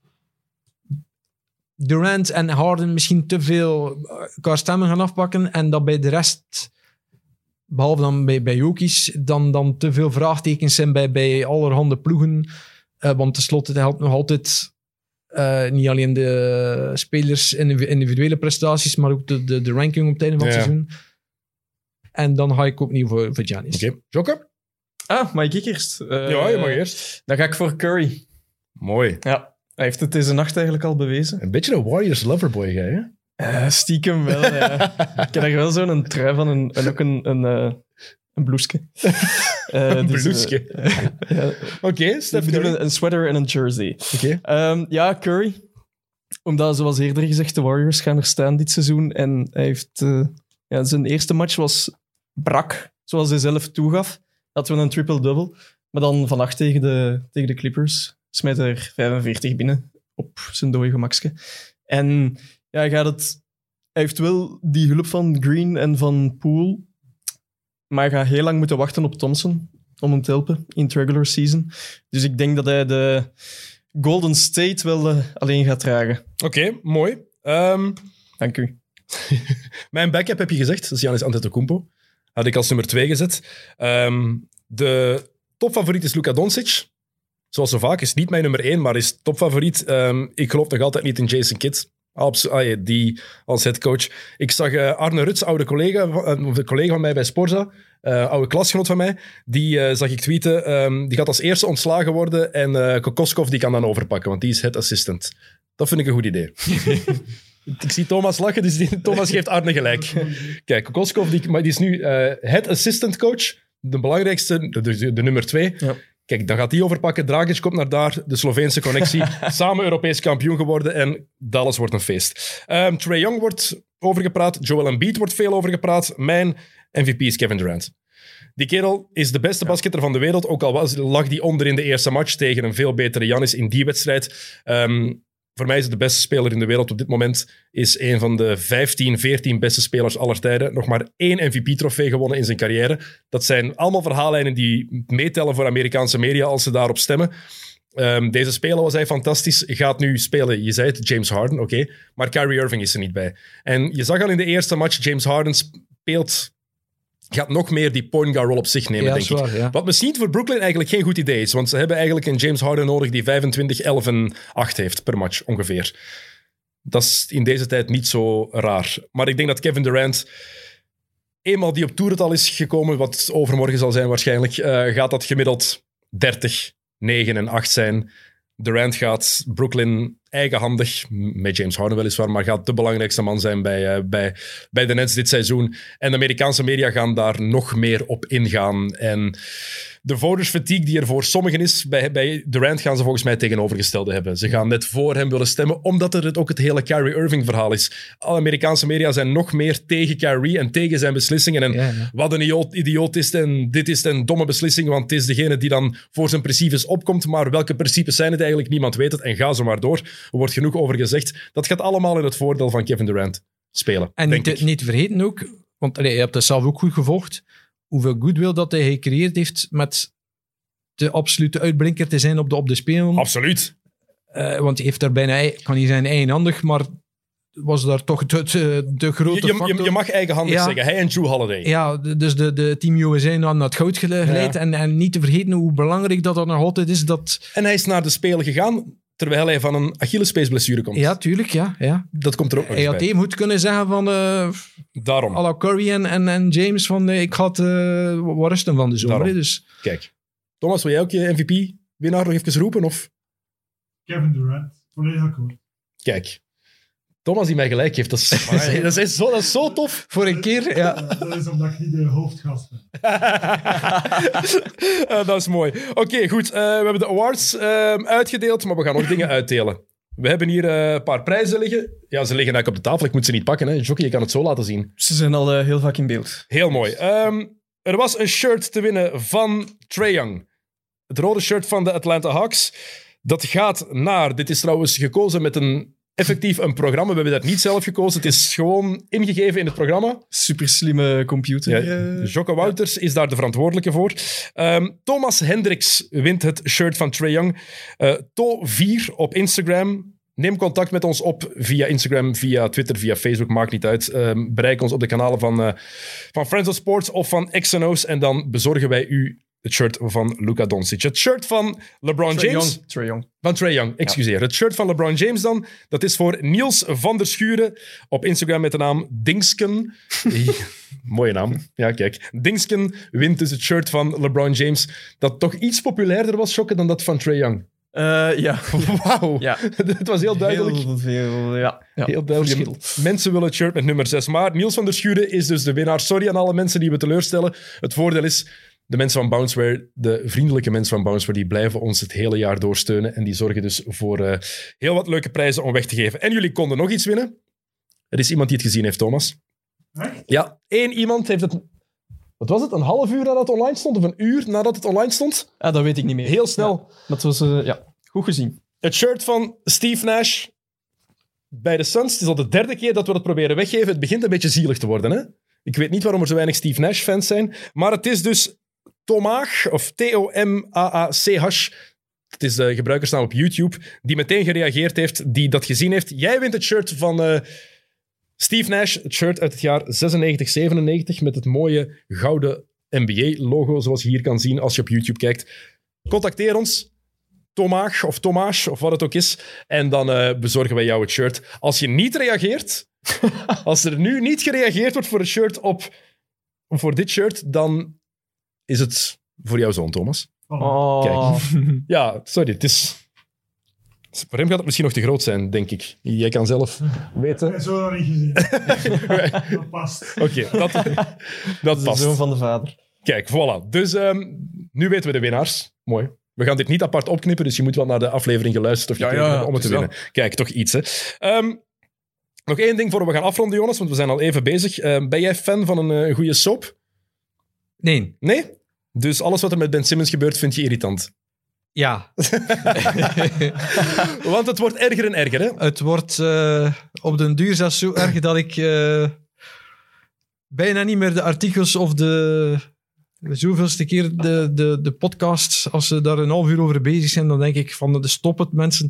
Durant en Harden misschien te veel elkaar stemmen gaan afpakken en dat bij de rest, behalve dan bij, bij Jokic, dan, dan te veel vraagtekens zijn bij, bij allerhande ploegen. Uh, want tenslotte het helpt nog altijd uh, niet alleen de spelers in individuele prestaties, maar ook de, de, de ranking op het einde van het Ja. seizoen. En dan ga ik opnieuw voor, voor Giannis. Oké, Jokke? Ah, mag ik eerst? Uh, Ja, je mag eerst. Dan ga ik voor Curry. Mooi. Ja, hij heeft het deze nacht eigenlijk al bewezen. Een beetje een Warriors loverboy, jij, hè? Uh, stiekem wel, ja. Ik heb daar wel zo'n trui van en, en ook een, een, uh, een bloesje. Uh, Een dus, uh, bloesje. ja, Oké, okay, ik Steph bedoel Curry. een, een sweater en een jersey. Oké. Um, ja, Curry. Omdat, zoals eerder gezegd, de Warriors gaan er staan dit seizoen. En hij heeft... Uh, ja, zijn eerste match was brak, zoals hij zelf toegaf. Hadden we een triple-double. Maar dan vannacht tegen de, tegen de Clippers smijt hij er vijfenveertig binnen op zijn dode gemakske. En ja, hij, gaat het, hij heeft wel die hulp van Green en van Poole. Maar hij gaat heel lang moeten wachten op Thompson om hem te helpen in het regular season. Dus ik denk dat hij de Golden State wel uh, alleen gaat dragen. Oké, okay, mooi. Um, Dank u. Mijn backup heb je gezegd, dat is Giannis Antetokounmpo. Had ik als nummer twee gezet. Um, de topfavoriet is Luka Doncic. Zoals zo vaak, is niet mijn nummer één, maar is topfavoriet. Um, ik geloof nog altijd niet in Jason Kidd. Abs- ah, ja, die als headcoach. Ik zag uh, Arne Ruts, oude collega, uh, collega van mij bij Sporza, uh, oude klasgenoot van mij, die uh, zag ik tweeten. Um, die gaat als eerste ontslagen worden en uh, Kokoskov die kan dan overpakken, want die is head assistant. Dat vind ik een goed idee. Ik zie Thomas lachen, dus die, Thomas geeft Arne gelijk. Kijk, Kokoskov die, maar die is nu uh, head assistant coach, de belangrijkste, de, de, de nummer twee. Ja. Kijk, dan gaat die overpakken. Dragic komt naar daar, de Sloveense connectie. Samen Europees kampioen geworden en Dallas wordt een feest. Um, Trae Young wordt overgepraat. Joel Embiid wordt veel overgepraat. Mijn M V P is Kevin Durant. Die kerel is de beste basketter van de wereld. Ook al was, lag die onder in de eerste match tegen een veel betere Giannis in die wedstrijd. Um, voor mij is het de beste speler in de wereld op dit moment. Is een van de vijftien, veertien beste spelers aller tijden. Nog maar één M V P-trofee gewonnen in zijn carrière. Dat zijn allemaal verhaallijnen die meetellen voor Amerikaanse media als ze daarop stemmen. Um, deze speler was hij fantastisch. Gaat nu spelen, je zei het, James Harden, oké. Okay. Maar Kyrie Irving is er niet bij. En je zag al in de eerste match, James Harden speelt... gaat nog meer die point guard rol op zich nemen, ja, denk zwaar, ik. Ja. Wat misschien voor Brooklyn eigenlijk geen goed idee is, want ze hebben eigenlijk een James Harden nodig die vijfentwintig, elf en acht heeft per match, ongeveer. Dat is in deze tijd niet zo raar. Maar ik denk dat Kevin Durant, eenmaal die op toerental is gekomen, wat overmorgen zal zijn waarschijnlijk, uh, gaat dat gemiddeld dertig, negen en acht zijn. Durant gaat Brooklyn eigenhandig, met James Harden weliswaar, maar gaat de belangrijkste man zijn bij, uh, bij, bij de Nets dit seizoen. En de Amerikaanse media gaan daar nog meer op ingaan. En de votersfatigue die er voor sommigen is, bij, bij Durant gaan ze volgens mij tegenovergestelde hebben. Ze gaan net voor hem willen stemmen, omdat er het ook het hele Kyrie Irving verhaal is. Alle Amerikaanse media zijn nog meer tegen Kyrie en tegen zijn beslissingen. En ja, ja. wat een idioot, idioot is en dit is een domme beslissing, want het is degene die dan voor zijn principes opkomt. Maar welke principes zijn het eigenlijk? Niemand weet het en ga zo maar door. Er wordt genoeg over gezegd. Dat gaat allemaal in het voordeel van Kevin Durant spelen. En denk niet, ik. niet vergeten ook, want allee, je hebt het zelf ook goed gevolgd, hoeveel goodwill dat hij gecreëerd heeft met de absolute uitblinker te zijn op de, op de Spelen. Absoluut. Uh, want hij heeft daar bijna, kan niet zijn eigenhandig, maar was daar toch de, de, de grote je, factor. Je, je mag eigenhandig ja. zeggen. Hij en Drew Holiday. Ja, dus de, de Team U S A naar het goud geleid. Ja. En, en niet te vergeten hoe belangrijk dat dat nog altijd is. Dat... En hij is naar de Spelen gegaan terwijl hij van een Achillespeesblessure komt. Ja, tuurlijk. Ja, ja. Dat komt er ook nog hij had bij. even goed kunnen zeggen van... Uh, Daarom. à la Curry en, en, en James van... Uh, ik had uh, wat rusten van de zomer. Dus. Kijk. Thomas, wil jij ook je M V P-winnaar nog even roepen? Of? Kevin Durant. Volledig akkoord. Kijk. Thomas die mij gelijk heeft. Dat is, dat is, dat is, zo, dat is zo tof. Voor een keer, ja. Uh, dat is omdat ik niet de hoofdgast ben. uh, dat is mooi. Oké, okay, goed. Uh, we hebben de awards uh, uitgedeeld, maar we gaan nog dingen uitdelen. We hebben hier uh, een paar prijzen liggen. Ja, ze liggen eigenlijk op de tafel. Ik moet ze niet pakken. Hè. Jockey, je kan het zo laten zien. Ze zijn al uh, heel vaak in beeld. Heel mooi. Um, er was een shirt te winnen van Trae Young. Het rode shirt van de Atlanta Hawks. Dat gaat naar... Dit is trouwens gekozen met een... Effectief een programma. We hebben dat niet zelf gekozen. Het is gewoon ingegeven in het programma. Super slimme computer. Ja, Jocke Wouters ja. is daar de verantwoordelijke voor. Um, Thomas Hendricks wint het shirt van Trae Young. Uh, To vier op Instagram. Neem contact met ons op via Instagram, via Twitter, via Facebook. Maakt niet uit. Um, bereik ons op de kanalen van, uh, van Friends of Sports of van X N O's. En dan bezorgen wij u het shirt van Luka Doncic. Het shirt van LeBron Trae James. Young. Trae Young. Van Trae Young, excuseer. Ja. Het shirt van LeBron James dan, dat is voor Niels van der Schuren op Instagram met de naam Dingsken. Mooie naam. Ja, kijk. Dingsken wint dus het shirt van LeBron James, dat toch iets populairder was, Jokke, dan dat van Trae Young. Uh, ja. Wauw. Ja. Het was heel duidelijk. Heel veel, ja. ja. Heel duidelijk. Verschil. Mensen willen het shirt met nummer zes. Maar Niels van der Schuren is dus de winnaar. Sorry aan alle mensen die we teleurstellen. Het voordeel is... De mensen van Bounceware, de vriendelijke mensen van Bounceware, die blijven ons het hele jaar doorsteunen. En die zorgen dus voor uh, heel wat leuke prijzen om weg te geven. En jullie konden nog iets winnen. Er is iemand die het gezien heeft, Thomas. Echt? Ja, één iemand heeft het... Wat was het? Een half uur nadat het online stond? Of een uur nadat het online stond? Ah, dat weet ik niet meer. Heel snel. Ja, dat was uh, ja, goed gezien. Het shirt van Steve Nash bij de Suns. Het is al de derde keer dat we dat proberen weggeven. Het begint een beetje zielig te worden, hè? Ik weet niet waarom er zo weinig Steve Nash-fans zijn. Maar het is dus... Tomaag, of T O M A A C H, het is de gebruikersnaam op YouTube, die meteen gereageerd heeft, die dat gezien heeft. Jij wint het shirt van uh, Steve Nash, het shirt uit het jaar zesennegentig zevenennegentig, met het mooie gouden N B A-logo, zoals je hier kan zien als je op YouTube kijkt. Contacteer ons. Tomaag of Tomaas of wat het ook is. En dan uh, bezorgen wij jou het shirt. Als je niet reageert, als er nu niet gereageerd wordt voor een shirt op, voor dit shirt, dan is het voor jouw zoon, Thomas. Oh. Kijk. Ja, sorry, het is... Voor hem gaat het misschien nog te groot zijn, denk ik. Jij kan zelf weten. Ik heb zo nog niet gezien. Dat past. Oké, okay, dat, dat De past. zoon van de vader. Kijk, voilà. Dus um, nu weten we de winnaars. Mooi. We gaan dit niet apart opknippen, dus je moet wel naar de aflevering geluisterd of gekeken Ja, ja, hebben om het te het is winnen. Kijk, toch iets, hè. Um, nog één ding voor we gaan afronden, Jonas, want we zijn al even bezig. Um, ben jij fan van een uh, goede soap? Nee. Nee? Dus alles wat er met Ben Simmons gebeurt, vind je irritant? Ja. Want het wordt erger en erger, hè? Het wordt uh, op den duur zelfs zo erg dat ik uh, bijna niet meer de artikels of de... de zoveelste keer de, de, de podcasts, als ze daar een half uur over bezig zijn, dan denk ik van, de stop het, mensen.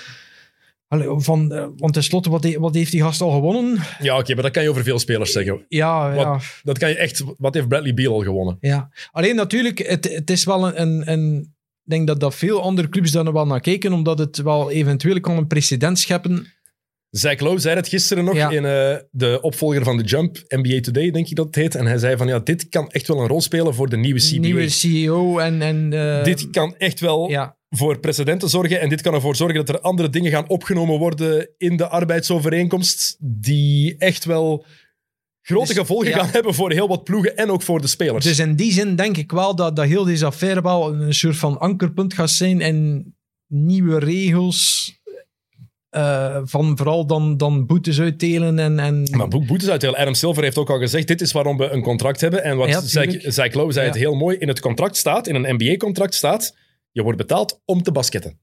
Allee, van, uh, want tenslotte, wat, he, wat heeft die gast al gewonnen? Ja, oké, okay, maar dat kan je over veel spelers zeggen. Ja, wat, ja. Dat kan je echt... Wat heeft Bradley Beal al gewonnen? Ja. Alleen natuurlijk, het, het is wel een... een, een ik denk dat, dat veel andere clubs daar wel naar kijken, omdat het wel eventueel kan een precedent scheppen. Zach Lowe zei het gisteren nog ja. in uh, de opvolger van The Jump, N B A Today, denk ik dat het heet. En hij zei van, ja, dit kan echt wel een rol spelen voor de nieuwe C B A. Nieuwe C E O en... en uh, dit kan echt wel ja. voor precedenten zorgen. En dit kan ervoor zorgen dat er andere dingen gaan opgenomen worden in de arbeidsovereenkomst, die echt wel grote dus, gevolgen ja. gaan hebben voor heel wat ploegen en ook voor de spelers. Dus in die zin denk ik wel dat, dat heel deze affaire wel een soort van ankerpunt gaat zijn en nieuwe regels... Uh, van vooral dan, dan boetes uitdelen. En, en... Maar boetes uitdelen. Adam Silver heeft ook al gezegd, dit is waarom we een contract hebben. En wat ja, Zach Lowe zei ja. het heel mooi, in het contract staat, in een N B A-contract staat, je wordt betaald om te basketten.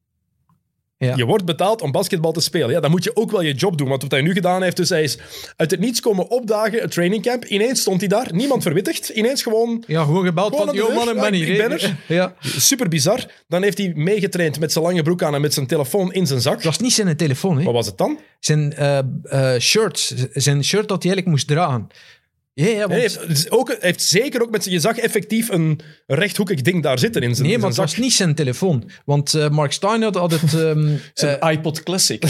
Ja. Je wordt betaald om basketbal te spelen. Ja, dan moet je ook wel je job doen. Want wat hij nu gedaan heeft, dus hij is uit het niets komen opdagen, het trainingcamp. Ineens stond hij daar, niemand verwittigd. Ineens gewoon... Ja, gewoon gebeld gewoon van, yo man, ik ben hier. Ik ben er. Ja. Super bizar. Dan heeft hij meegetraind met zijn lange broek aan en met zijn telefoon in zijn zak. Het was niet zijn telefoon, hè. Wat was het dan? Zijn uh, uh, shirt. Zijn shirt dat hij eigenlijk moest dragen. Ja, ja, want... Hij heeft, ook, heeft zeker ook met... Je zag effectief een rechthoekig ding daar zitten in zijn Nee, maar het was niet zijn telefoon. Want uh, Mark Steiner had het... Um, zijn uh, iPod Classic.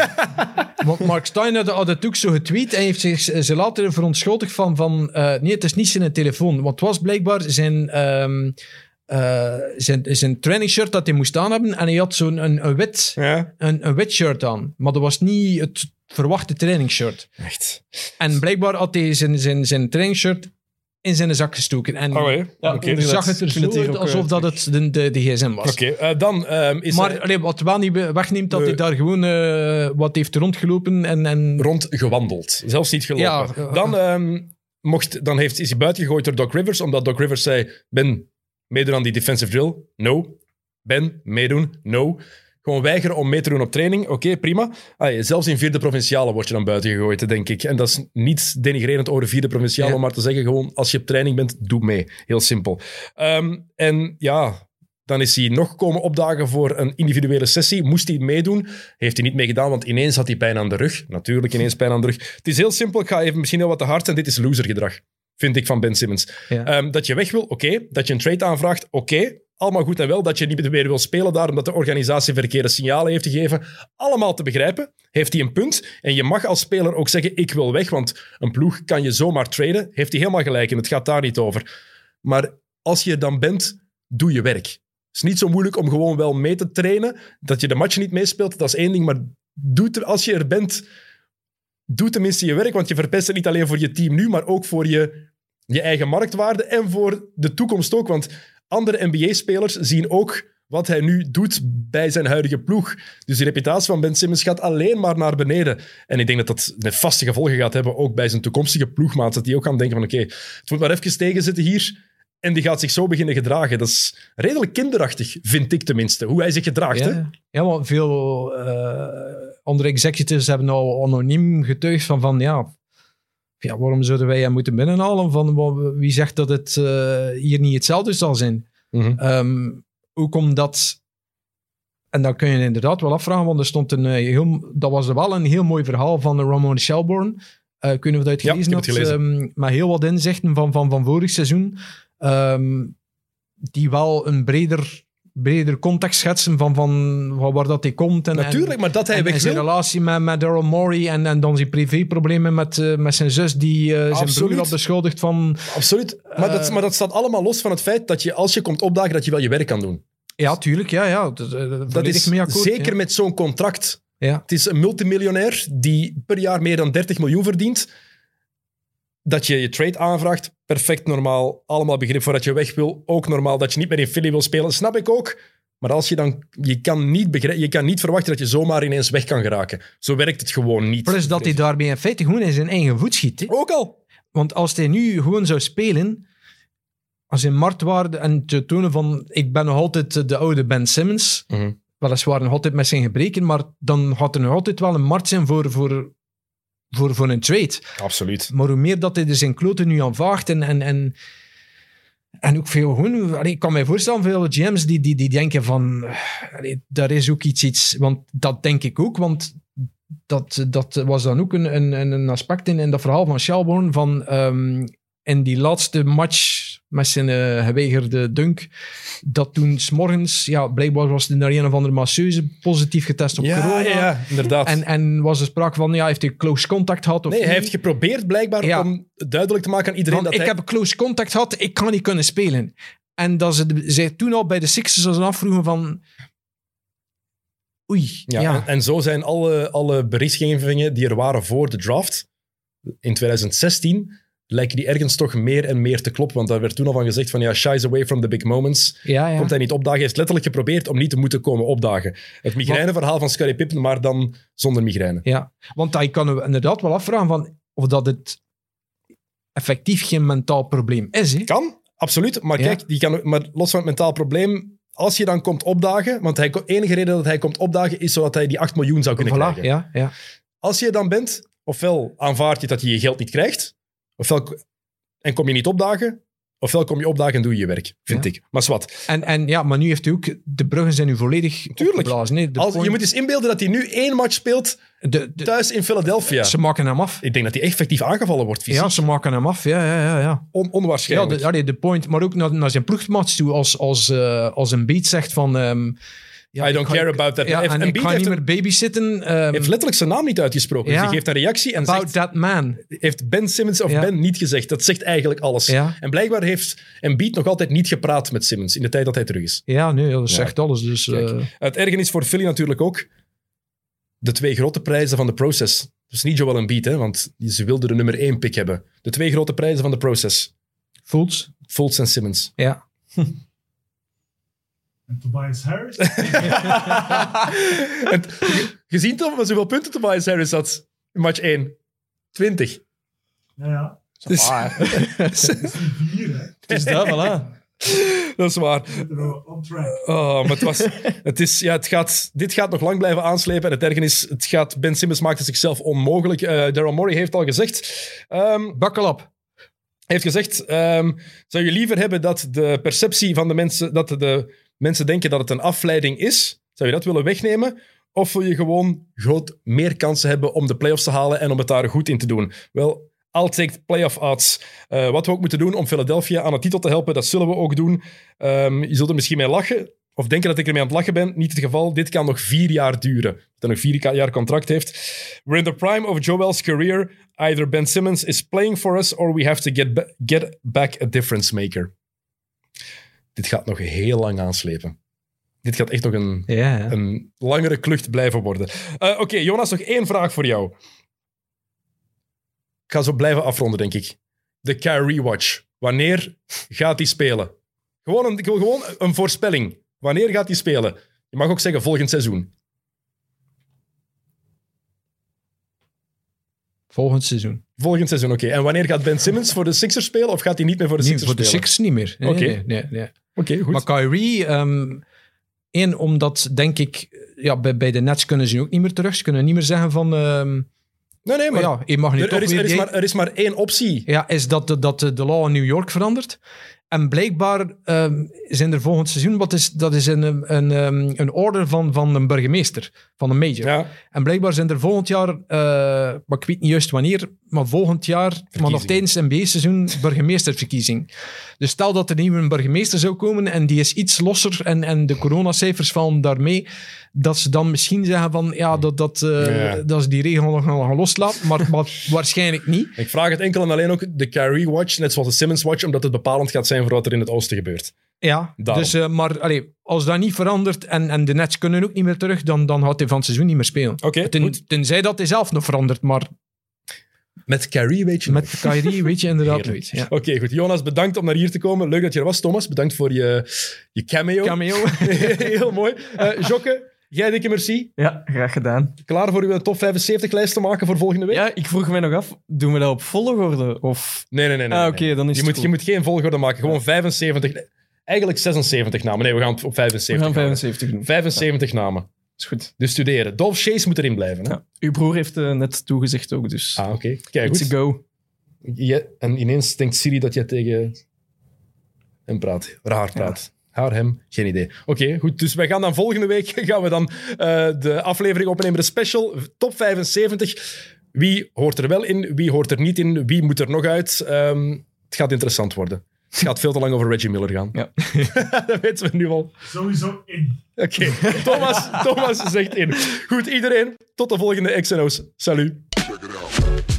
Ja. Want Mark Steiner had het ook zo getweet en heeft zich ze later verontschuldigd van... van uh, nee, het is niet zijn telefoon. Want het was blijkbaar zijn... Um, Uh, zijn, zijn trainingsshirt dat hij moest aan hebben en hij had zo'n een, een, wit, ja. een, een wit shirt aan. Maar dat was niet het verwachte trainingsshirt. Echt. En blijkbaar had hij zijn, zijn, zijn trainingsshirt in zijn zak gestoken. En oh, ja. ja, okay. zag het er zo het uit alsof dat het de, de, de gsm was. Oké, okay. uh, dan um, is Maar er... allee, wat wel niet wegneemt, dat uh, hij daar gewoon uh, wat heeft rondgelopen en... en... Rondgewandeld. Zelfs niet gelopen. Ja, uh, dan, um, mocht, dan heeft, is hij buiten gegooid door Doc Rivers, omdat Doc Rivers zei, Ben... Meedoen aan die defensive drill? No. Ben, meedoen? No. Gewoon weigeren om mee te doen op training? Oké, okay, prima. Ah, zelfs in vierde provinciale word je dan buiten gegooid, denk ik. En dat is niet denigrerend over de vierde provinciale, ja. om maar te zeggen, gewoon als je op training bent, doe mee. Heel simpel. Um, en ja, dan is hij nog komen opdagen voor een individuele sessie. Moest hij meedoen? Heeft hij niet meegedaan, want ineens had hij pijn aan de rug. Natuurlijk, ineens pijn aan de rug. Het is heel simpel. Ik ga even misschien heel wat te hard zijn. Dit is losergedrag. Vind ik van Ben Simmons. Ja. Um, dat je weg wil, oké. Okay. Dat je een trade aanvraagt, oké. Okay. Allemaal goed en wel. Dat je niet meer wil spelen daar, omdat de organisatie verkeerde signalen heeft gegeven. Allemaal te begrijpen. Heeft hij een punt. En je mag als speler ook zeggen, ik wil weg, want een ploeg kan je zomaar traden. Heeft hij helemaal gelijk en het gaat daar niet over. Maar als je er dan bent, doe je werk. Het is niet zo moeilijk om gewoon wel mee te trainen. Dat je de match niet meespeelt, dat is één ding. Maar doe er, als je er bent... Doe tenminste je werk, want je verpest het niet alleen voor je team nu, maar ook voor je, je eigen marktwaarde en voor de toekomst ook. Want andere N B A-spelers zien ook wat hij nu doet bij zijn huidige ploeg. Dus de reputatie van Ben Simmons gaat alleen maar naar beneden. En ik denk dat dat nefaste gevolgen gaat hebben, ook bij zijn toekomstige ploegmaat. Dat die ook gaan denken van, oké, okay, het moet maar even tegenzitten hier. En die gaat zich zo beginnen gedragen. Dat is redelijk kinderachtig, vind ik tenminste. Hoe hij zich gedraagt. Ja, hè? ja want veel uh, andere executives hebben al anoniem getuigd van, van ja, ja, waarom zouden wij hem moeten binnenhalen? Van, wie zegt dat het uh, hier niet hetzelfde zal zijn? Mm-hmm. Um, ook omdat... En dan kun je inderdaad wel afvragen, want er stond een heel... Dat was wel een heel mooi verhaal van Ramon Shelburne. Uh, ik weet niet of je dat gelezen ja, had. Gelezen. Um, maar heel wat inzichten van, van, van vorig seizoen. Um, die wel een breder breder context schetsen van, van, van waar dat hij komt. En, Natuurlijk, maar dat hij en, weg en zijn wil. relatie met, met Daryl Morey en, en dan zijn privéproblemen met, uh, met zijn zus die uh, zijn Absoluut. broer had beschuldigd van... Absoluut. Maar, dat, Uh, maar dat staat allemaal los van het feit dat je, als je komt opdagen, dat je wel je werk kan doen. Ja, tuurlijk. Ja, ja. Dat, dat, Dat is mee akkoord, zeker ja. met zo'n contract. Ja. Het is een multimiljonair die per jaar meer dan dertig miljoen verdient. Dat je je trade aanvraagt, perfect normaal. Allemaal begrip voor dat je weg wil. Ook normaal dat je niet meer in Philly wil spelen, snap ik ook. Maar als je dan... Je kan niet, begrijp, je kan niet verwachten dat je zomaar ineens weg kan geraken. Zo werkt het gewoon niet. Plus dat hij daarmee in feite gewoon in zijn eigen voet schiet. Hè. Ook al. Want als hij nu gewoon zou spelen, als hij marktwaarde en te tonen van ik ben nog altijd de oude Ben Simmons, Mm-hmm. weliswaar nog altijd met zijn gebreken, maar dan gaat er nog altijd wel een markt zijn voor, voor, voor, voor een trade. Absoluut. Maar hoe meer dat hij er zijn kloten nu aanvaagt en, en, en, en ook veel gewoon... Allee, ik kan mij voorstellen, veel G M's die, die, die denken van... Allee, daar is ook iets, iets... Want dat denk ik ook, want dat, dat was dan ook een, een, een aspect in, in dat verhaal van Shelbourne, van um, in die laatste match met zijn uh, geweigerde dunk, dat toen 's morgens, ja, blijkbaar was er naar een of andere masseuse positief getest op Ja, corona. ja, ja, inderdaad. En, en was er sprake van, ja, heeft hij close contact gehad of nee, hij niet? heeft geprobeerd blijkbaar Ja. om duidelijk te maken aan iedereen Van, dat ik hij... heb close contact gehad, ik kan niet kunnen spelen. En dat ze de- zij toen al bij de Sixers als afvroegen van... Oei, Ja, ja. En, en zo zijn alle, alle berichtgevingen die er waren voor de draft in twintig zestien, lijken die ergens toch meer en meer te kloppen. Want daar werd toen al van gezegd van ja, shies away from the big moments. ja, ja. Komt hij niet opdagen? Hij heeft letterlijk geprobeerd om niet te moeten komen opdagen. Het migraineverhaal van Scottie Pippen, maar dan zonder migraine. Ja, want hij kan er inderdaad wel afvragen van of dat het effectief geen mentaal probleem is. Hè? Kan, absoluut. Maar Ja. kijk, die kan, maar los van het mentaal probleem, als je dan komt opdagen, want de enige reden dat hij komt opdagen is zodat hij die acht miljoen zou kunnen Voilà, krijgen. ja, ja. Als je er dan bent, ofwel aanvaard je dat je je geld niet krijgt, ofwel en kom je niet opdagen, ofwel kom je opdagen en doe je je werk, vind Ja. ik. Maar zwart. En, en ja, maar nu heeft hij ook... De bruggen zijn nu volledig Tuurlijk. opgeblazen. Hè? De Als, point- je moet eens inbeelden dat hij nu één match speelt de, de, thuis in Philadelphia. Ze maken hem af. Ik denk dat hij effectief aangevallen wordt, fysiek. Ja, ze maken hem af. Ja, ja, ja. ja. On- Ja, onwaarschijnlijk. de, allee, de point, maar ook naar, naar zijn ploegmaats toe, als, als, uh, als een beat zegt van... Um, ja, I don't ik ga- care about that. Ja, Heeft- en Embiid ik ga heeft niet een- meer babysitten. Um, Hij heeft letterlijk zijn naam niet uitgesproken. Ja. Dus hij geeft een reactie en about zegt, that man. heeft Ben Simmons of Ja. Ben niet gezegd. Dat zegt eigenlijk alles. Ja. En blijkbaar heeft Embiid nog altijd niet gepraat met Simmons in de tijd dat hij terug is. Ja, nee, dat Ja. zegt alles. Dus, Kijk. uh, Het ergernis voor Philly natuurlijk ook. De twee grote prijzen van de process. Dus niet Joel Embiid, hè, want ze wilden de nummer één pick hebben. De twee grote prijzen van de process. Fultz. Fultz en Simmons. Ja. En Tobias Harris? En ge- gezien toch met zoveel punten Tobias Harris had in match één. twintig. Ja, ja. Dus, Dat is die vier, hè. Het is dat, voilà. dat is waar. Zitten we on track. Oh, maar het was, het is, ja, het gaat, dit gaat nog lang blijven aanslepen. En het ergernis, het gaat, Ben Simmons maakte zichzelf onmogelijk. Uh, Daryl Morey heeft al gezegd... Um, Buckle up. heeft gezegd, um, zou je liever hebben dat de perceptie van de mensen, dat de mensen denken dat het een afleiding is? Zou je dat willen wegnemen? Of wil je gewoon groot meer kansen hebben om de playoffs te halen en om het daar goed in te doen? Wel, I'll take playoff odds. Uh, wat we ook moeten doen om Philadelphia aan de titel te helpen, dat zullen we ook doen. Um, je zult er misschien mee lachen, of denken dat ik ermee aan het lachen ben. Niet het geval. Dit kan nog vier jaar duren. Dat hij nog vier jaar contract heeft. We're in the prime of Joel's career. Either Ben Simmons is playing for us, or we have to get, ba- get back a difference maker. Dit gaat nog heel lang aanslepen. Dit gaat echt nog een, Ja, ja. een langere klucht blijven worden. Uh, Oké, okay, Jonas, nog één vraag voor jou. Ik ga zo blijven afronden, denk ik. De Kyrie Watch. Wanneer gaat hij spelen? Gewoon een, gewoon een voorspelling. Wanneer gaat hij spelen? Je mag ook zeggen volgend seizoen. Volgend seizoen. Volgend seizoen, oké. Okay. En wanneer gaat Ben Simmons voor de Sixers spelen? Of gaat hij niet meer voor de Nee, Sixers voor de spelen? Sixers niet meer. Nee, Oké. nee, nee, nee. Oké, okay, goed. Maar Kyrie, um, één, omdat denk ik, ja, bij, bij de Nets kunnen ze ook niet meer terug. Ze kunnen niet meer zeggen van, um, nee, nee, maar ja, je mag nu er, toch er, is, weer... er, is die- maar, er is maar één optie. Ja, is dat de, dat de, de law in New York verandert. En blijkbaar um, zijn er volgend seizoen, wat is, dat is een, een, um, een order van, van een burgemeester, van een major. Ja. En blijkbaar zijn er volgend jaar, uh, maar ik weet niet juist wanneer, maar volgend jaar, maar nog tijdens het N B A-seizoen, burgemeestersverkiezing. Dus stel dat er een nieuwe burgemeester zou komen en die is iets losser en, en de coronacijfers vallen daarmee, dat ze dan misschien zeggen van, ja, dat, dat, uh, Ja. dat ze die regel nog gaan loslaten, maar, maar waarschijnlijk niet. Ik vraag het enkel en alleen ook de Kyrie Watch, net zoals de Simmons Watch, omdat het bepalend gaat zijn voor wat er in het oosten gebeurt. Ja, Daarom. dus, uh, maar allee, als dat niet verandert en, en de Nets kunnen ook niet meer terug, dan, dan gaat hij van het seizoen niet meer spelen. Oké, Ten, goed. tenzij dat hij zelf nog verandert, maar Met Kyrie weet je met Kyrie weet je inderdaad Heerlijk. nooit. Ja. Oké, goed. Jonas, bedankt om naar hier te komen. Leuk dat je er was, Thomas. Bedankt voor je, je cameo. Cameo. Heel mooi. Uh, Jokke, jij dikke merci. Ja, graag gedaan. Klaar voor uw top vijfenzeventig-lijst te maken voor volgende week? Ja, ik vroeg mij nog af, doen we dat op volgorde? Of... Nee, nee, nee. nee, Ah, nee. oké, dan is je het moet, goed. je moet geen volgorde maken. Gewoon vijfenzeventig... Eigenlijk zesenzeventig namen. Nee, we gaan het op We vijfenzeventig gaan houden. vijfenzeventig doen. vijfenzeventig namen. Is goed. Dus studeren. Dolph Chase moet erin blijven. Hè? Ja. Uw broer heeft uh, net toegezegd ook, dus Ah, oké. Okay. Kijk, it's goed. a go. Je, en ineens denkt Siri dat jij tegen hem praat. Raar praat. Haar, hem, geen idee. Oké, okay, goed. Dus wij gaan dan volgende week gaan we dan uh, de aflevering opnemen. De special top vijfenzeventig. Wie hoort er wel in? Wie hoort er niet in? Wie moet er nog uit? Um, het gaat interessant worden. Het gaat veel te lang over Reggie Miller gaan. Ja. Dat weten we nu al. Sowieso in. Oké, okay. Thomas, Thomas zegt in. Goed, iedereen. Tot de volgende X N O's. Salut. Check it out.